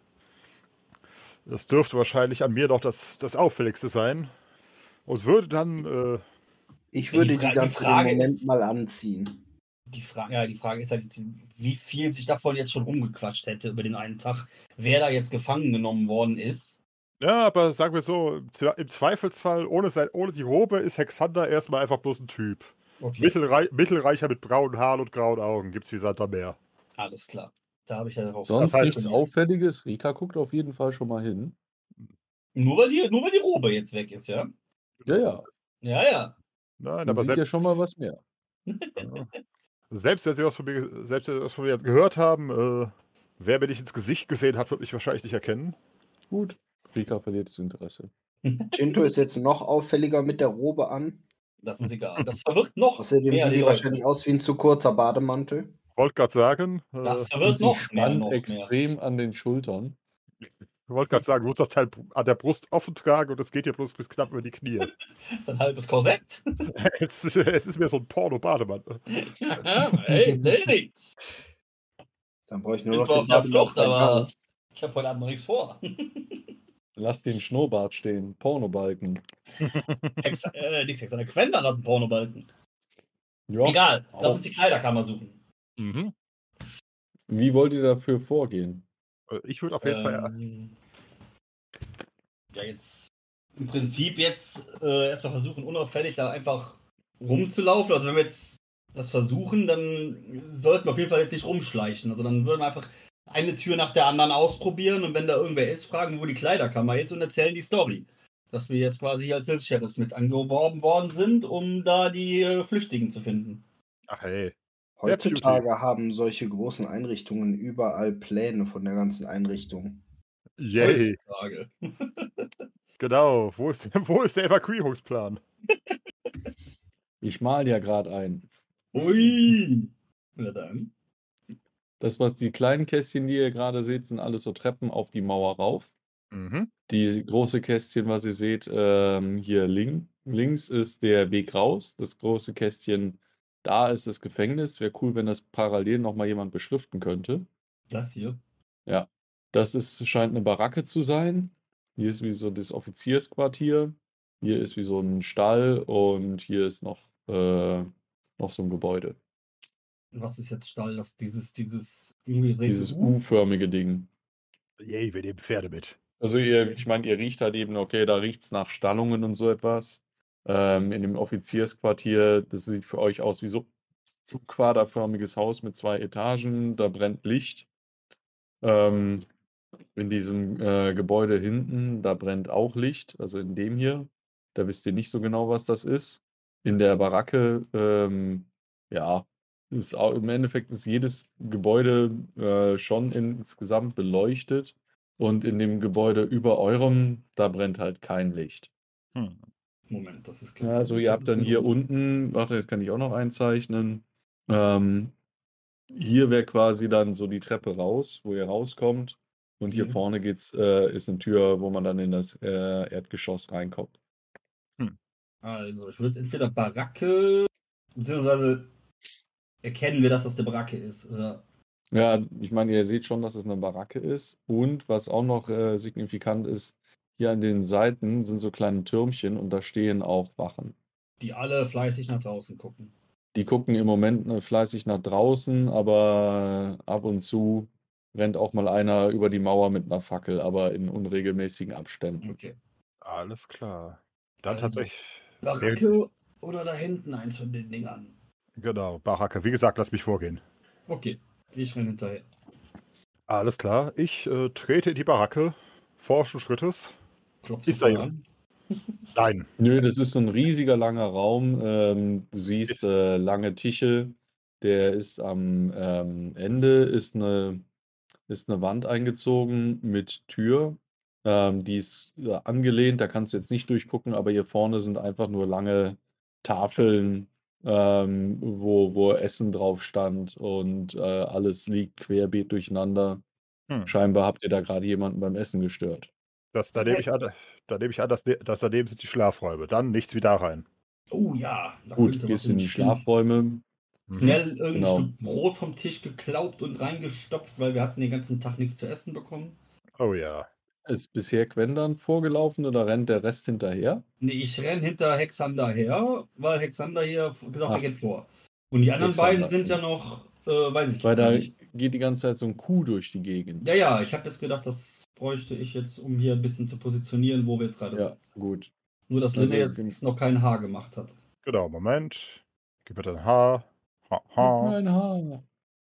Speaker 4: Das dürfte wahrscheinlich an mir doch das, das Auffälligste sein. Und würde dann. Äh,
Speaker 5: Ich
Speaker 2: Ja, die
Speaker 5: würde
Speaker 2: Fra-
Speaker 5: die dann
Speaker 2: die
Speaker 5: für den
Speaker 2: Frage
Speaker 5: Moment
Speaker 2: ist-
Speaker 5: mal anziehen.
Speaker 2: Die Frage, ja, die Frage ist halt, jetzt, wie viel sich davon jetzt schon rumgequatscht hätte über den einen Tag, wer da jetzt gefangen genommen worden ist.
Speaker 4: ja, aber sagen wir so, im Zwe- im Zweifelsfall, ohne, sein, ohne die Robe ist Hexander erstmal einfach bloß ein Typ.
Speaker 2: Okay,
Speaker 4: Mittelrei Mittelreicher mit braunen Haaren und grauen Augen gibt's wie Sand am Meer.
Speaker 2: alles klar. Da habe ich ja darauf.
Speaker 3: Sonst
Speaker 4: heißt
Speaker 3: nichts
Speaker 2: spekuliert.
Speaker 3: Auffälliges. Rika guckt auf jeden Fall schon mal hin.
Speaker 2: Nur weil, die, nur weil die Robe jetzt weg ist, ja?
Speaker 3: Ja, ja.
Speaker 2: Ja, ja.
Speaker 4: Nein,
Speaker 3: Man
Speaker 4: aber
Speaker 3: sieht ja
Speaker 4: selbst,
Speaker 3: schon mal was mehr.
Speaker 4: ja. selbst wenn sie was von mir, selbst wenn sie was von mir gehört haben, äh, wer mir nicht ins Gesicht gesehen hat, wird mich wahrscheinlich nicht erkennen.
Speaker 3: Gut. Rika verliert das Interesse.
Speaker 5: Shinto ist jetzt noch auffälliger mit der Robe an.
Speaker 2: Das ist egal. Das verwirrt noch
Speaker 5: Außerdem
Speaker 2: mehr
Speaker 5: sieht
Speaker 2: die
Speaker 5: die
Speaker 2: Leute.
Speaker 5: wahrscheinlich aus wie ein zu kurzer Bademantel.
Speaker 4: Wollte gerade sagen, äh,
Speaker 2: Das
Speaker 3: Und
Speaker 2: verwirrt
Speaker 3: sie
Speaker 2: noch mehr,
Speaker 3: spannt
Speaker 2: noch mehr.
Speaker 3: extrem an den Schultern.
Speaker 4: wollte gerade sagen, du musst das Teil an der Brust offen tragen und es geht dir bloß bis knapp über die Knie.
Speaker 2: Das ist ein halbes Korsett.
Speaker 4: es, ist- es ist mehr so ein Porno-Bademantel.
Speaker 2: Hey, nee, nichts.
Speaker 5: Dann brauche ich
Speaker 2: Ich
Speaker 5: nur
Speaker 2: bin
Speaker 5: noch
Speaker 2: zwar
Speaker 5: den
Speaker 2: auf der Flucht,
Speaker 5: Bademantel.
Speaker 2: aber ich habe heute Abend noch nichts vor.
Speaker 3: Lass den Schnurrbart stehen. Pornobalken.
Speaker 2: Hex, äh, nix Hex, eine Quendan hat einen Pornobalken.
Speaker 3: Ja.
Speaker 2: Egal, lass
Speaker 3: auch.
Speaker 2: uns die Kleiderkammer suchen.
Speaker 4: Mhm.
Speaker 3: Wie wollt ihr dafür vorgehen?
Speaker 4: Äh, Ich würde auf jeden Fall.
Speaker 2: Ähm, ja, jetzt im Prinzip jetzt äh, erstmal versuchen, unauffällig da einfach rumzulaufen. Also wenn wir jetzt das versuchen, dann sollten wir auf jeden Fall jetzt nicht rumschleichen. Also dann würden wir einfach eine Tür nach der anderen ausprobieren und wenn da irgendwer ist, fragen, wo die Kleiderkammer ist und erzählen die Story. Dass wir jetzt quasi als Hilfs-Sheriffs mit angeworben worden sind, um da die äh, Flüchtigen zu finden.
Speaker 4: Ach hey.
Speaker 5: Heutzutage haben solche großen Einrichtungen überall Pläne von der ganzen Einrichtung.
Speaker 4: Yay.
Speaker 2: Heutzutage.
Speaker 4: Genau. Wo ist, der- wo ist der Evakuierungsplan?
Speaker 3: Ich mal ja gerade ein.
Speaker 2: Ui! Na dann.
Speaker 3: Das, was die kleinen Kästchen, die ihr gerade seht, sind alles so Treppen auf die Mauer rauf.
Speaker 4: Mhm.
Speaker 3: Die große Kästchen, was ihr seht, ähm, hier link, links ist der Weg raus. Das große Kästchen, da ist das Gefängnis. Wäre cool, wenn das parallel nochmal jemand beschriften könnte.
Speaker 2: Das hier.
Speaker 3: Ja, das ist, scheint eine Baracke zu sein. Hier ist wie so das Offiziersquartier. Hier ist wie so ein Stall und hier ist noch, äh, noch so ein Gebäude.
Speaker 2: Was ist jetzt Stall? Das, dieses, dieses umgedrehte
Speaker 3: Dieses
Speaker 2: U?
Speaker 3: U-förmige Ding.
Speaker 4: Yay, wir nehmen Pferde mit.
Speaker 3: Also ihr, ich meine, ihr riecht halt eben, okay, da riecht es nach Stallungen und so etwas. Ähm, in dem Offiziersquartier, das sieht für euch aus wie so so ein quaderförmiges Haus mit zwei Etagen, da brennt Licht. Ähm, in diesem äh, Gebäude hinten, da brennt auch Licht, also in dem hier. Da wisst ihr nicht so genau, was das ist. In der Baracke, ähm, ja, Ist au im Endeffekt ist jedes Gebäude, äh, schon insgesamt beleuchtet und in dem Gebäude über eurem, da brennt halt kein Licht.
Speaker 4: Hm.
Speaker 2: Moment, das ist
Speaker 3: Ja,
Speaker 2: klar.
Speaker 3: also ihr
Speaker 2: Das
Speaker 3: habt
Speaker 2: ist
Speaker 3: dann
Speaker 2: mir
Speaker 3: hier
Speaker 2: so-
Speaker 3: unten warte, das kann ich auch noch einzeichnen. Ähm, hier wäre quasi dann so die Treppe raus, wo ihr rauskommt. Und hier
Speaker 2: Mhm.
Speaker 3: vorne geht's, äh, ist eine Tür, wo man dann in das äh, Erdgeschoss reinkommt.
Speaker 2: Also, ich würde entweder Baracke, beziehungsweise erkennen wir, dass das eine Baracke ist, oder?
Speaker 3: Ja, ich meine, ihr seht schon, dass es eine Baracke ist. Und was auch noch äh, signifikant ist, hier an den Seiten sind so kleine Türmchen und da stehen auch Wachen.
Speaker 2: Die alle fleißig nach draußen gucken.
Speaker 3: Die gucken im Moment äh, fleißig nach draußen, aber ab und zu rennt auch mal einer über die Mauer mit einer Fackel, aber in unregelmäßigen Abständen.
Speaker 2: Okay.
Speaker 4: Alles klar. Dann
Speaker 2: Also,
Speaker 4: tatsächlich.
Speaker 2: Baracke oder da hinten eins von den Dingern.
Speaker 4: Genau, Baracke. Wie gesagt, lass mich vorgehen.
Speaker 2: Okay, ich renne hinterher.
Speaker 4: Alles klar. Ich äh, trete in die Baracke. Forschen Schrittes.
Speaker 2: Klopfst
Speaker 4: Ist
Speaker 2: du
Speaker 4: da
Speaker 2: voll
Speaker 4: jemand?
Speaker 2: an?
Speaker 4: Nein.
Speaker 3: Nö, das ist so ein riesiger langer Raum. Ähm, du siehst
Speaker 4: Ist-
Speaker 3: äh, lange Tische. Der ist am ähm, Ende ist eine, ist eine Wand eingezogen mit Tür. Ähm, die ist äh, angelehnt, da kannst du jetzt nicht durchgucken, aber hier vorne sind einfach nur lange Tafeln, ähm, wo, wo Essen drauf stand und äh, alles liegt querbeet durcheinander.
Speaker 4: Hm.
Speaker 3: Scheinbar habt ihr da gerade jemanden beim Essen gestört.
Speaker 4: Das, da nehme ich an, da nehme ich an dass, dass daneben sind die Schlafräume. Dann nichts wie da rein.
Speaker 2: Oh ja, da
Speaker 3: Gut,
Speaker 2: könnte was
Speaker 3: gehst in die
Speaker 2: entstehen.
Speaker 3: Schlafräume.
Speaker 4: Mhm.
Speaker 2: Schnell irgendein
Speaker 3: Genau.
Speaker 2: Stück Brot vom Tisch geklaubt und reingestopft, weil wir hatten den ganzen Tag nichts zu essen bekommen.
Speaker 4: Oh ja.
Speaker 3: Ist bisher Quendan vorgelaufen oder rennt der Rest hinterher?
Speaker 2: Nee, ich renn hinter Hexander her, weil Hexander hier gesagt, er
Speaker 3: Ach.
Speaker 2: geht vor. Und die anderen
Speaker 3: Hexander,
Speaker 2: beiden sind ja
Speaker 3: gut.
Speaker 2: noch, äh, weiß ich
Speaker 3: Weil
Speaker 2: jetzt gar
Speaker 3: da
Speaker 2: nicht.
Speaker 3: geht die ganze Zeit so ein Kuh durch die Gegend.
Speaker 2: Ja, ja, ich habe jetzt gedacht, das bräuchte ich jetzt, um hier ein bisschen zu positionieren, wo wir jetzt gerade
Speaker 3: Ja,
Speaker 2: sind.
Speaker 3: gut.
Speaker 2: Nur, dass
Speaker 3: Also,
Speaker 2: Linne jetzt
Speaker 3: gen-
Speaker 2: noch kein Haar gemacht hat.
Speaker 4: Genau, Moment. Gib mir dein Haar. Ha,
Speaker 3: Gib
Speaker 4: ha.
Speaker 3: mir ein Haar.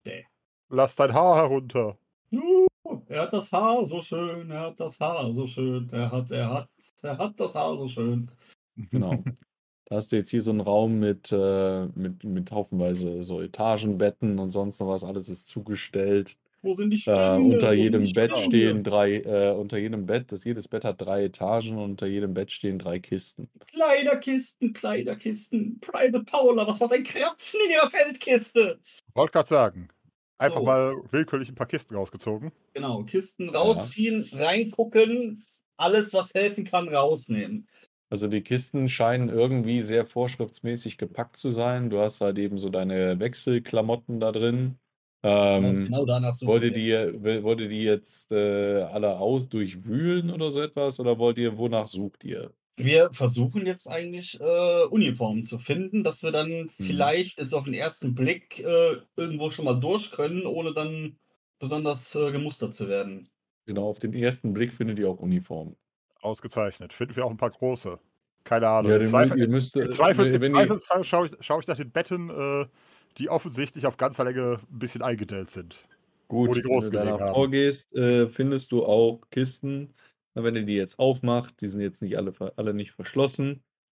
Speaker 4: Lass dein Haar herunter.
Speaker 2: Uh, er hat das Haar so schön, er hat das Haar so schön, er hat, er hat, er hat das Haar so schön.
Speaker 3: Genau. Da hast du jetzt hier so einen Raum mit, äh, mit, mit haufenweise so Etagenbetten und sonst noch was. Alles ist zugestellt.
Speaker 2: Wo sind die
Speaker 3: Äh,
Speaker 2: Stränge?
Speaker 3: unter
Speaker 2: Wo sind
Speaker 3: jedem
Speaker 2: die
Speaker 3: Bett
Speaker 2: Stränge?
Speaker 3: stehen drei, äh, unter jedem Bett, das, jedes Bett hat drei Etagen und unter jedem Bett stehen drei Kisten.
Speaker 2: Kleiderkisten, Kleiderkisten. Private Paula, was war dein Krapfen in ihrer Feldkiste?
Speaker 4: Wollte gerade sagen. Einfach
Speaker 2: So.
Speaker 4: mal willkürlich ein paar Kisten rausgezogen.
Speaker 2: Genau, Kisten rausziehen, reingucken, alles, was helfen kann, rausnehmen.
Speaker 3: Also die Kisten scheinen irgendwie sehr vorschriftsmäßig gepackt zu sein. Du hast halt eben so deine Wechselklamotten da drin. Ähm,
Speaker 2: genau danach suchen
Speaker 3: wollt, ihr
Speaker 2: wir.
Speaker 3: die, will- wollt ihr die jetzt äh, alle aus durchwühlen oder so etwas? Oder wollt ihr, wonach sucht ihr?
Speaker 2: Wir versuchen jetzt eigentlich äh, Uniformen zu finden, dass wir dann
Speaker 3: Mhm.
Speaker 2: vielleicht jetzt auf den ersten Blick äh, irgendwo schon mal durch können, ohne dann besonders äh, gemustert zu werden.
Speaker 3: Genau, auf den ersten Blick findet ihr auch Uniformen.
Speaker 4: Ausgezeichnet. Finden wir auch ein paar große. Keine Ahnung.
Speaker 3: Ja,
Speaker 4: Im,
Speaker 3: den,
Speaker 4: Zweifel,
Speaker 3: ihr müsst,
Speaker 4: im, Zweifel,
Speaker 3: wenn,
Speaker 4: im
Speaker 3: wenn ihr,
Speaker 4: Zweifelsfall schaue ich, schau ich nach den Betten, äh, die offensichtlich auf ganzer Länge ein bisschen eingedellt sind. wo
Speaker 3: gut,
Speaker 4: die
Speaker 3: wenn
Speaker 4: groß
Speaker 3: du
Speaker 4: gelegen
Speaker 3: danach
Speaker 4: haben.
Speaker 3: vorgehst, äh, findest du auch Kisten. Na, wenn ihr die jetzt aufmacht, die sind jetzt nicht alle, ver- alle nicht verschlossen.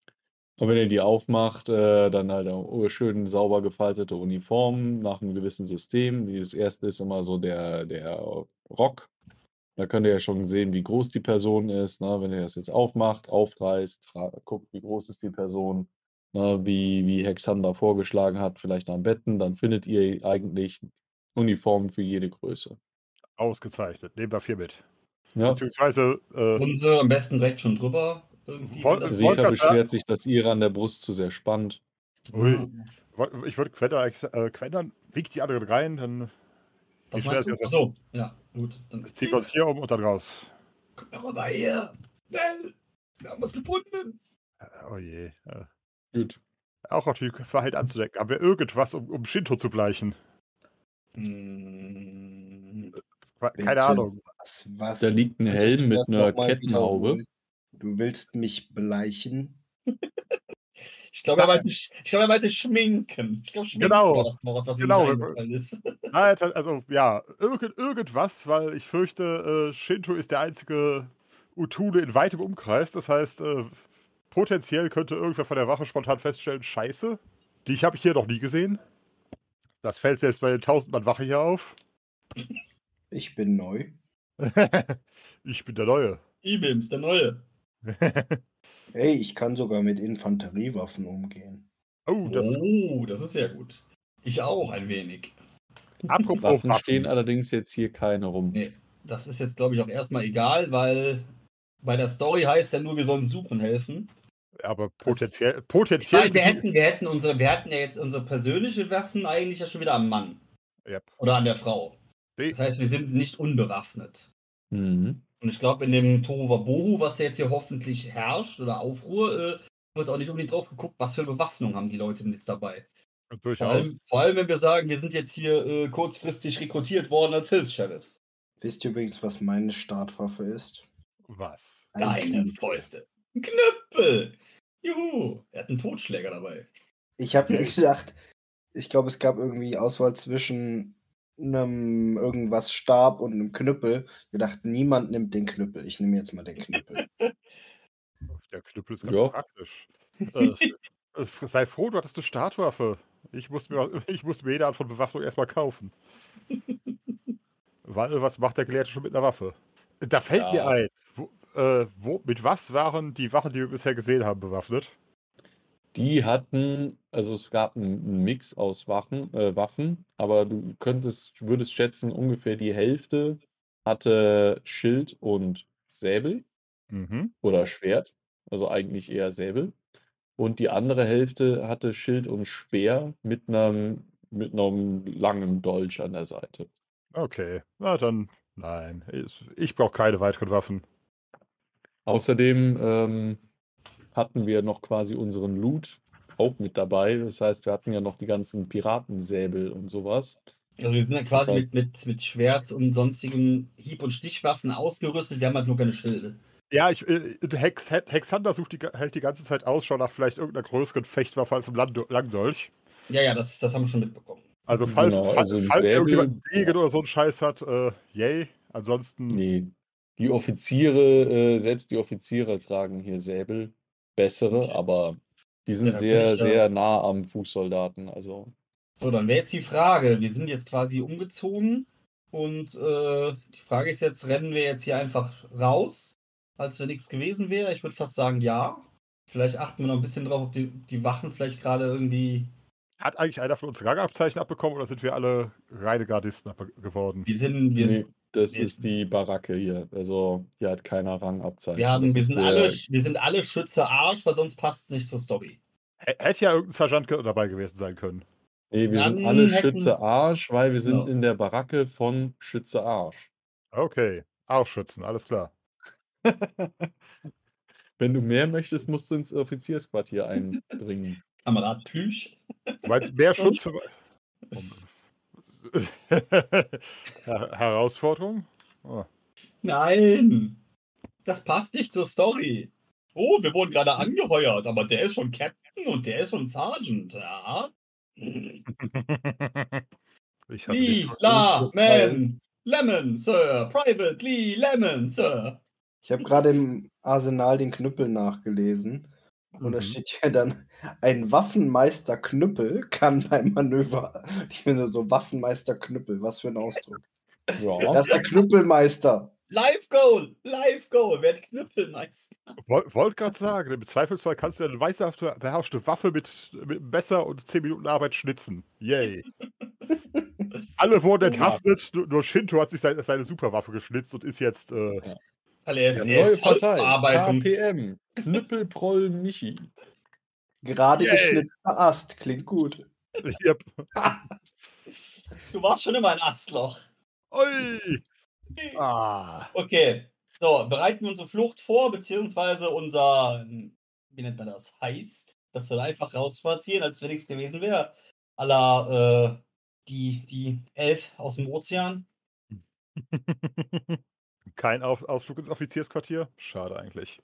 Speaker 3: Und wenn ihr die aufmacht, äh, dann halt auch schön sauber gefaltete Uniformen nach einem gewissen System. Das erste ist immer so der, der Rock. Da könnt ihr ja schon sehen, wie groß die Person ist. Ne? Wenn ihr das jetzt aufmacht, aufreißt, tra- guckt, wie groß ist die Person, ne? Wie, wie Hexander vorgeschlagen hat, vielleicht am Betten, dann findet ihr eigentlich Uniformen für jede Größe.
Speaker 4: Ausgezeichnet. Nehmen wir vier mit.
Speaker 3: Ja.
Speaker 4: Beziehungsweise, äh,
Speaker 2: Und sie am besten direkt schon drüber. Irgendwie,
Speaker 4: Woll-
Speaker 2: wenn das
Speaker 4: wollt
Speaker 3: Rika
Speaker 4: grad
Speaker 3: beschwert
Speaker 4: sagen-
Speaker 3: sich, dass ihre an der Brust zu sehr spannt.
Speaker 4: ui, woll- ich würde Quendern, äh, Quendern, wiegt die anderen rein, dann
Speaker 2: Was
Speaker 4: wie
Speaker 2: meinst du?
Speaker 4: schnell ist das?
Speaker 2: Achso, ja, gut. Dann
Speaker 4: ziehen wir uns hier um und dann raus.
Speaker 2: Komm doch rüber hier. Schnell. Wir haben was gefunden.
Speaker 4: Äh, Oh je. Äh,
Speaker 3: Gut.
Speaker 4: auch auf die Verhalten anzudenken. Haben wir irgendwas, um, um Shinto zu bleichen?
Speaker 2: Hm,
Speaker 4: Keine
Speaker 5: Bitte,
Speaker 4: Ahnung.
Speaker 5: Was, was?
Speaker 3: Da liegt ein
Speaker 5: Könntest
Speaker 3: Helm
Speaker 5: du
Speaker 3: mit
Speaker 5: das
Speaker 3: einer
Speaker 5: noch mal
Speaker 3: Kettenhaube.
Speaker 5: wiederholen? Du willst mich bleichen?
Speaker 2: Ich glaube, er meinte, ich glaube, er meinte schminken. Ich glaube, schminken
Speaker 4: Genau.
Speaker 2: war das Wort, was
Speaker 4: Genau.
Speaker 2: ihm nicht eingefallen ist.
Speaker 4: Nein, also ja, irgend, irgendwas, weil ich fürchte, äh, Shinto ist der einzige Utule in weitem Umkreis. Das heißt, äh, potenziell könnte irgendwer von der Wache spontan feststellen, scheiße, dich habe ich hier noch nie gesehen. Das fällt selbst bei den tausend Mann Wache hier auf.
Speaker 5: Ich bin neu.
Speaker 4: Ich bin der Neue.
Speaker 2: Ibims, der Neue.
Speaker 5: Ey, ich kann sogar mit Infanteriewaffen umgehen.
Speaker 4: Oh, das ist
Speaker 2: Oh, das ist sehr gut. Ich auch ein wenig.
Speaker 4: apropos
Speaker 3: Waffen
Speaker 4: Waffen.
Speaker 3: stehen allerdings jetzt hier keine rum.
Speaker 2: Nee, das ist jetzt, glaube ich, auch erstmal egal, weil bei der Story heißt ja nur, wir sollen suchen helfen.
Speaker 4: Aber potenziell,
Speaker 2: Ich
Speaker 4: potenziell
Speaker 2: meine, wir
Speaker 4: sind die-
Speaker 2: hätten, wir hätten unsere, wir hätten ja jetzt unsere persönliche Waffen eigentlich ja schon wieder am Mann.
Speaker 4: Yep.
Speaker 2: Oder an der Frau.
Speaker 4: Die-
Speaker 2: Das heißt, wir sind nicht unbewaffnet.
Speaker 3: Mhm.
Speaker 2: Und ich glaube, in dem Tohuwabohu, was jetzt hier hoffentlich herrscht, oder Aufruhr, äh, wird auch nicht unbedingt drauf geguckt, was für eine Bewaffnung haben die Leute denn jetzt dabei. Vor
Speaker 4: durchaus.
Speaker 2: allem, vor allem, wenn wir sagen, wir sind jetzt hier äh, kurzfristig rekrutiert worden als Hilfs-Sheriffs.
Speaker 5: Wisst ihr übrigens, was meine Startwaffe ist?
Speaker 4: Was?
Speaker 5: Ein
Speaker 2: Deine
Speaker 5: Knüppel.
Speaker 2: Fäuste. Ein Knüppel! Juhu! Er hat einen Totschläger dabei.
Speaker 5: Ich habe mir gedacht, ich glaube, es gab irgendwie Auswahl zwischen einem irgendwas Stab und einem Knüppel. Ich gedacht, niemand nimmt den Knüppel. Ich nehme jetzt mal den Knüppel.
Speaker 4: Der Knüppel ist ganz
Speaker 3: Ja.
Speaker 4: praktisch. äh, äh, sei froh, du hattest eine Startwaffe. Ich musste mir, ich musste mir jede Art von Bewaffnung erstmal kaufen. Weil, was macht der Gelehrte schon mit einer Waffe? Da fällt
Speaker 3: Ja.
Speaker 4: mir ein, wo, äh, wo, mit was waren die Wachen, die wir bisher gesehen haben, bewaffnet?
Speaker 3: Die hatten, also es gab einen einen Mix aus Wachen, äh, Waffen, aber du könntest, würdest schätzen, ungefähr die Hälfte hatte Schild und Säbel
Speaker 4: Mhm.
Speaker 3: oder Schwert, also eigentlich eher Säbel. Und die andere Hälfte hatte Schild und Speer mit einem, mit einem langen Dolch an der Seite.
Speaker 4: Okay, na dann, nein. Ich, ich brauche keine weiteren Waffen.
Speaker 3: Außerdem ähm, hatten wir noch quasi unseren Loot auch mit dabei. Das heißt, wir hatten ja noch die ganzen Piratensäbel und sowas.
Speaker 2: Also wir sind ja quasi
Speaker 3: Das heißt-
Speaker 2: mit, mit, mit Schwert und sonstigen Hieb- und Stichwaffen ausgerüstet. Wir haben halt nur keine Schilde.
Speaker 4: Ja, ich, äh, Hex, Hexander sucht die, hält die ganze Zeit Ausschau nach vielleicht irgendeiner größeren Fechtwaffe als im Land, Langdolch.
Speaker 2: Ja, ja, das, das haben wir schon mitbekommen.
Speaker 4: Also falls,
Speaker 3: Genau,
Speaker 4: falls,
Speaker 3: also ein
Speaker 4: falls
Speaker 3: Säbel,
Speaker 4: irgendjemand einen Degen
Speaker 3: ja.
Speaker 4: oder so einen Scheiß hat, äh, yay. Ansonsten,
Speaker 3: Nee, die Offiziere, äh, selbst die Offiziere tragen hier Säbel, bessere,
Speaker 2: Okay.
Speaker 3: aber die sind
Speaker 2: Ja, dann bin
Speaker 3: sehr,
Speaker 2: ich ja-
Speaker 3: sehr nah am Fußsoldaten. Also
Speaker 2: So, dann wäre jetzt die Frage, wir sind jetzt quasi umgezogen und äh, die Frage ist jetzt, rennen wir jetzt hier einfach raus, als wenn nichts gewesen wäre? Ich würde fast sagen, ja. Vielleicht achten wir noch ein bisschen drauf, ob die, die Wachen vielleicht gerade irgendwie...
Speaker 4: hat eigentlich einer von uns Rangabzeichen abbekommen oder sind wir alle reine Gardisten abbe- geworden?
Speaker 2: Wir sind, wir,
Speaker 3: nee, das
Speaker 2: wir-
Speaker 3: ist die Baracke hier. Also hier hat keiner Rangabzeichen.
Speaker 2: wir, haben,
Speaker 3: Das
Speaker 2: wir,
Speaker 3: ist
Speaker 2: sind
Speaker 3: der-
Speaker 2: alle, wir sind alle Schütze Arsch, weil sonst passt es nicht zur Story.
Speaker 4: H- Hätte ja irgendein Sergeant ge- dabei gewesen sein können.
Speaker 3: Nee, wir
Speaker 2: Dann
Speaker 3: sind alle
Speaker 2: hätten-
Speaker 3: Schütze Arsch, weil wir sind
Speaker 2: Genau.
Speaker 3: in der Baracke von Schütze Arsch.
Speaker 4: Okay, auch Schützen, alles klar.
Speaker 3: Wenn du mehr möchtest, musst du ins Offiziersquartier einbringen.
Speaker 2: Kamerad Plüsch.
Speaker 4: Du meinst mehr Schutz für... Um- Her Herausforderung? Oh.
Speaker 2: Nein, das passt nicht zur Story. Oh, wir wurden gerade angeheuert, aber der ist schon Captain und der ist schon Sergeant, ja.
Speaker 4: Ich hatte
Speaker 2: Lee,
Speaker 4: nicht...
Speaker 2: La,
Speaker 5: Weil-
Speaker 2: Man, Lemon, Sir. Private Lee, Lemon, Sir.
Speaker 5: Ich habe gerade im Arsenal den Knüppel nachgelesen. Und da
Speaker 4: Mhm.
Speaker 5: steht ja dann, ein Waffenmeister Knüppel kann beim Manöver. Ich finde so Waffenmeister Knüppel, was für ein Ausdruck.
Speaker 3: Ja.
Speaker 5: Das ist der Knüppelmeister.
Speaker 2: Live Goal, Live Goal, wer hat Knüppelmeister?
Speaker 4: Woll- Wollte gerade sagen, im Zweifelsfall kannst du eine weiße beherrschte Waffe mit, mit einem Messer und zehn Minuten Arbeit schnitzen. Yay. Alle wurden enthaftnet, nur, nur Shinto hat sich seine, seine Superwaffe geschnitzt und ist jetzt. Äh,
Speaker 2: Weil er ist,
Speaker 3: Ja,
Speaker 2: er
Speaker 3: neue
Speaker 2: ist
Speaker 3: Partei. K
Speaker 2: Holzbearbeitungs-
Speaker 3: P M. Knüppelproll Michi.
Speaker 5: Gerade
Speaker 4: Yay.
Speaker 5: geschnittener Ast. Klingt gut.
Speaker 4: yep.
Speaker 2: Du warst schon immer ein Astloch.
Speaker 4: Ui. Ah.
Speaker 2: Okay, so, bereiten wir unsere Flucht vor, beziehungsweise unser, wie nennt man das, Heist, dass wir da einfach rausspazieren, als wenn nichts gewesen wäre. À la äh, die, die Elf aus dem Ozean.
Speaker 4: Kein Auf Ausflug ins Offiziersquartier? Schade eigentlich.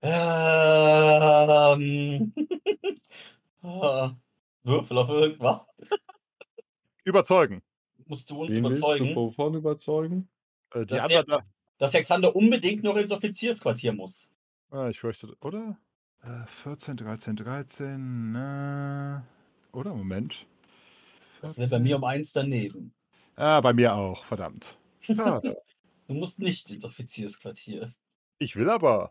Speaker 2: Ähm, äh, Würfel auf irgendwas.
Speaker 4: Überzeugen.
Speaker 2: Musst du uns
Speaker 3: Wen willst du
Speaker 2: überzeugen,
Speaker 3: wovon überzeugen?
Speaker 4: Äh, die
Speaker 2: Das
Speaker 4: anderen. Da,
Speaker 2: dass Alexander unbedingt noch ins Offiziersquartier muss.
Speaker 4: ah, ich fürchte, oder? Äh, vierzehn, dreizehn, dreizehn. Äh, oder? Moment.
Speaker 2: Das wäre bei mir um eins daneben.
Speaker 4: Ah, bei mir auch, verdammt. Schade.
Speaker 2: Du musst nicht ins Offiziersquartier.
Speaker 4: Ich will aber.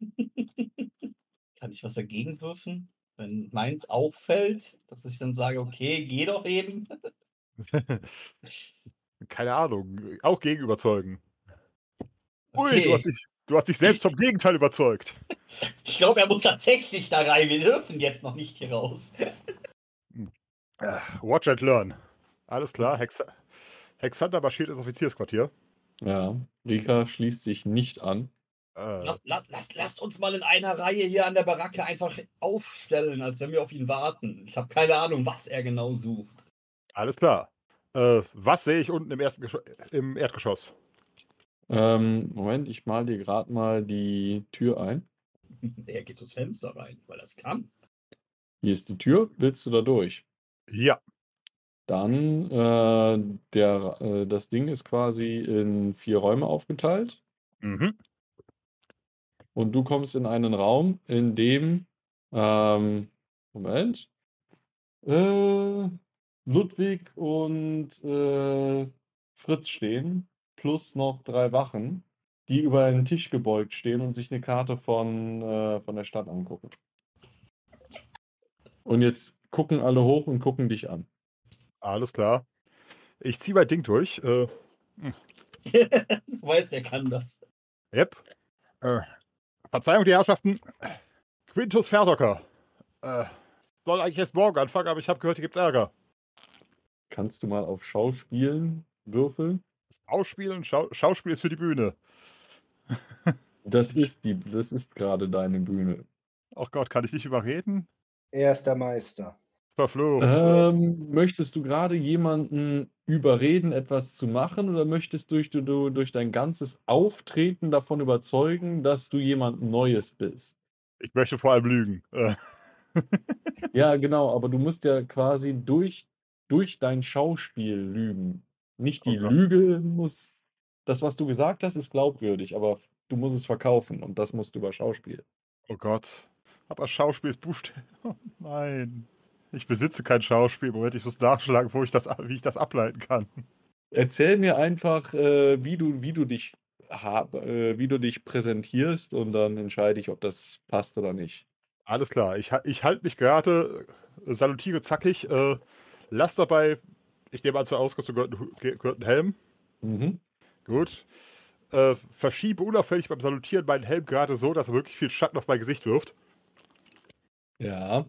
Speaker 2: Kann ich was dagegen würfen? Wenn meins auch fällt, dass ich dann sage, okay, geh doch eben.
Speaker 4: Keine Ahnung. Auch gegen überzeugen. Ui,
Speaker 2: Okay.
Speaker 4: du hast, dich, du hast dich selbst vom Gegenteil überzeugt.
Speaker 2: Ich glaube, er muss tatsächlich da rein. Wir dürfen jetzt noch nicht hier raus.
Speaker 4: Ah, Watch and learn. Alles klar. Hex Hexander marschiert ins Offiziersquartier.
Speaker 3: Ja, Rika schließt sich nicht an.
Speaker 4: Äh,
Speaker 2: Lass, lass, lass, lasst uns mal in einer Reihe hier an der Baracke einfach aufstellen, als wenn wir auf ihn warten. Ich habe keine Ahnung, was er genau sucht.
Speaker 4: alles klar. Äh, was sehe ich unten im, ersten Gescho im Erdgeschoss?
Speaker 3: Ähm, Moment, ich mal dir gerade mal die Tür ein.
Speaker 2: Er geht durchs Fenster rein, weil er es kann.
Speaker 3: Hier ist die Tür. Willst du da durch?
Speaker 4: Ja.
Speaker 3: Dann, äh, der, äh, das Ding ist quasi in vier Räume aufgeteilt.
Speaker 4: Mhm.
Speaker 3: Und du kommst in einen Raum, in dem, ähm, Moment, äh, Ludwig und äh, Fritz stehen, plus noch drei Wachen, die über einen Tisch gebeugt stehen und sich eine Karte von, äh, von der Stadt angucken. Und jetzt gucken alle hoch und gucken dich an.
Speaker 4: Alles klar. Ich ziehe mein Ding durch. Äh,
Speaker 2: Du weißt, er kann das.
Speaker 4: yep. Äh, Verzeihung, die Herrschaften. Quintus Verdocker. Äh, soll eigentlich erst morgen anfangen, aber ich habe gehört, hier gibt's Ärger.
Speaker 3: Kannst du mal auf Schauspielen würfeln?
Speaker 4: Ausspielen, Schau Schauspiel ist für die Bühne.
Speaker 3: Das ist die, das ist gerade deine Bühne.
Speaker 4: Oh Gott, kann ich dich überreden?
Speaker 5: Er ist der Meister.
Speaker 4: Verflucht.
Speaker 3: Ähm, möchtest du gerade jemanden überreden, etwas zu machen, oder möchtest du, du durch dein ganzes Auftreten davon überzeugen, dass du jemand Neues bist?
Speaker 4: Ich möchte vor allem lügen. Äh,
Speaker 3: Ja, genau, aber du musst ja quasi durch, durch dein Schauspiel lügen. Nicht die
Speaker 4: Oh Gott.
Speaker 3: Lüge muss, das, was du gesagt hast, ist glaubwürdig, aber du musst es verkaufen und das musst du über Schauspiel.
Speaker 4: Oh Gott. Aber Schauspiel ist Buchstaben. Oh nein. Ich besitze kein Schauspiel. Moment, ich muss nachschlagen, wo ich das, wie ich das ableiten kann.
Speaker 3: Erzähl mir einfach, äh, wie du, wie du dich hab, äh, wie du dich präsentierst und dann entscheide ich, ob das passt oder nicht.
Speaker 4: Alles klar. Ich, ha- ich halte mich gerade, äh, salutiere zackig, äh, lass dabei, ich nehme an, zur Ausrüstung gehört ein Hu- ge- gehört ein Helm.
Speaker 3: Mhm.
Speaker 4: Gut. Äh, verschiebe unauffällig beim Salutieren meinen Helm gerade so, dass er wirklich viel Schatten auf mein Gesicht wirft.
Speaker 3: Ja.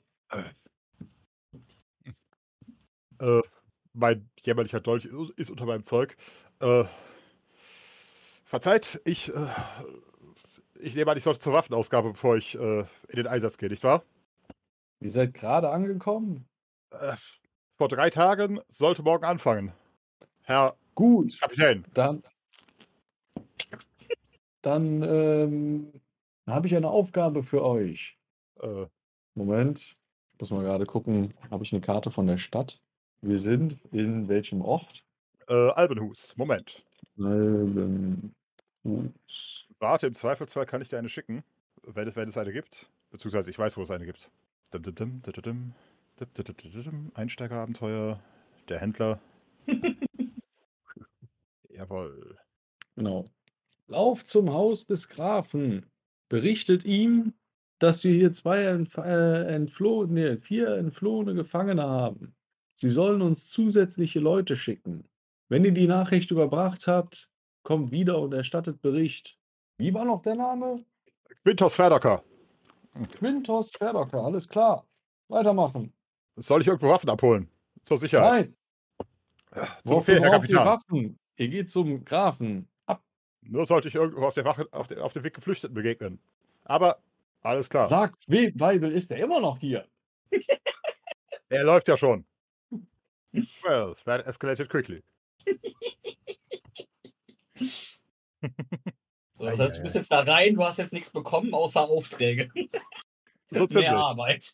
Speaker 4: Äh, mein jämmerlicher Dolch ist, ist unter meinem Zeug. Äh, verzeiht, ich, äh, ich nehme an, ich sollte zur Waffenausgabe, bevor ich äh, in den Einsatz gehe, nicht wahr?
Speaker 3: Ihr seid gerade angekommen?
Speaker 4: Äh, vor drei Tagen sollte morgen anfangen. Herr
Speaker 3: Gut,
Speaker 4: Kapitän.
Speaker 3: dann, dann ähm, habe ich eine Aufgabe für euch.
Speaker 4: Äh,
Speaker 3: Moment, ich muss mal gerade gucken, habe ich eine Karte von der Stadt? Wir sind in welchem Ort?
Speaker 4: äh, Albenhus. Moment.
Speaker 3: Albenhus.
Speaker 4: Warte, im Zweifelsfall kann ich dir eine schicken, wenn es, wenn es eine gibt. Beziehungsweise ich weiß, wo es eine gibt. Dim, dim, dim, dim, dim, dim, dim, dim, dim, dim, dim. Einsteigerabenteuer. Der Händler. Jawohl.
Speaker 3: Genau. Lauf zum Haus des Grafen. Berichtet ihm, dass wir hier zwei entf äh, entflohene, nee, vier entflohene Gefangene haben. Sie sollen uns zusätzliche Leute schicken. Wenn ihr die Nachricht überbracht habt, kommt wieder und erstattet Bericht. Wie war noch der Name?
Speaker 4: Quintus Verdocker.
Speaker 3: Quintos Verdocker, alles klar. Weitermachen.
Speaker 4: Soll ich irgendwo Waffen abholen? Zur Sicherheit.
Speaker 3: Nein,
Speaker 4: Zum
Speaker 3: wofür
Speaker 4: Befehl, Herr
Speaker 3: braucht ihr
Speaker 4: Kapitän.
Speaker 3: Waffen? Ihr geht zum Grafen. Ab.
Speaker 4: Nur sollte ich irgendwo auf, der Wache, auf, der, auf dem Weg Geflüchteten begegnen. Aber alles klar.
Speaker 3: Sag, Weibel, ist er immer noch hier?
Speaker 4: Er läuft ja schon. Well, that escalated quickly.
Speaker 2: So, das heißt, du bist jetzt da rein, du hast jetzt nichts bekommen, außer Aufträge.
Speaker 4: So ziemlich.
Speaker 2: Mehr Arbeit.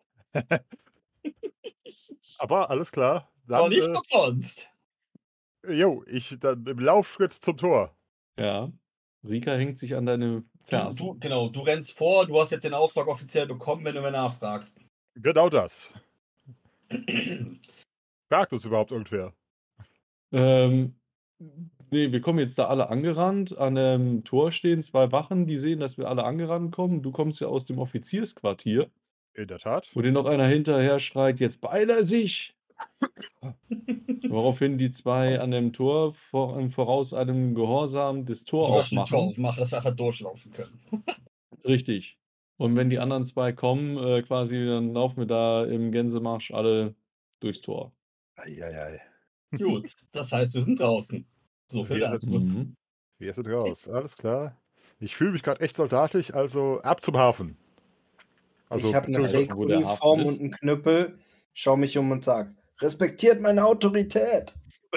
Speaker 4: Aber alles klar.
Speaker 2: Zwar
Speaker 4: Dann,
Speaker 2: nicht
Speaker 4: äh,
Speaker 2: umsonst.
Speaker 4: jo, ich dann im Laufschritt zum Tor.
Speaker 3: Ja. Rika hängt sich an deine
Speaker 2: Du,
Speaker 3: Ferse.
Speaker 2: du, genau, du rennst vor, du hast jetzt den Auftrag offiziell bekommen, wenn du mir nachfragst.
Speaker 4: Genau das. Fragt uns überhaupt irgendwer?
Speaker 3: Ähm, ne, wir kommen jetzt da alle angerannt. An dem Tor stehen zwei Wachen, die sehen, dass wir alle angerannt kommen. Du kommst ja aus dem Offiziersquartier,
Speaker 4: In der Tat.
Speaker 3: wo dir noch einer hinterher schreit: „Jetzt beeil er sich!" Woraufhin die zwei an dem Tor vor im Voraus einem Gehorsam das Tor
Speaker 2: Du sollst ein Tor
Speaker 3: aufmachen.
Speaker 2: aufmachen, dass wir einfach durchlaufen können.
Speaker 3: Richtig. Und wenn die anderen zwei kommen, äh, quasi, dann laufen wir da im Gänsemarsch alle durchs Tor.
Speaker 4: Ei, ei, ei.
Speaker 2: Gut, das heißt, wir sind draußen. So viel
Speaker 4: Wir
Speaker 2: dazu.
Speaker 4: sind,
Speaker 3: Mhm.
Speaker 4: wir sind raus. Alles klar. Ich fühle mich gerade echt soldatisch, also ab zum Hafen. Also,
Speaker 5: ich habe eine
Speaker 3: beziehungsweise- wo der Hafen
Speaker 5: Fake-Uniform
Speaker 3: ist.
Speaker 5: und einen Knüppel, schau mich um und sag, respektiert meine Autorität.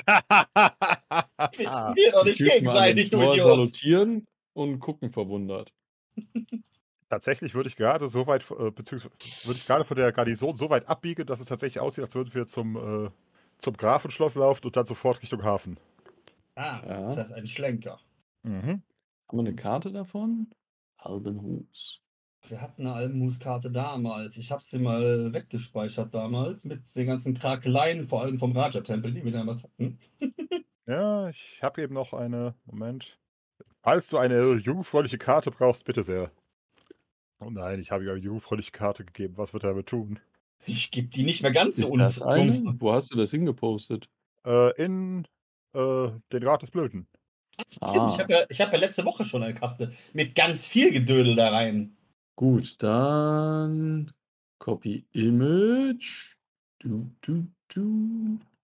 Speaker 2: Wir doch
Speaker 3: Die
Speaker 2: nicht
Speaker 3: Typen an dem
Speaker 2: gegenseitig, du
Speaker 3: Tor
Speaker 2: Idiot.
Speaker 3: salutieren und gucken verwundert.
Speaker 4: Tatsächlich würde ich gerade so weit, äh, beziehungsweise würde ich gerade von der Garnison so weit abbiegen, dass es tatsächlich aussieht, als würden wir zum, äh, zum Grafenschloss laufen und dann sofort Richtung Hafen.
Speaker 2: Ah,
Speaker 3: Ja.
Speaker 2: das heißt ein Schlenker.
Speaker 4: Mhm.
Speaker 3: Haben wir eine Karte davon? Albenhus.
Speaker 2: Wir hatten eine Albenhus-Karte damals. Ich habe sie mal weggespeichert damals mit den ganzen Krakeleien, vor allem vom Raja-Tempel, die wir damals hatten.
Speaker 4: Ja, ich habe eben noch eine. Moment. Falls du eine jungfräuliche Karte brauchst, bitte sehr. Oh nein, ich habe ihm eine jungfräuliche Karte gegeben. Was wird er damit tun?
Speaker 2: Ich gebe die nicht mehr ganz so
Speaker 3: Ist das eine?
Speaker 2: unfruchtbar.
Speaker 3: Wo hast du das hingepostet?
Speaker 4: Äh, in äh, den Rat des Blöden.
Speaker 2: Ich
Speaker 3: Ah,
Speaker 2: habe ja, ich hab ja letzte Woche schon eine Karte mit ganz viel Gedödel da rein.
Speaker 3: gut, dann Copy Image. Du, du, du.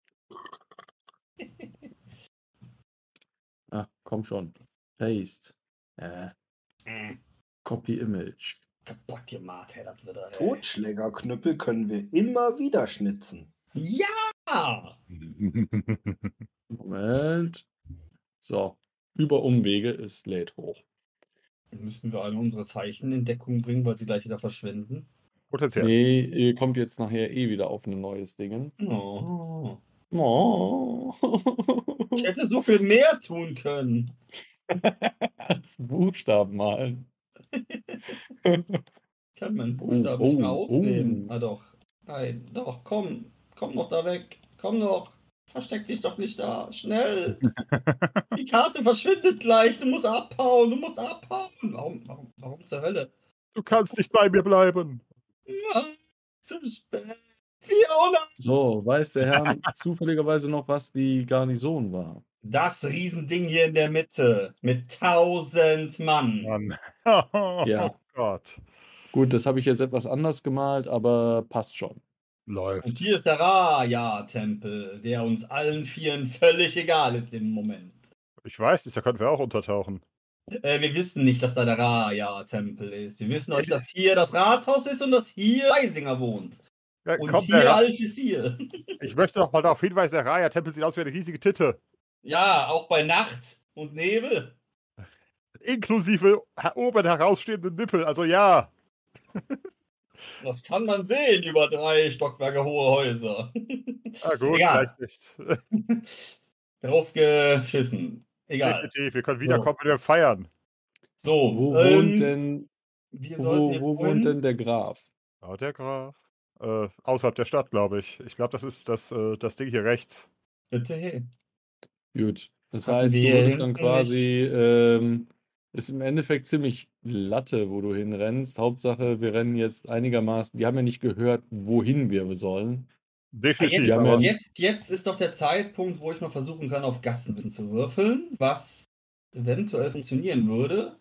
Speaker 3: Ah, komm schon. Paste. Äh,
Speaker 2: Äh,
Speaker 3: Copy Image.
Speaker 2: kaputt gemacht, hey, das wird er, ey.
Speaker 5: Totschlägerknüppel können wir immer wieder schnitzen.
Speaker 2: Ja!
Speaker 3: Moment. So, über Umwege, es lädt hoch.
Speaker 2: Müssen wir alle unsere Zeichen in Deckung bringen, weil sie gleich wieder verschwinden?
Speaker 4: Potenziell.
Speaker 3: Nee, ihr kommt jetzt nachher eh wieder auf ein neues Ding.
Speaker 2: Oh.
Speaker 3: Oh.
Speaker 2: Ich hätte so viel mehr tun können.
Speaker 3: Als Buchstaben malen.
Speaker 2: Ich kann meinen Buchstaben
Speaker 3: Oh,
Speaker 2: nicht mehr
Speaker 3: oh,
Speaker 2: aufnehmen.
Speaker 3: oh.
Speaker 2: Ah doch. Nein, doch, komm. Komm noch da weg. Komm noch. Versteck dich doch nicht da. Schnell. Die Karte verschwindet gleich. Du musst abhauen. Du musst abhauen. Warum, warum, warum zur Hölle?
Speaker 4: Du kannst nicht bei mir bleiben.
Speaker 2: Mann, zu spät. Fiona!
Speaker 3: So, weiß der Herr zufälligerweise noch, was die Garnison war?
Speaker 2: Das Riesending hier in der Mitte. Mit tausend Mann.
Speaker 4: Mann.
Speaker 3: Ja.
Speaker 4: Oh Gott.
Speaker 3: Gut, das habe ich jetzt etwas anders gemalt, aber passt schon.
Speaker 4: Läuft.
Speaker 2: Und hier ist der Raya-Tempel, der uns allen Vieren völlig egal ist im Moment.
Speaker 4: Ich weiß nicht, da könnten wir auch untertauchen.
Speaker 2: Äh, wir wissen nicht, dass da der Raya-Tempel ist. Wir wissen euch, dass hier das Rathaus ist und dass hier Reisinger wohnt.
Speaker 4: Ja,
Speaker 2: Und
Speaker 4: komm,
Speaker 2: hier
Speaker 4: der Ra-
Speaker 2: Alphysir.
Speaker 4: ich möchte noch mal darauf hinweisen, der Raya-Tempel sieht aus wie eine riesige Titte.
Speaker 2: Ja, auch bei Nacht und Nebel.
Speaker 4: Inklusive her- oben herausstehenden Nippel. Also ja.
Speaker 2: Das kann man sehen über drei Stockwerke hohe Häuser.
Speaker 4: Ah gut,
Speaker 2: Egal.
Speaker 4: vielleicht nicht.
Speaker 2: Drauf geschissen. Egal.
Speaker 4: Definitiv, wir können wiederkommen, wenn wir feiern.
Speaker 2: So,
Speaker 3: Wo
Speaker 2: ähm,
Speaker 3: wohnt denn,
Speaker 2: wir sollten
Speaker 3: wo,
Speaker 2: jetzt
Speaker 3: wo
Speaker 2: wohin?
Speaker 3: wohnt denn der Graf?
Speaker 4: Ah, der Graf. Äh, außerhalb der Stadt, glaube ich. Ich glaube, das ist das, äh, das Ding hier rechts.
Speaker 2: Bitte hin.
Speaker 3: Gut. Das
Speaker 2: Hatten
Speaker 3: heißt, du
Speaker 2: wir
Speaker 3: würdest dann
Speaker 2: hinten
Speaker 3: quasi, ähm, ist im Endeffekt ziemlich Latte, wo du hinrennst. Hauptsache, wir rennen jetzt einigermaßen, die haben ja nicht gehört, wohin wir sollen.
Speaker 2: Ah,
Speaker 4: Definitiv,
Speaker 2: jetzt,
Speaker 3: haben ja
Speaker 4: aber
Speaker 3: nicht-
Speaker 2: jetzt, jetzt ist doch der Zeitpunkt, wo ich mal versuchen kann, auf Gassenwissen zu würfeln, was eventuell funktionieren würde.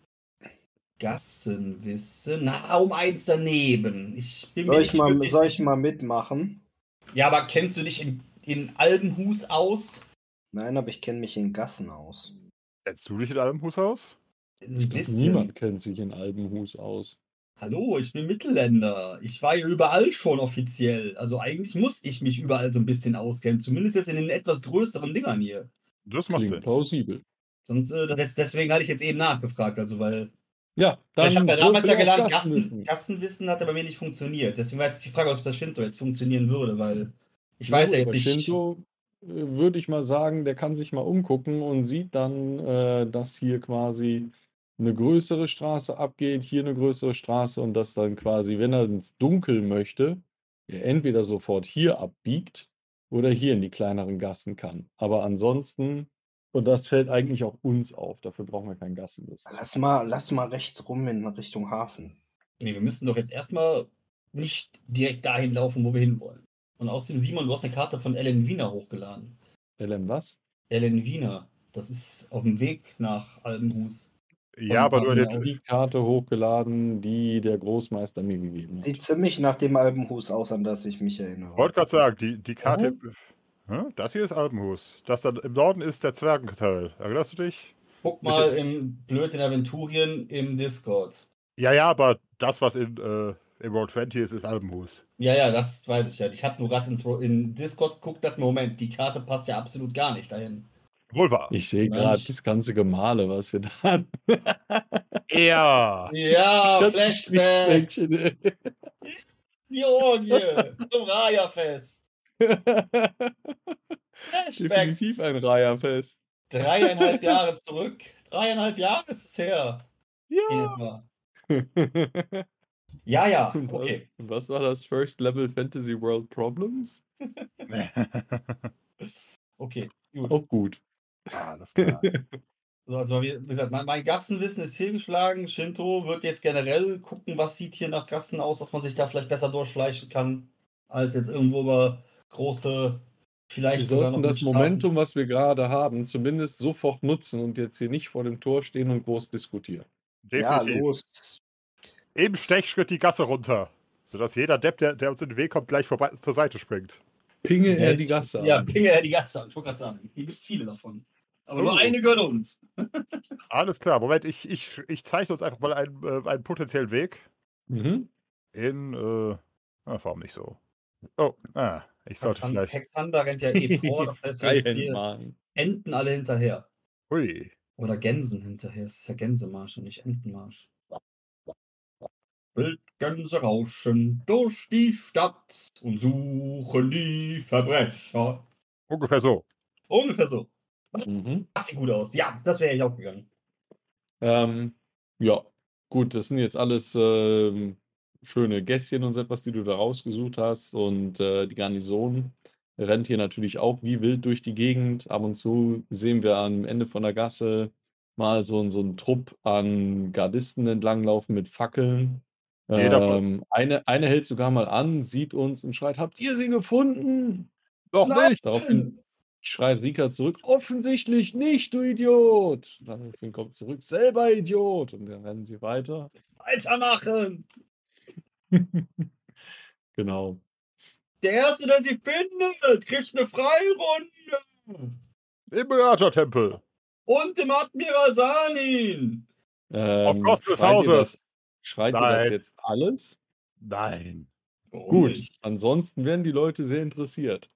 Speaker 2: Gassenwissen, na, um eins daneben. Ich bin mir
Speaker 5: Soll ich,
Speaker 2: nicht
Speaker 5: mal,
Speaker 2: wirklich
Speaker 5: soll ich
Speaker 2: sicher.
Speaker 5: mal mitmachen?
Speaker 2: Ja, aber kennst du dich in, in Albenhus aus?
Speaker 5: Nein, aber ich kenne mich in Gassen aus.
Speaker 4: kennst du dich in einem Hus aus?
Speaker 2: Ein
Speaker 3: Ich glaub,
Speaker 2: bisschen.
Speaker 3: niemand kennt sich in Albenhus aus.
Speaker 2: Hallo, ich bin Mittelländer. Ich war ja überall schon offiziell. Also eigentlich muss ich mich überall so ein bisschen auskennen. Zumindest jetzt in den etwas größeren Dingern hier.
Speaker 4: Das macht
Speaker 3: Klingt
Speaker 4: Sinn.
Speaker 3: plausibel.
Speaker 2: Sonst, äh, des, deswegen hatte ich jetzt eben nachgefragt. Also, weil.
Speaker 3: Ja, dann
Speaker 2: ich habe ja damals ja
Speaker 3: würfel auf
Speaker 2: gelernt, Gassen,
Speaker 3: Gassenwissen.
Speaker 2: Gassenwissen hat aber mir nicht funktioniert. Deswegen war jetzt die Frage, ob es bei Shinto jetzt funktionieren würde, weil ich
Speaker 3: Na
Speaker 2: weiß
Speaker 3: gut,
Speaker 2: ja
Speaker 3: aber
Speaker 2: jetzt nicht.
Speaker 3: Shinto, äh, würde ich mal sagen, der kann sich mal umgucken und sieht dann, äh, dass hier quasi eine größere Straße abgeht, hier eine größere Straße und dass dann quasi, wenn er ins Dunkel möchte, er entweder sofort hier abbiegt oder hier in die kleineren Gassen kann. Aber ansonsten, und das fällt eigentlich auch uns auf, dafür brauchen wir kein Gassenwissen.
Speaker 5: Lass mal, lass mal rechts rum in Richtung Hafen.
Speaker 2: Nee, wir müssen doch jetzt erstmal nicht direkt dahin laufen, wo wir hinwollen. Und außerdem, Simon, du hast eine Karte von Ellen Wiener hochgeladen.
Speaker 3: L M was?
Speaker 2: Ellen Wiener, das ist auf dem Weg nach Albenhus.
Speaker 4: Ja, aber nur
Speaker 2: Martina
Speaker 4: den,
Speaker 2: aus.
Speaker 3: Die Karte hochgeladen, die der Großmeister mir gegeben hat.
Speaker 5: Sieht ziemlich nach dem Albenhus aus, an das ich mich erinnere.
Speaker 4: wollte gerade sagen, die, die Karte.
Speaker 2: Aha.
Speaker 4: Hä? Das hier ist Alpenhus. Das da im Norden ist der Zwergenteil. Erinnerst du dich?
Speaker 2: Guck
Speaker 4: Mit
Speaker 2: mal
Speaker 4: dem-
Speaker 2: im Blöd in Aventurien im Discord.
Speaker 4: Ja, ja, aber das, was in, äh, im Road zwanzig ist, ist Alpenhus.
Speaker 2: Ja, ja, das weiß ich ja. Ich habe nur gerade in Discord geguckt, dachte, Moment, die Karte passt ja absolut gar nicht dahin.
Speaker 4: Wohl wahr.
Speaker 3: Ich sehe
Speaker 2: Nein,
Speaker 3: gerade
Speaker 2: ich-
Speaker 3: das ganze Gemale, was wir da hatten.
Speaker 4: Ja.
Speaker 2: Ja,
Speaker 3: Das
Speaker 2: Flashback,
Speaker 3: Strichmännchen, ey.
Speaker 2: die Orgie zum Raya-Fest. Flashbacks.
Speaker 3: Definitiv ein Reiherfest.
Speaker 2: Dreieinhalb Jahre zurück. Dreieinhalb Jahre ist es her. In
Speaker 4: Ja.
Speaker 2: etwa. Ja, ja,
Speaker 3: Und was-
Speaker 2: okay.
Speaker 3: und was war das First Level Fantasy World Problems?
Speaker 2: Okay, gut.
Speaker 3: Auch gut.
Speaker 4: Alles klar.
Speaker 2: So, also wie wie gesagt, mein, mein Gassenwissen ist fehlgeschlagen. Shinto wird jetzt generell gucken, was sieht hier nach Gassen aus, dass man sich da vielleicht besser durchschleichen kann, als jetzt irgendwo über große, vielleicht
Speaker 3: Wir
Speaker 2: sogar
Speaker 3: sollten
Speaker 2: noch
Speaker 3: das
Speaker 2: mit Straßen-
Speaker 3: Momentum, was wir gerade haben, zumindest sofort nutzen und jetzt hier nicht vor dem Tor stehen und groß diskutieren.
Speaker 5: Ja,
Speaker 4: Definitiv.
Speaker 5: los.
Speaker 4: Im Stechschritt die Gasse runter. Sodass jeder Depp, der, der uns in den Weg kommt, gleich vorbei zur Seite springt.
Speaker 3: Pinge
Speaker 2: Ja,
Speaker 3: er die Gasse
Speaker 2: Ja,
Speaker 3: an.
Speaker 2: Pinge die Gasse an. Ich wollte gerade sagen, hier gibt es viele davon. Aber nur
Speaker 4: Oh.
Speaker 2: eine gehört uns.
Speaker 4: Alles klar. Moment, ich, ich, ich zeichne uns einfach mal einen, äh, einen potenziellen Weg.
Speaker 3: Mhm.
Speaker 4: In, äh, ah, warum nicht so? Oh, ah, ich sollte
Speaker 2: Hexhand-
Speaker 4: vielleicht.
Speaker 2: Hexhander rennt ja eh vor, das heißt, wir,
Speaker 3: Freihand
Speaker 2: wir
Speaker 3: malen.
Speaker 2: enten alle hinterher.
Speaker 4: Hui.
Speaker 2: Oder Gänsen hinterher. Es ist ja Gänsemarsch und nicht Entenmarsch. Wildgänse rauschen durch die Stadt und suchen die Verbrecher.
Speaker 4: Ungefähr so.
Speaker 2: Ungefähr so.
Speaker 3: Mhm.
Speaker 2: Das sieht gut aus. Ja, das wäre ich auch gegangen.
Speaker 3: Ähm, ja, gut, das sind jetzt alles ähm, schöne Gässchen und so etwas, die du da rausgesucht hast. Und äh, die Garnison rennt hier natürlich auch wie wild durch die Gegend. Ab und zu sehen wir am Ende von der Gasse mal so, ein- so einen Trupp an Gardisten entlanglaufen mit Fackeln.
Speaker 4: Jeder von-
Speaker 3: Ähm, eine, eine hält sogar mal an, sieht uns und schreit: Habt ihr sie gefunden?
Speaker 4: Noch nicht!
Speaker 3: Daraufhin schreit Rika zurück: Offensichtlich nicht, du Idiot! Daraufhin kommt zurück: Selber Idiot! Und dann rennen sie weiter.
Speaker 2: Weitermachen!
Speaker 3: Genau.
Speaker 2: Der Erste, der sie findet, kriegt eine Freirunde.
Speaker 4: Im Mördertempel.
Speaker 2: Und dem Admiral Sanin.
Speaker 3: Ähm,
Speaker 4: Kosten des
Speaker 3: schreit ihr
Speaker 4: Hauses.
Speaker 3: das, schreit ihr das
Speaker 4: Nein.
Speaker 3: jetzt alles?
Speaker 4: Nein.
Speaker 2: Warum
Speaker 3: Gut,
Speaker 2: nicht?
Speaker 3: ansonsten werden die Leute sehr interessiert.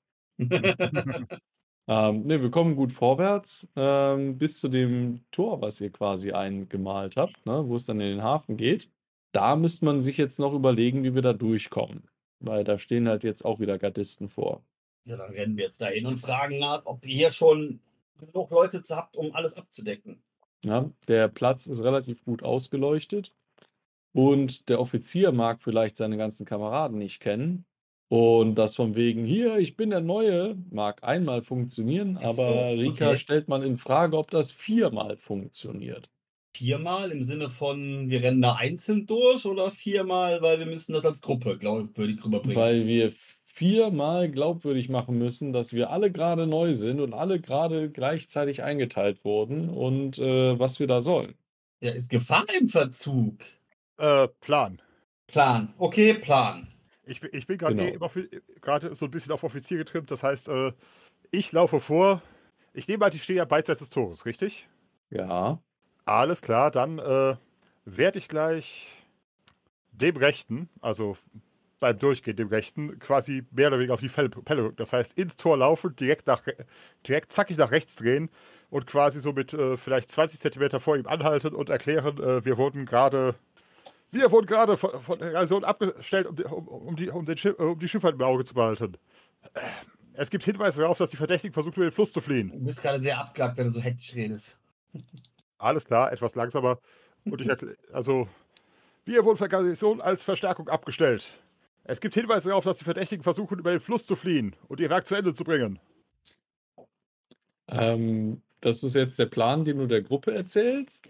Speaker 3: Ähm, ne, wir kommen gut vorwärts ähm, bis zu dem Tor, was ihr quasi eingemalt habt, ne, wo es dann in den Hafen geht. Da müsste man sich jetzt noch überlegen, wie wir da durchkommen. Weil da stehen halt jetzt auch wieder Gardisten vor.
Speaker 2: Ja, dann rennen wir jetzt dahin und fragen nach, ob ihr hier schon genug Leute habt, um alles abzudecken.
Speaker 3: Ja, der Platz ist relativ gut ausgeleuchtet und der Offizier mag vielleicht seine ganzen Kameraden nicht kennen. Und das von wegen: Hier, ich bin der Neue, mag einmal funktionieren,
Speaker 2: Ach so,
Speaker 3: aber Rika
Speaker 2: okay.
Speaker 3: stellt man in Frage, ob das viermal funktioniert.
Speaker 2: Viermal im Sinne von, wir rennen da einzeln durch oder viermal, weil wir müssen das als Gruppe glaubwürdig rüberbringen?
Speaker 3: Weil wir viermal glaubwürdig machen müssen, dass wir alle gerade neu sind und alle gerade gleichzeitig eingeteilt wurden und äh, was wir da sollen.
Speaker 2: Ja, ist Gefahr im Verzug.
Speaker 4: Äh, Plan.
Speaker 2: Plan. Okay, Plan.
Speaker 4: Ich, bin- ich bin gerade
Speaker 3: Genau.
Speaker 4: eh immer für- gerade so ein bisschen auf Offizier getrimmt. Das heißt, äh, ich laufe vor. Ich nehme halt, ich stehe ja beidseits des Tores, richtig?
Speaker 3: Ja,
Speaker 4: Alles klar, dann äh, werde ich gleich dem Rechten, also beim Durchgehen dem Rechten, quasi mehr oder weniger auf die Felle, Pelle rücken. Das heißt, ins Tor laufen, direkt, nach, re- direkt zackig nach rechts drehen und quasi so mit äh, vielleicht zwanzig Zentimeter vor ihm anhalten und erklären, äh, wir wurden gerade wir wurden gerade von, von der Garnison abgestellt, um die, um, um die, um den Schiff, äh, um die Schifffahrt im Auge zu behalten. Äh, Es gibt Hinweise darauf, dass die Verdächtigen versuchen, über den Fluss zu fliehen.
Speaker 2: Du bist gerade sehr abgehakt, wenn du so hektisch redest.
Speaker 4: Alles klar, etwas langsamer. Und ich erkläre, also, wir wurden von der Garnison als Verstärkung abgestellt. Es gibt Hinweise darauf, dass die Verdächtigen versuchen, über den Fluss zu fliehen und ihre Werk zu Ende zu bringen.
Speaker 3: Ähm, das ist jetzt der Plan, den du der Gruppe erzählst?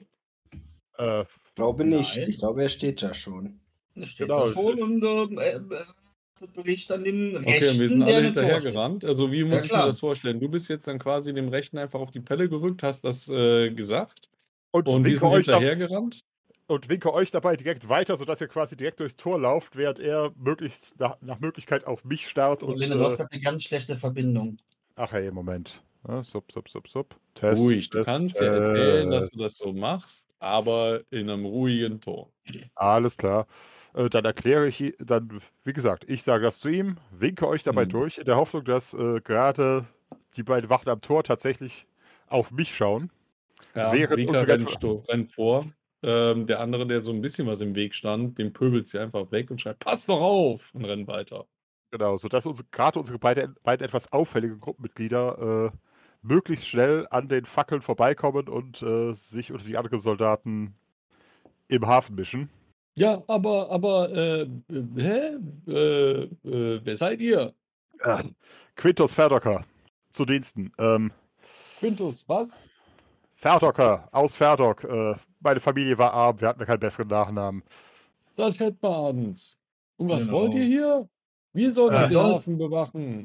Speaker 4: Äh,
Speaker 5: Ich glaube nicht.
Speaker 2: Nein.
Speaker 5: Ich glaube, er steht da schon.
Speaker 2: Das steht
Speaker 4: Genau,
Speaker 2: da schon und äh, äh, Bericht an den
Speaker 3: Okay, und
Speaker 2: Rechten,
Speaker 3: wir sind
Speaker 2: der
Speaker 3: alle
Speaker 2: nicht
Speaker 3: hinterher
Speaker 2: vorsteht.
Speaker 3: gerannt. Also wie muss
Speaker 2: Ja,
Speaker 3: ich mir
Speaker 2: klar.
Speaker 3: das vorstellen? Du bist jetzt dann quasi dem Rechten einfach auf die Pelle gerückt, hast das äh, gesagt
Speaker 4: und,
Speaker 3: und wir
Speaker 4: winke
Speaker 3: sind
Speaker 4: euch da,
Speaker 3: hinterher gerannt.
Speaker 4: und winke euch dabei direkt weiter, sodass ihr quasi direkt durchs Tor lauft, während er möglichst nach, nach Möglichkeit auf mich starrt. Und,
Speaker 2: Lena, du hast
Speaker 4: äh,
Speaker 2: gerade eine ganz schlechte Verbindung.
Speaker 4: ach hey, Moment. Ja, sub, sub, sub, sub. Test,
Speaker 3: Ruhig, du
Speaker 4: Test,
Speaker 3: kannst ja erzählen, dass
Speaker 4: Test.
Speaker 3: du das so machst, aber in einem ruhigen Ton.
Speaker 4: Alles klar. Äh, dann erkläre ich, i- dann, wie gesagt, ich sage das zu ihm, winke euch dabei
Speaker 3: Mhm.
Speaker 4: durch, in der Hoffnung, dass äh, gerade die beiden Wachen am Tor tatsächlich auf mich schauen.
Speaker 3: Ja,
Speaker 4: Während
Speaker 3: Rika
Speaker 4: unsere
Speaker 3: rennt,
Speaker 4: etwa-
Speaker 3: sto- rennt vor. Ähm, der andere, der so ein bisschen was im Weg stand, dem pöbelt sie einfach weg und schreit, pass doch auf! Und rennt weiter.
Speaker 4: Genau, sodass unsere, gerade unsere beide, beiden etwas auffälligen Gruppenmitglieder äh, möglichst schnell an den Fackeln vorbeikommen und äh, sich unter die anderen Soldaten im Hafen mischen.
Speaker 3: Ja, aber, aber, äh, hä? Äh, äh, wer seid ihr?
Speaker 4: Ah, Quintus Ferdocker zu Diensten. Ähm,
Speaker 3: Quintus, was?
Speaker 4: Ferdocker aus Ferdok. Äh, meine Familie war arm, wir hatten keinen besseren Nachnamen.
Speaker 3: Das hätten wir abends. Und was
Speaker 2: Genau.
Speaker 3: wollt ihr hier? Wir sollen
Speaker 4: Äh,
Speaker 3: den
Speaker 2: soll-
Speaker 3: Hafen bewachen.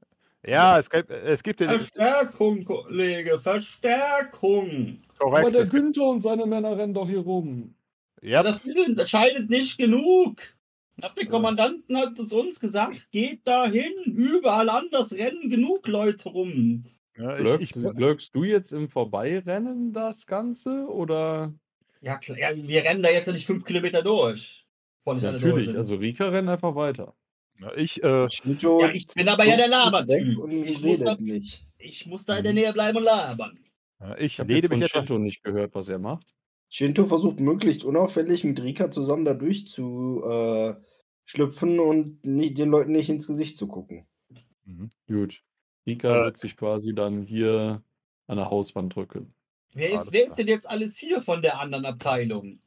Speaker 4: Ja, es gibt, es gibt den.
Speaker 2: Verstärkung, Kollege, Verstärkung.
Speaker 3: Aber
Speaker 4: Korrekt.
Speaker 3: der
Speaker 4: Es gibt,
Speaker 3: Günther und seine Männer rennen doch hier rum.
Speaker 2: Ja,
Speaker 4: ja,
Speaker 2: das sind anscheinend nicht genug. Hab der Kommandanten hat es uns gesagt, geht dahin, überall anders rennen genug Leute rum.
Speaker 4: ja, ich,
Speaker 3: Blöckst,
Speaker 4: ich,
Speaker 3: blöckst du jetzt im Vorbeirennen das Ganze? Oder?
Speaker 2: Ja, klar, ja, wir rennen da jetzt ja nicht fünf Kilometer durch. Bevor nicht
Speaker 3: Ja,
Speaker 2: alle durch
Speaker 3: natürlich,
Speaker 2: sind.
Speaker 3: also Rika rennt einfach weiter.
Speaker 4: ja, ich, äh,
Speaker 5: Shinto
Speaker 2: Ja, ich bin aber ja der
Speaker 5: duckt sich
Speaker 2: Labertyp.
Speaker 5: weg und
Speaker 2: Ich muss, da,
Speaker 5: redet nicht.
Speaker 2: ich muss da in der Nähe bleiben und labern.
Speaker 4: ja, ich
Speaker 3: Ich habe jetzt
Speaker 4: lehne
Speaker 3: von
Speaker 4: mich etwas.
Speaker 3: Shinto nicht gehört, was er macht.
Speaker 5: Shinto versucht möglichst unauffällig mit Rika zusammen da durchzuschlüpfen äh, schlüpfen und nicht, den Leuten nicht ins Gesicht zu gucken.
Speaker 4: Mhm.
Speaker 3: Gut. Rika
Speaker 4: Äh.
Speaker 3: wird sich quasi dann hier an der Hauswand drücken.
Speaker 2: Wer ist,
Speaker 4: Alles
Speaker 2: wer
Speaker 4: klar.
Speaker 2: ist denn jetzt alles hier von der anderen Abteilung?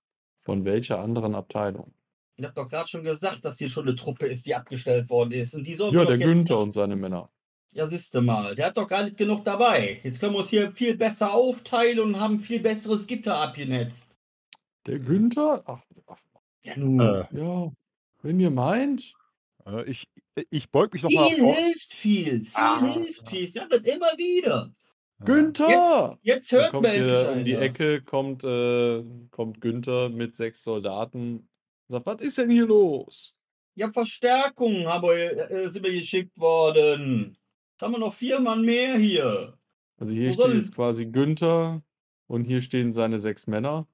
Speaker 3: Von welcher anderen Abteilung?
Speaker 2: Ich habe doch gerade schon gesagt, dass hier schon eine Truppe ist, die abgestellt worden ist. Und die sollen
Speaker 3: Ja,
Speaker 2: wir doch
Speaker 3: der
Speaker 2: jetzt
Speaker 3: Günther
Speaker 2: nicht-
Speaker 3: und seine Männer.
Speaker 2: Ja, siehste mal, der hat doch gar nicht genug dabei. Jetzt können wir uns hier viel besser aufteilen und haben viel besseres Gitter abgenetzt.
Speaker 3: Der Günther? Ach, ach
Speaker 2: Ja, nun.
Speaker 4: Äh,
Speaker 3: ja, wenn ihr meint.
Speaker 4: äh, ich, ich beug mich nochmal
Speaker 2: Viel
Speaker 4: vor.
Speaker 2: hilft viel. Viel
Speaker 4: Ah.
Speaker 2: hilft viel. Ich sag das immer wieder.
Speaker 3: Günther!
Speaker 2: Jetzt
Speaker 3: Dann
Speaker 2: hört
Speaker 3: kommt
Speaker 2: mir endlich
Speaker 3: hier um die
Speaker 2: einer.
Speaker 3: Ecke, kommt, äh, kommt Günther mit sechs Soldaten. Sagt, was ist denn hier los?
Speaker 2: Ja, Verstärkung haben wir, äh, sind wir geschickt worden. Jetzt haben wir noch vier Mann mehr hier.
Speaker 3: Also hier
Speaker 2: Wo
Speaker 3: steht
Speaker 2: soll-
Speaker 3: jetzt quasi Günther und hier stehen seine sechs Männer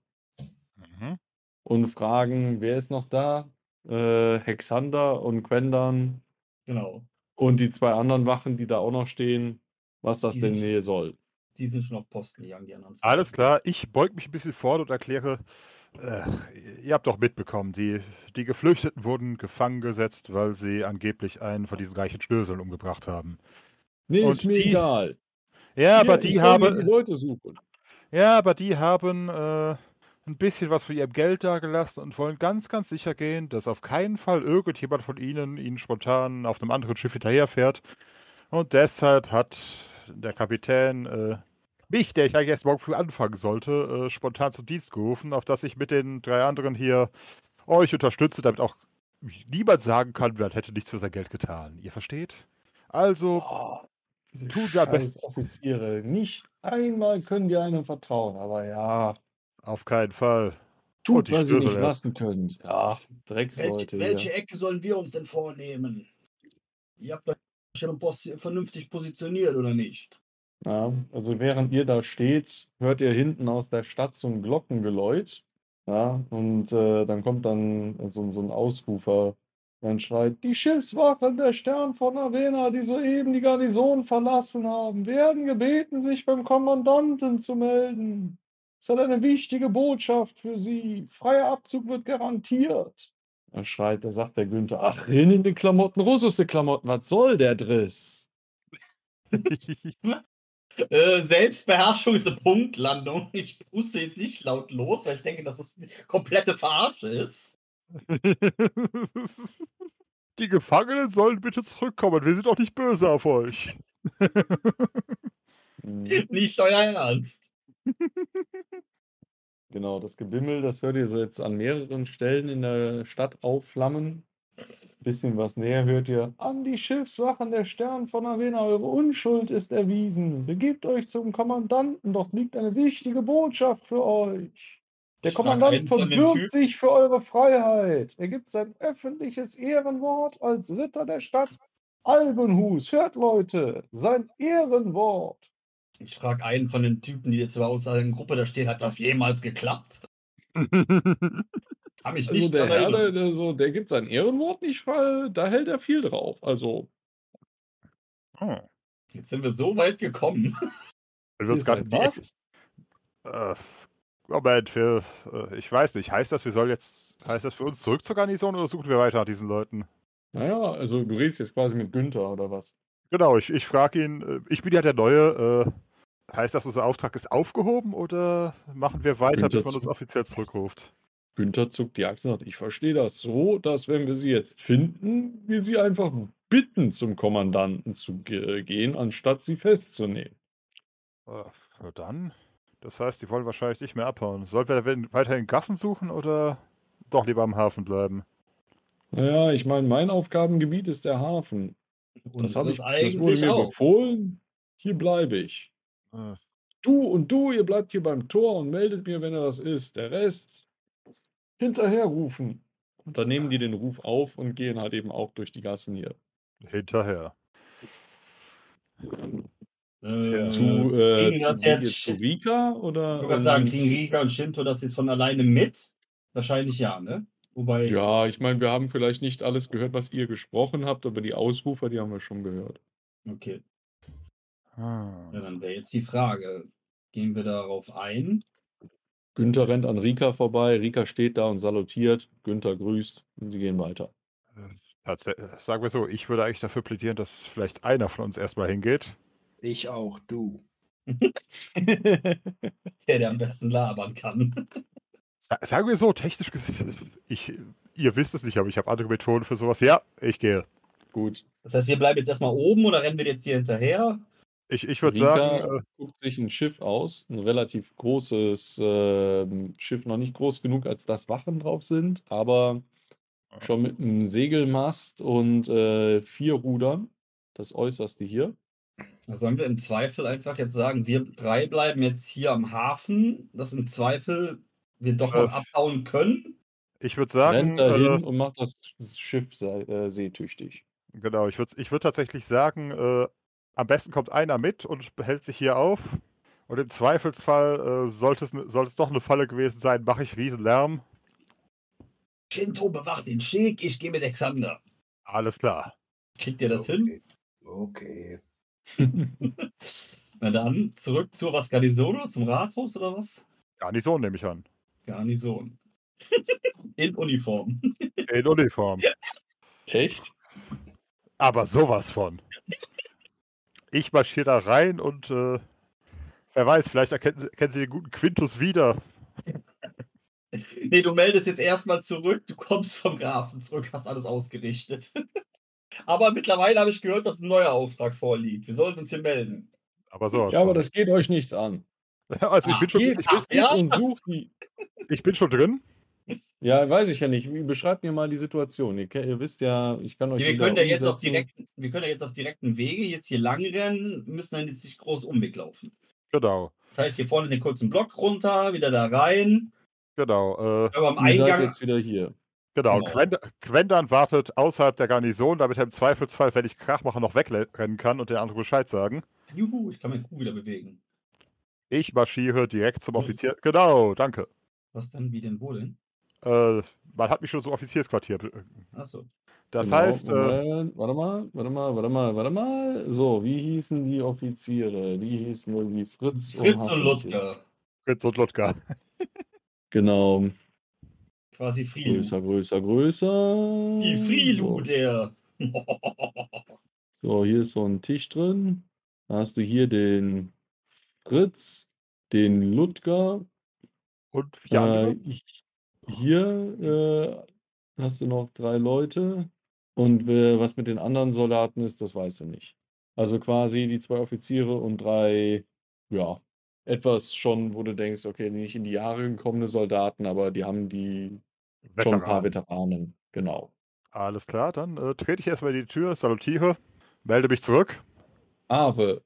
Speaker 4: Mhm.
Speaker 3: und fragen, wer ist noch da? Äh, Hexander und Quendan
Speaker 2: Genau.
Speaker 3: und die zwei anderen Wachen, die da auch noch stehen, was das
Speaker 2: Die
Speaker 3: denn
Speaker 2: sind-
Speaker 3: hier soll.
Speaker 2: Die sind schon auf Posten gegangen, die anderen zwei.
Speaker 4: Alles klar, ich beug mich ein bisschen vor und erkläre, äh, ihr habt doch mitbekommen, die, die Geflüchteten wurden gefangen gesetzt, weil sie angeblich einen von diesen reichen Schnöseln umgebracht haben.
Speaker 3: Nee,
Speaker 4: Und
Speaker 3: ist mir
Speaker 4: die-
Speaker 3: egal.
Speaker 4: Ja,
Speaker 3: Hier,
Speaker 4: aber
Speaker 3: ich
Speaker 4: die
Speaker 3: soll mir die
Speaker 4: haben,
Speaker 3: Leute suchen.
Speaker 4: ja, aber die haben äh, ein bisschen was von ihrem Geld dagelassen und wollen ganz, ganz sicher gehen, dass auf keinen Fall irgendjemand von ihnen ihnen spontan auf einem anderen Schiff hinterherfährt. Und deshalb hat der Kapitän äh, mich, der ich eigentlich erst morgen früh anfangen sollte, äh, spontan zum Dienst gerufen, auf dass ich mit den drei anderen hier euch unterstütze, damit auch niemand sagen kann, wer hätte nichts für sein Geld getan. Ihr versteht? Also,
Speaker 3: Oh, diese
Speaker 4: tun wir am
Speaker 3: scheiß
Speaker 4: besten.
Speaker 3: Offiziere. Nicht einmal können die einem vertrauen, aber ja,
Speaker 4: auf keinen Fall. Und
Speaker 3: tut,
Speaker 4: die
Speaker 3: was ihr nicht
Speaker 4: Schnösel erst.
Speaker 3: lassen könnt. Ja, Drecksleute
Speaker 2: Welche, welche
Speaker 3: hier.
Speaker 2: Ecke sollen wir uns denn vornehmen? Ihr habt euch schon pos vernünftig positioniert, oder nicht?
Speaker 3: Ja, also während ihr da steht, hört ihr hinten aus der Stadt so ein Glockengeläut. Ja, und äh, dann kommt dann so, so ein Ausrufer, dann schreit, die Schiffswachen der Stern von Avena, die soeben die Garnison verlassen haben, werden gebeten, sich beim Kommandanten zu melden. Das hat eine wichtige Botschaft für sie. Freier Abzug wird garantiert. Da schreit, da sagt der Günther, ach, rinnende Klamotten, russische Klamotten, was soll der Driss?
Speaker 2: Äh, Selbstbeherrschung ist eine Punktlandung. Ich puste jetzt nicht laut los, weil ich denke, dass das eine komplette Verarsche ist.
Speaker 4: Die Gefangenen sollen bitte zurückkommen. Wir sind auch nicht böse auf euch.
Speaker 3: Mhm.
Speaker 2: Nicht euer Ernst.
Speaker 3: Genau, das Gebimmel, das hört ihr so jetzt an mehreren Stellen in der Stadt aufflammen. Bisschen was näher hört ihr: An die Schiffswachen der Stern von Avena, eure Unschuld ist erwiesen. Begebt euch zum Kommandanten, dort liegt eine wichtige Botschaft für euch. Der
Speaker 2: Ich frag
Speaker 3: Kommandant
Speaker 2: einen von den
Speaker 3: verbürgt
Speaker 2: Typen.
Speaker 3: sich für eure Freiheit. Er gibt sein öffentliches Ehrenwort als Ritter der Stadt Albenhus. Hört, Leute, sein Ehrenwort.
Speaker 2: Ich frage einen von den Typen, die jetzt bei uns in der Gruppe da steht, hat das jemals geklappt? Kann mich
Speaker 3: Also
Speaker 2: nicht
Speaker 3: der
Speaker 2: dran
Speaker 3: Herr, der,
Speaker 2: erinnern.
Speaker 3: der, so, der gibt sein Ehrenwort nicht, weil da hält er viel drauf. Also,
Speaker 4: Hm.
Speaker 2: Jetzt sind wir so weit gekommen.
Speaker 4: Wenn wir
Speaker 3: ihr
Speaker 4: uns gerade
Speaker 3: seid
Speaker 4: nie-
Speaker 3: was?
Speaker 4: Äh, Moment, wir, äh, ich weiß nicht. Heißt das, wir sollen jetzt, heißt das für uns zurück zur Garnison oder suchen wir weiter nach diesen Leuten?
Speaker 3: Naja, also du redest jetzt quasi mit Günther oder was?
Speaker 4: Genau, ich, ich frage ihn, äh, ich bin ja der Neue, äh, heißt das, unser Auftrag ist aufgehoben oder machen wir weiter, bis
Speaker 3: Günther
Speaker 4: man uns
Speaker 3: zu-
Speaker 4: offiziell zurückruft?
Speaker 3: Günther zuckt die Achse und sagt: Ich verstehe das so, dass wenn wir sie jetzt finden, wir sie einfach bitten, zum Kommandanten zu ge gehen, anstatt sie festzunehmen.
Speaker 4: Äh, na dann. Das heißt, die wollen wahrscheinlich nicht mehr abhauen. Sollen wir wenn- weiterhin Gassen suchen oder doch lieber am Hafen bleiben?
Speaker 3: Naja, ich meine, mein Aufgabengebiet ist der Hafen. Das, hab
Speaker 2: Unseres
Speaker 3: ich, das wurde
Speaker 2: eigentlich
Speaker 3: mir
Speaker 2: auch.
Speaker 3: befohlen. Hier bleibe ich.
Speaker 4: Äh,
Speaker 3: Du und du, ihr bleibt hier beim Tor und meldet mir, wenn er was ist. Der Rest hinterher rufen. Und dann nehmen die den Ruf auf und gehen halt eben auch durch die Gassen hier.
Speaker 4: hinterher.
Speaker 2: Äh,
Speaker 3: Zu, äh,
Speaker 2: kriegen
Speaker 3: zu,
Speaker 2: das
Speaker 3: geht
Speaker 2: jetzt
Speaker 3: ihr zu
Speaker 2: Shin-
Speaker 3: Rika
Speaker 2: Ich
Speaker 3: oder?
Speaker 2: wollte gerade sagen,
Speaker 3: und-
Speaker 2: kriegen Rika und Shinto das jetzt von alleine mit? Wahrscheinlich ja, ne? Wobei,
Speaker 3: Ja, ich meine, wir haben vielleicht nicht alles gehört, was ihr gesprochen habt, aber die Ausrufer, die haben wir schon gehört.
Speaker 2: okay.
Speaker 4: Hm.
Speaker 2: Ja, dann wäre jetzt die Frage, gehen wir darauf ein?
Speaker 3: Günther rennt an Rika vorbei, Rika steht da und salutiert, Günther grüßt und sie gehen weiter.
Speaker 4: Tats- äh, Sagen wir so, ich würde eigentlich dafür plädieren, dass vielleicht einer von uns erstmal hingeht.
Speaker 5: Ich auch, du.
Speaker 2: Der, der am besten labern kann.
Speaker 4: Sa sagen wir so, technisch gesehen, ich, ihr wisst es nicht, aber ich habe andere Methoden für sowas. Ja, ich gehe.
Speaker 3: Gut,
Speaker 2: Das heißt, wir bleiben jetzt erstmal oben oder rennen wir jetzt hier hinterher?
Speaker 4: Ich, ich würde
Speaker 3: Rika
Speaker 4: sagen, äh,
Speaker 3: guckt sich ein Schiff aus, ein relativ großes ähm, Schiff, noch nicht groß genug, als dass Wachen drauf sind, aber schon mit einem Segelmast und äh, vier Rudern, das äußerste hier.
Speaker 2: Da sollen wir im Zweifel einfach jetzt sagen, wir drei bleiben jetzt hier am Hafen, dass im Zweifel wir doch
Speaker 4: Äh,
Speaker 2: noch abhauen können.
Speaker 4: ich würde sagen,
Speaker 3: Rennt
Speaker 4: äh,
Speaker 3: dahin und macht das Schiff se äh, seetüchtig.
Speaker 4: genau, ich würde ich würd tatsächlich sagen, äh, am besten kommt einer mit und behält sich hier auf. Und im Zweifelsfall, äh, sollte es, ne, sollte es doch eine Falle gewesen sein, mache ich Riesenlärm.
Speaker 2: Shinto bewacht den Steg, ich gehe mit Alexander.
Speaker 4: Alles klar.
Speaker 2: Kriegt ihr das hin?
Speaker 5: Okay.
Speaker 2: Na dann, zurück zur was Garnison oder zum Rathaus oder was?
Speaker 4: Garnison nehme ich an.
Speaker 2: Garnison. In Uniform.
Speaker 4: In Uniform.
Speaker 3: Echt?
Speaker 4: Aber sowas von. Ich marschiere da rein und äh, wer weiß, vielleicht erkennen Sie, erkennen Sie den guten Quintus wieder.
Speaker 2: Nee, du meldest jetzt erstmal zurück, du kommst vom Grafen zurück, hast alles ausgerichtet. Aber mittlerweile habe ich gehört, dass ein neuer Auftrag vorliegt. Wir sollten uns hier melden.
Speaker 4: Aber sowas
Speaker 3: Ja, aber
Speaker 4: von.
Speaker 3: das geht euch nichts an.
Speaker 4: Also ich bin schon,
Speaker 3: Geht,
Speaker 4: ich bin,
Speaker 3: geht
Speaker 2: ja.
Speaker 3: und sucht die.
Speaker 4: ich bin schon drin.
Speaker 3: Ja, weiß ich ja nicht. Wie- Beschreibt mir mal die Situation. Ihr, ke- ihr wisst ja, ich kann euch
Speaker 2: Wir
Speaker 3: wieder
Speaker 2: können, ja jetzt auf
Speaker 3: umsetzen.
Speaker 2: direkt, wir können ja jetzt auf direkten Wege jetzt hier lang rennen, müssen dann jetzt nicht groß Umweg laufen.
Speaker 4: Genau,
Speaker 2: Das heißt, hier vorne den kurzen Block runter, wieder da rein.
Speaker 4: genau. Äh,
Speaker 2: Aber am
Speaker 3: Ihr seid
Speaker 2: Eingang.
Speaker 3: jetzt wieder hier.
Speaker 4: genau.
Speaker 2: Genau.
Speaker 4: Quend Quendan wartet außerhalb der Garnison, damit er im Zweifelsfall, wenn ich Krach mache, noch wegrennen kann und den anderen Bescheid sagen.
Speaker 2: Juhu, ich kann meinen Kuh wieder bewegen.
Speaker 4: Ich marschiere direkt zum
Speaker 2: Mhm.
Speaker 4: Offizier. Genau, danke.
Speaker 2: Was denn? Wie denn? Wo denn?
Speaker 4: Äh, man hat mich schon zum Offiziersquartier.
Speaker 2: Achso.
Speaker 4: Das
Speaker 3: Genau,
Speaker 4: heißt, äh,
Speaker 3: Moment, warte mal, warte mal, warte mal, warte mal. So, wie hießen die Offiziere? Die hießen irgendwie Fritz,
Speaker 2: Fritz
Speaker 3: hast
Speaker 2: und
Speaker 3: du nicht
Speaker 2: Ludger.
Speaker 4: Fritz und Ludger.
Speaker 3: Genau.
Speaker 2: Quasi Frilu.
Speaker 3: Größer, größer, größer.
Speaker 2: Die Frilu,
Speaker 3: So.
Speaker 2: der.
Speaker 3: So, hier ist so ein Tisch drin. Da hast du hier den Fritz, den Ludger.
Speaker 4: Und vier
Speaker 3: Äh,
Speaker 4: andere?
Speaker 3: ich, hier, äh, hast du noch drei Leute. Und wer, was mit den anderen Soldaten ist, das weißt du nicht. Also quasi die zwei Offiziere und drei, ja, etwas schon, wo du denkst, okay, nicht in die Jahre gekommene Soldaten, aber die haben die schon ein paar
Speaker 4: Veteranen.
Speaker 3: Veteranen, genau.
Speaker 4: Alles klar, dann äh, trete ich erstmal in die Tür, salutiere, melde mich zurück.
Speaker 3: Ave,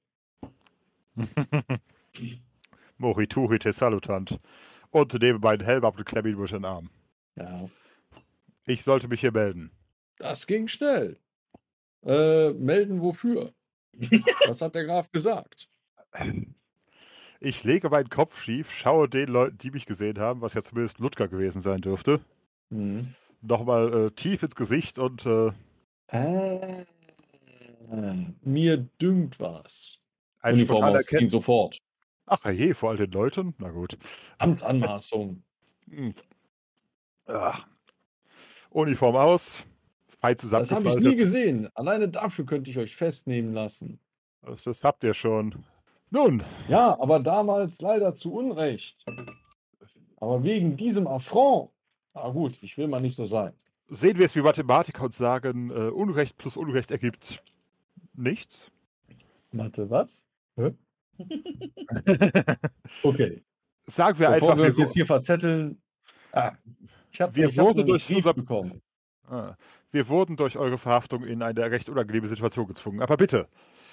Speaker 4: Morituri te salutant. Und nehme meinen Helm ab und klemme ihn durch den Arm.
Speaker 3: ja,
Speaker 4: Ich sollte mich hier melden.
Speaker 3: das ging schnell. Äh, melden wofür? Was hat der Graf gesagt?
Speaker 4: Ich lege meinen Kopf schief, schaue den Leuten, die mich gesehen haben, was ja zumindest Ludger gewesen sein dürfte,
Speaker 3: Mhm.
Speaker 4: nochmal äh, tief ins Gesicht und äh,
Speaker 3: Ah, mir dünkt was.
Speaker 4: ein
Speaker 3: Uniform
Speaker 4: spontaner
Speaker 3: ausziehen
Speaker 4: Erkenntnis.
Speaker 3: sofort.
Speaker 4: Ach je, vor all den Leuten? Na gut.
Speaker 3: Amtsanmaßung.
Speaker 4: Hm. Ah. Uniform aus, fein
Speaker 3: Das habe ich nie
Speaker 4: zusammengefaltet.
Speaker 3: gesehen. Alleine dafür könnte ich euch festnehmen lassen.
Speaker 4: Das, das habt ihr schon. Nun,
Speaker 3: Ja, aber damals leider zu Unrecht. Aber wegen diesem Affront. Na gut, ich will mal nicht so sein.
Speaker 4: sehen wir es wie Mathematiker und sagen, äh, Unrecht plus Unrecht ergibt nichts.
Speaker 3: Mathe, was? Hä? Okay.
Speaker 4: Sagen wir
Speaker 3: Bevor
Speaker 4: einfach,
Speaker 3: wir uns
Speaker 4: wir,
Speaker 3: jetzt hier verzetteln. Ah, ich habe
Speaker 4: Wir
Speaker 3: ich hab
Speaker 4: wurden
Speaker 3: einen
Speaker 4: durch
Speaker 3: Brief
Speaker 4: unser-
Speaker 3: bekommen.
Speaker 4: ah, wir wurden durch eure Verhaftung in eine recht unangenehme Situation gezwungen. Aber bitte,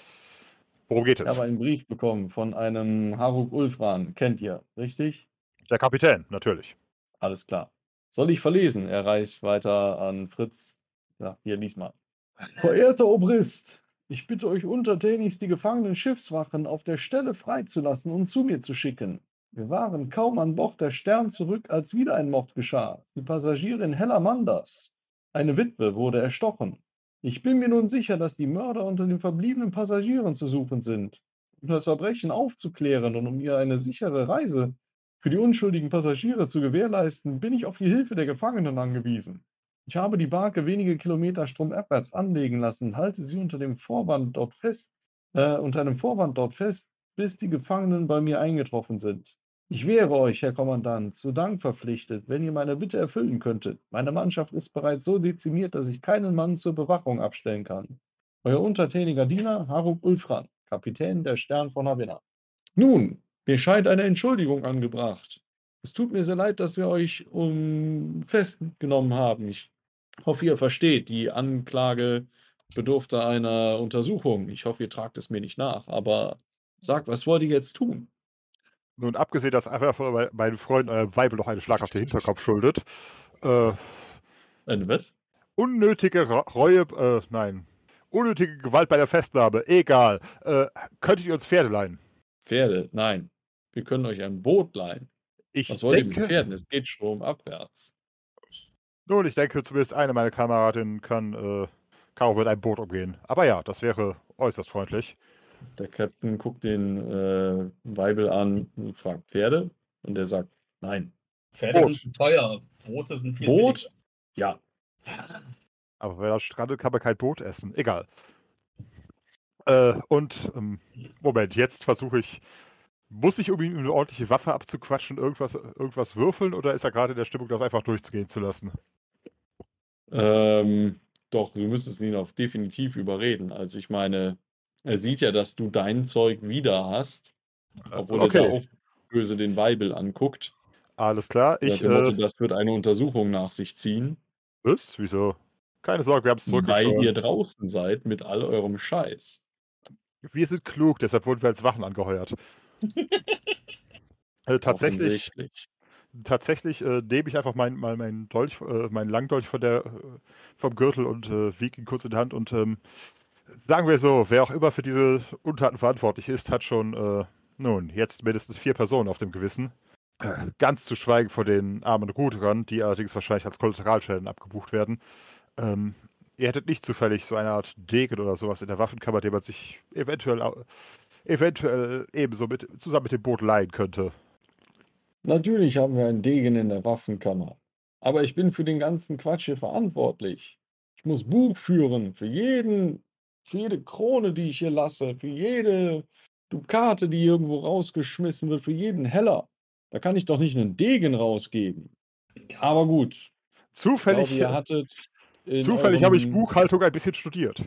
Speaker 4: worum geht
Speaker 3: Ich
Speaker 4: es?
Speaker 3: habe einen Brief bekommen von einem Haruk Ulfran. Kennt ihr, richtig?
Speaker 4: Der Kapitän, natürlich.
Speaker 3: Alles klar. Soll ich verlesen? Er reicht weiter an Fritz. Ja, hier, lies mal. Verehrter Obrist, ich bitte euch untertänigst, die gefangenen Schiffswachen auf der Stelle freizulassen und zu mir zu schicken. Wir waren kaum an Bord der Stern zurück, als wieder ein Mord geschah. Die Passagierin Hella Manders, eine Witwe, wurde erstochen. Ich bin mir nun sicher, dass die Mörder unter den verbliebenen Passagieren zu suchen sind. Um das Verbrechen aufzuklären und um ihr eine sichere Reise für die unschuldigen Passagiere zu gewährleisten, bin ich auf die Hilfe der Gefangenen angewiesen. Ich habe die Barke wenige Kilometer stromabwärts anlegen lassen, halte sie unter dem Vorwand dort fest, äh, unter einem Vorwand dort fest, bis die Gefangenen bei mir eingetroffen sind. Ich wäre euch, Herr Kommandant, zu Dank verpflichtet, wenn ihr meine Bitte erfüllen könntet. Meine Mannschaft ist bereits so dezimiert, dass ich keinen Mann zur Bewachung abstellen kann. Euer untertäniger Diener, Haruk Ulfran, Kapitän der Stern von Havanna. Nun, mir scheint eine Entschuldigung angebracht. Es tut mir sehr leid, dass wir euch um festgenommen haben. Ich hoffe, ihr versteht, die Anklage bedurfte einer Untersuchung. Ich hoffe, ihr tragt es mir nicht nach, aber sagt, was wollt ihr jetzt tun?
Speaker 4: Nun, abgesehen, dass einfach von meinen Freunden euer Weibel noch einen Schlag auf den Hinterkopf schuldet, äh,
Speaker 3: Eine was?
Speaker 4: unnötige Ra- Reue, äh, nein, unnötige Gewalt bei der Festnahme, egal. Äh, könntet ihr uns Pferde leihen?
Speaker 3: Pferde? Nein. Wir können euch ein Boot leihen.
Speaker 4: Ich
Speaker 3: Was wollt ihr
Speaker 4: denke,
Speaker 3: mit Pferden? Es geht stromabwärts.
Speaker 4: nun, ich denke, zumindest eine meiner Kameradinnen kann, äh, kann auch mit einem Boot umgehen. Aber ja, das wäre äußerst freundlich.
Speaker 3: Der Captain guckt den äh, Weibel an und fragt Pferde. Und er sagt, nein.
Speaker 2: Pferde
Speaker 4: Boot.
Speaker 2: sind zu teuer. Boote sind viel
Speaker 3: Boot? Ja.
Speaker 2: billiger.
Speaker 4: Aber wenn er strandet, kann man kein Boot essen. Egal. Äh, und, ähm, Moment, jetzt versuche ich, muss ich, um ihm eine ordentliche Waffe abzuquatschen, irgendwas, irgendwas würfeln oder ist er gerade in der Stimmung, das einfach durchgehen zu lassen?
Speaker 3: Ähm, doch, du müsstest ihn auf definitiv überreden. Also ich meine, er sieht ja, dass du dein Zeug wieder hast, obwohl er da
Speaker 4: okay,
Speaker 3: auch böse den Weibel anguckt.
Speaker 4: alles klar.
Speaker 3: Nach
Speaker 4: Ich,
Speaker 3: dem Motto,
Speaker 4: äh,
Speaker 3: das wird eine Untersuchung nach sich ziehen,
Speaker 4: was? Wieso? Keine Sorge, wir haben es
Speaker 3: weil
Speaker 4: zurückgeschworen.
Speaker 3: ihr draußen seid mit all eurem Scheiß.
Speaker 4: Wir sind klug, deshalb wurden wir als Wachen angeheuert. äh, tatsächlich,
Speaker 3: Offensichtlich.
Speaker 4: tatsächlich äh, nehme ich einfach mein, mal meinen Dolch, äh, meinen Langdolch von der, äh, vom Gürtel und äh, wiege ihn kurz in der Hand und ähm, sagen wir so, wer auch immer für diese Untaten verantwortlich ist, hat schon, äh, nun, jetzt mindestens vier Personen auf dem Gewissen. Äh, Ganz zu schweigen von den armen Ruderern, die allerdings wahrscheinlich als Kollateralschäden abgebucht werden. Ähm, ihr hättet nicht zufällig so eine Art Degen oder sowas in der Waffenkammer, den man sich eventuell, au- eventuell ebenso mit, zusammen mit dem Boot leihen könnte.
Speaker 3: Natürlich haben wir einen Degen in der Waffenkammer. Aber ich bin für den ganzen Quatsch hier verantwortlich. Ich muss Buch führen für jeden, für jede Krone, die ich hier lasse, für jede Dukate, die irgendwo rausgeschmissen wird, für jeden Heller. Da kann ich doch nicht einen Degen rausgeben. Aber gut,
Speaker 4: Zufällig,
Speaker 3: glaube, ihr
Speaker 4: äh,
Speaker 3: hattet in
Speaker 4: zufällig habe ich
Speaker 3: eurem
Speaker 4: Buchhaltung ein bisschen studiert.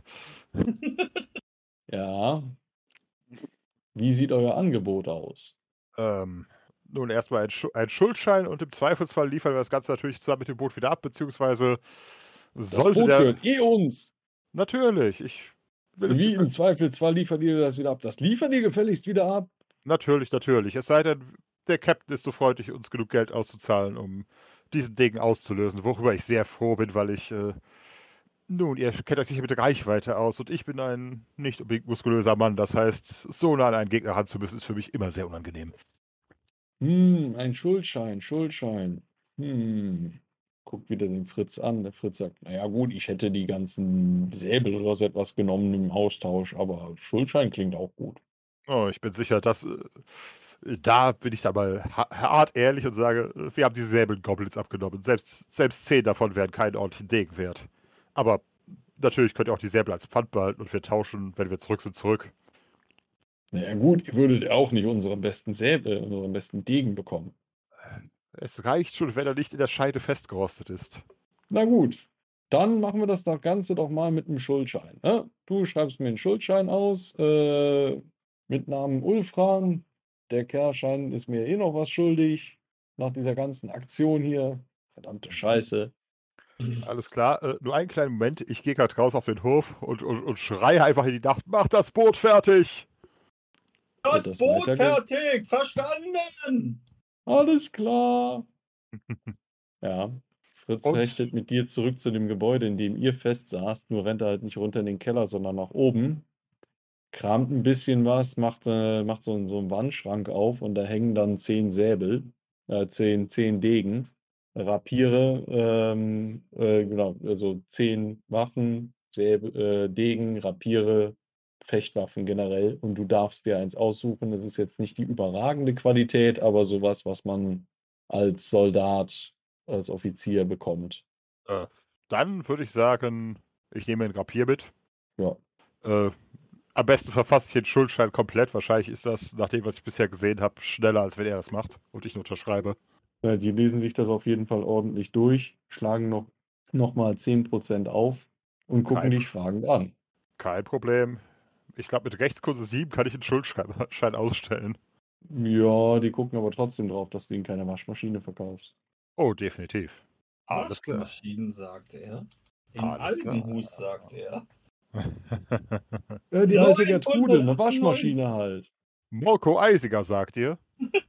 Speaker 3: Ja. Wie sieht euer Angebot aus?
Speaker 4: Ähm, nun erstmal ein, Schu ein Schuldschein und im Zweifelsfall liefern wir das Ganze natürlich zusammen mit dem Boot wieder ab, beziehungsweise
Speaker 3: Das
Speaker 4: sollte
Speaker 3: Boot
Speaker 4: der.
Speaker 3: gehört eh uns.
Speaker 4: Natürlich, ich will es
Speaker 3: Wie
Speaker 4: für,
Speaker 3: im Zweifelsfall liefert ihr das wieder ab. Das liefern die gefälligst wieder ab.
Speaker 4: natürlich, natürlich. Es sei denn, der Captain ist so freundlich, uns genug Geld auszuzahlen, um diesen Ding auszulösen, worüber ich sehr froh bin, weil ich, äh, nun, ihr kennt euch sicher mit der Reichweite aus und ich bin ein nicht unbedingt muskulöser Mann. Das heißt, so nah an einen Gegner ran zu müssen, ist für mich immer sehr unangenehm.
Speaker 3: Hm, ein Schuldschein, Schuldschein. Hm. Guckt wieder den Fritz an. Der Fritz sagt, naja gut, ich hätte die ganzen Säbel oder so etwas genommen im Austausch, aber Schuldschein klingt auch gut.
Speaker 4: Oh, ich bin sicher, dass äh, da bin ich dann mal ha- hart ehrlich und sage, äh, wir haben diese Säbelgoblins abgenommen. Selbst, selbst zehn davon wären keinen ordentlichen Degen wert. Aber natürlich könnt ihr auch die Säbel als Pfand behalten und wir tauschen, wenn wir zurück sind, zurück.
Speaker 3: Naja gut, ihr würdet ja auch nicht unseren besten Säbel, unseren besten Degen bekommen.
Speaker 4: Es reicht schon, wenn er nicht in der Scheide festgerostet ist.
Speaker 3: Na gut, dann machen wir das doch Ganze doch mal mit einem Schuldschein. Ne? Du schreibst mir einen Schuldschein aus äh, mit Namen Ulfran. Der Kerlschein ist mir eh noch was schuldig nach dieser ganzen Aktion hier. Verdammte Scheiße.
Speaker 4: Alles klar, äh, nur einen kleinen Moment. Ich gehe gerade raus auf den Hof und, und, und schreie einfach in die Nacht: Mach das Boot fertig!
Speaker 3: Wird
Speaker 2: Das
Speaker 3: das
Speaker 2: Boot
Speaker 3: weiterge-
Speaker 2: fertig! Verstanden!
Speaker 3: Alles klar. Ja, Fritz
Speaker 4: Und?
Speaker 3: rechnet mit dir zurück zu dem Gebäude, in dem ihr fest saßt. Nur rennt er halt nicht runter in den Keller, sondern nach oben. Kramt ein bisschen was, macht, äh, macht so, einen- so einen Wandschrank auf und da hängen dann zehn Säbel, äh, zehn, zehn Degen, Rapiere, ähm, äh, genau, also zehn Waffen, Säbel, äh, Degen, Rapiere, Fechtwaffen generell. Und du darfst dir eins aussuchen. Das ist jetzt nicht die überragende Qualität, aber sowas, was man als Soldat, als Offizier bekommt.
Speaker 4: Äh, dann würde ich sagen, ich nehme ein Rapier mit.
Speaker 3: Ja.
Speaker 4: Äh, am besten verfasse ich den Schuldschein komplett. Wahrscheinlich ist das, nach dem, was ich bisher gesehen habe, schneller, als wenn er das macht und ich nur unterschreibe.
Speaker 3: Ja, die lesen sich das auf jeden Fall ordentlich durch, schlagen noch, noch mal zehn Prozent auf und gucken
Speaker 4: Kein,
Speaker 3: dich fragend an.
Speaker 4: kein Problem. Ich glaube, mit Rechtskurse sieben kann ich einen Schuldschein ausstellen.
Speaker 3: Ja, die gucken aber trotzdem drauf, dass du ihnen keine Waschmaschine verkaufst.
Speaker 4: Oh, definitiv. Alles klar.
Speaker 2: Waschmaschinen, sagt er. In
Speaker 4: Alles klar.
Speaker 2: Algenhus, sagt er.
Speaker 3: Ja, die alte
Speaker 2: neunhundertachtundneunzig.
Speaker 3: Gertrude, eine Waschmaschine halt.
Speaker 4: Morko Eisiger, sagt ihr?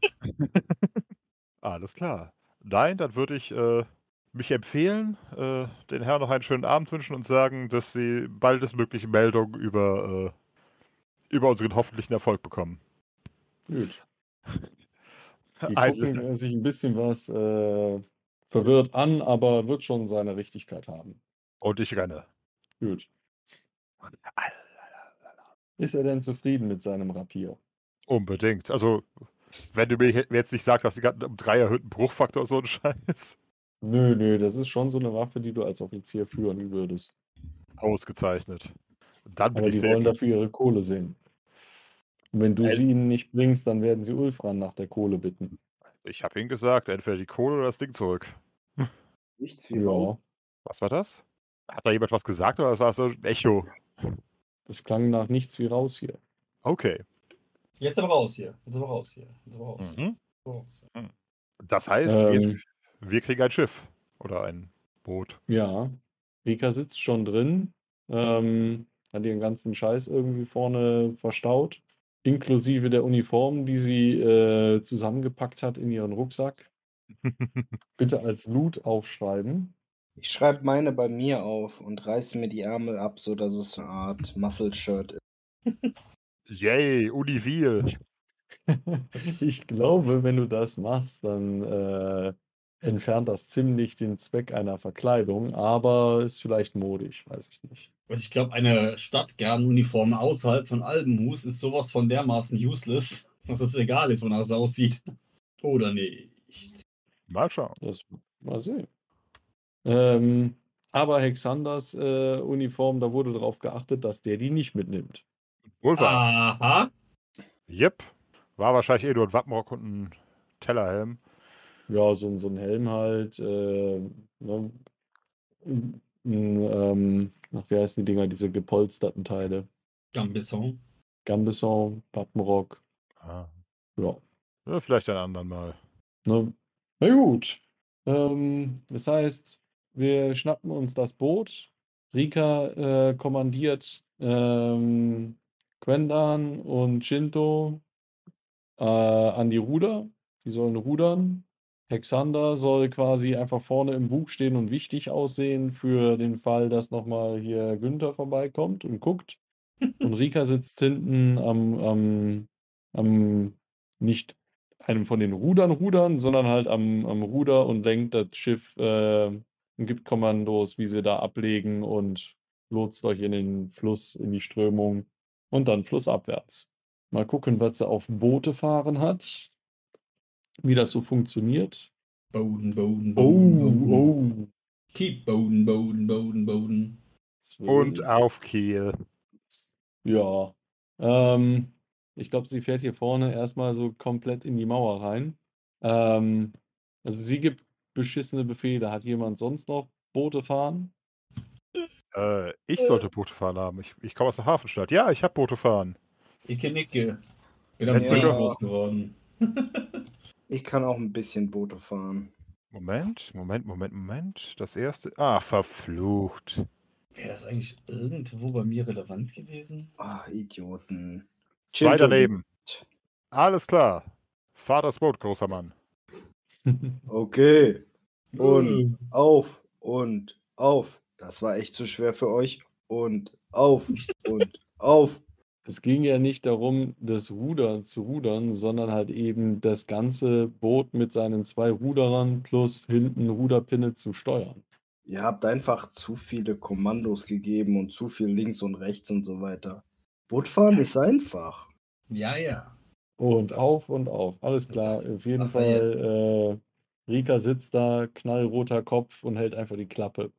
Speaker 4: Alles klar. Nein, dann würde ich äh, mich empfehlen, äh, den Herrn noch einen schönen Abend wünschen und sagen, dass sie baldestmögliche Meldungen über, äh, über unseren hoffentlichen Erfolg bekommen.
Speaker 3: Gut. Die
Speaker 4: Ein-
Speaker 3: gucken äh, sich ein bisschen was äh, verwirrt an, aber wird schon seine Richtigkeit haben.
Speaker 4: Und ich renne.
Speaker 3: Gut. Ist er denn zufrieden mit seinem Rapier?
Speaker 4: Unbedingt. Also, wenn du mir jetzt nicht sagst, dass sie gerade um drei erhöhten Bruchfaktor so ein Scheiß.
Speaker 3: Nö, nö, das ist schon so eine Waffe, die du als Offizier führen würdest.
Speaker 4: Ausgezeichnet. Dann bin
Speaker 3: Aber
Speaker 4: ich
Speaker 3: die
Speaker 4: sehr
Speaker 3: wollen
Speaker 4: glücklich.
Speaker 3: dafür ihre Kohle sehen. Und wenn du
Speaker 4: Äh.
Speaker 3: sie ihnen nicht bringst, dann werden sie Ulfran nach der Kohle bitten.
Speaker 4: Ich habe ihnen gesagt, entweder die Kohle oder das Ding zurück.
Speaker 5: Nichts wie Rauch.
Speaker 3: Ja,
Speaker 4: Was war das? Hat da jemand was gesagt oder war es so ein Echo?
Speaker 3: das klang nach nichts wie raus hier.
Speaker 4: Okay.
Speaker 2: Jetzt aber raus hier. Jetzt aber raus hier. Jetzt aber raus.
Speaker 4: Mhm.
Speaker 2: Raus.
Speaker 4: Das heißt,
Speaker 3: Ähm,
Speaker 4: wir, wir kriegen ein Schiff. Oder ein Boot.
Speaker 3: Ja, Rika sitzt schon drin, ähm, hat ihren ganzen Scheiß irgendwie vorne verstaut, inklusive der Uniform, die sie äh, zusammengepackt hat in ihren Rucksack. Bitte als Loot aufschreiben.
Speaker 5: Ich schreibe meine bei mir auf und reiße mir die Ärmel ab, sodass es so eine Art Muscle-Shirt ist.
Speaker 4: Yay, Univil.
Speaker 3: Ich glaube, wenn du das machst, dann äh, entfernt das ziemlich den Zweck einer Verkleidung, aber ist vielleicht modisch, weiß ich nicht.
Speaker 2: Also ich glaube, eine Stadtgardenuniform außerhalb von Albenhus ist sowas von dermaßen useless, dass es egal ist, wonach es aussieht. Oder nicht.
Speaker 4: Mal schauen.
Speaker 3: Das mal sehen. Ähm, aber Hexanders äh, Uniform, da wurde darauf geachtet, dass der die nicht mitnimmt.
Speaker 4: Wohl wahr.
Speaker 2: Aha.
Speaker 4: Yep. War wahrscheinlich eh nur ein Wappenrock und ein Tellerhelm.
Speaker 3: Ja, so, ein- so ein Helm halt, äh, Ne? Mm, Ähm, ach, wie heißen die Dinger, diese gepolsterten Teile?
Speaker 2: Gambisson.
Speaker 3: Gambesson, Pappenrock.
Speaker 4: Ah.
Speaker 3: Ja.
Speaker 4: Ja, vielleicht ein anderen Mal.
Speaker 3: Ne? Na gut. Ähm, das heißt, wir schnappen uns das Boot. Rika äh, kommandiert ähm, Quendan und Shinto äh, an die Ruder. Die sollen rudern. Hexander soll quasi einfach vorne im Bug stehen und wichtig aussehen für den Fall, dass nochmal hier Günther vorbeikommt und guckt. Und Rika sitzt hinten am, am, am nicht einem von den Rudern rudern, sondern halt am, am Ruder und lenkt das Schiff äh, und gibt Kommandos, wie sie da ablegen und lotst euch in den Fluss, in die Strömung und dann flussabwärts. Mal gucken, was sie auf Boote fahren hat, wie das so funktioniert.
Speaker 2: Boden, Boden,
Speaker 3: Oh,
Speaker 2: Boden, Boden.
Speaker 3: oh.
Speaker 2: Keep Boden, Boden, Boden, Boden.
Speaker 4: Und
Speaker 3: zwölf.
Speaker 4: auf Kiel.
Speaker 3: Ja. Ähm, ich glaube, sie fährt hier vorne erstmal so komplett in die Mauer rein. Ähm, also sie gibt beschissene Befehle. Hat jemand sonst noch Boote fahren?
Speaker 4: Äh, ich sollte Boote fahren haben. Ich, ich komme aus der Hafenstadt. Ja, ich habe Boote fahren.
Speaker 2: Icke Nicke. Bin am
Speaker 4: Hättest
Speaker 5: du
Speaker 2: See
Speaker 5: ge-
Speaker 2: groß geworden.
Speaker 5: Ich kann auch ein bisschen Boote fahren.
Speaker 4: Moment, Moment, Moment, Moment. Das erste. Ah, verflucht.
Speaker 2: Wäre das eigentlich irgendwo bei mir relevant gewesen?
Speaker 5: Ah, Idioten.
Speaker 4: Zwei
Speaker 5: Shinto
Speaker 4: daneben.
Speaker 5: liegt.
Speaker 4: Alles klar. Fahr das Boot, großer Mann.
Speaker 5: Okay. Und
Speaker 2: Äh.
Speaker 5: auf und auf. Das war echt zu schwer für euch. Und auf und auf.
Speaker 3: Es ging ja nicht darum, das Ruder zu rudern, sondern halt eben das ganze Boot mit seinen zwei Ruderern plus hinten Ruderpinne zu steuern.
Speaker 5: Ihr habt einfach zu viele Kommandos gegeben und zu viel links und rechts und so weiter. Bootfahren ist einfach.
Speaker 2: Ja, ja.
Speaker 3: Und auf und auf. Alles
Speaker 2: Das
Speaker 3: klar.
Speaker 2: sagt-
Speaker 3: Auf jeden
Speaker 2: sagt er jetzt.
Speaker 3: Fall, äh, Rika sitzt da, knallroter Kopf und hält einfach die Klappe.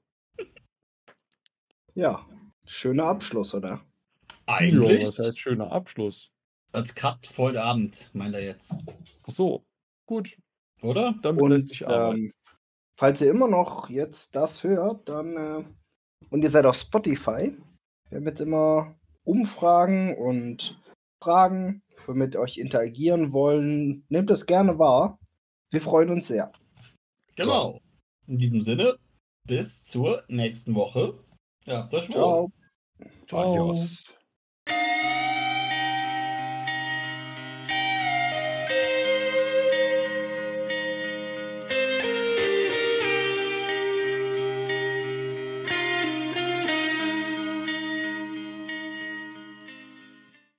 Speaker 5: Ja, schöner Abschluss, oder?
Speaker 2: Eigentlich
Speaker 3: Ja, was heißt schöner Abschluss?
Speaker 2: als Cut für heute Abend, meint er jetzt.
Speaker 3: Ach so, gut.
Speaker 2: Oder?
Speaker 3: Damit lässt sich arbeiten.
Speaker 5: ähm, falls ihr immer noch jetzt das hört, dann äh, und ihr seid auf Spotify, wir haben jetzt immer Umfragen und Fragen, wo wir mit euch interagieren wollen. Nehmt es gerne wahr. Wir freuen uns sehr.
Speaker 2: Genau. In diesem Sinne, bis zur nächsten Woche. Ja, habt euch wohl.
Speaker 5: Ciao.
Speaker 3: Ciao.
Speaker 4: Adios.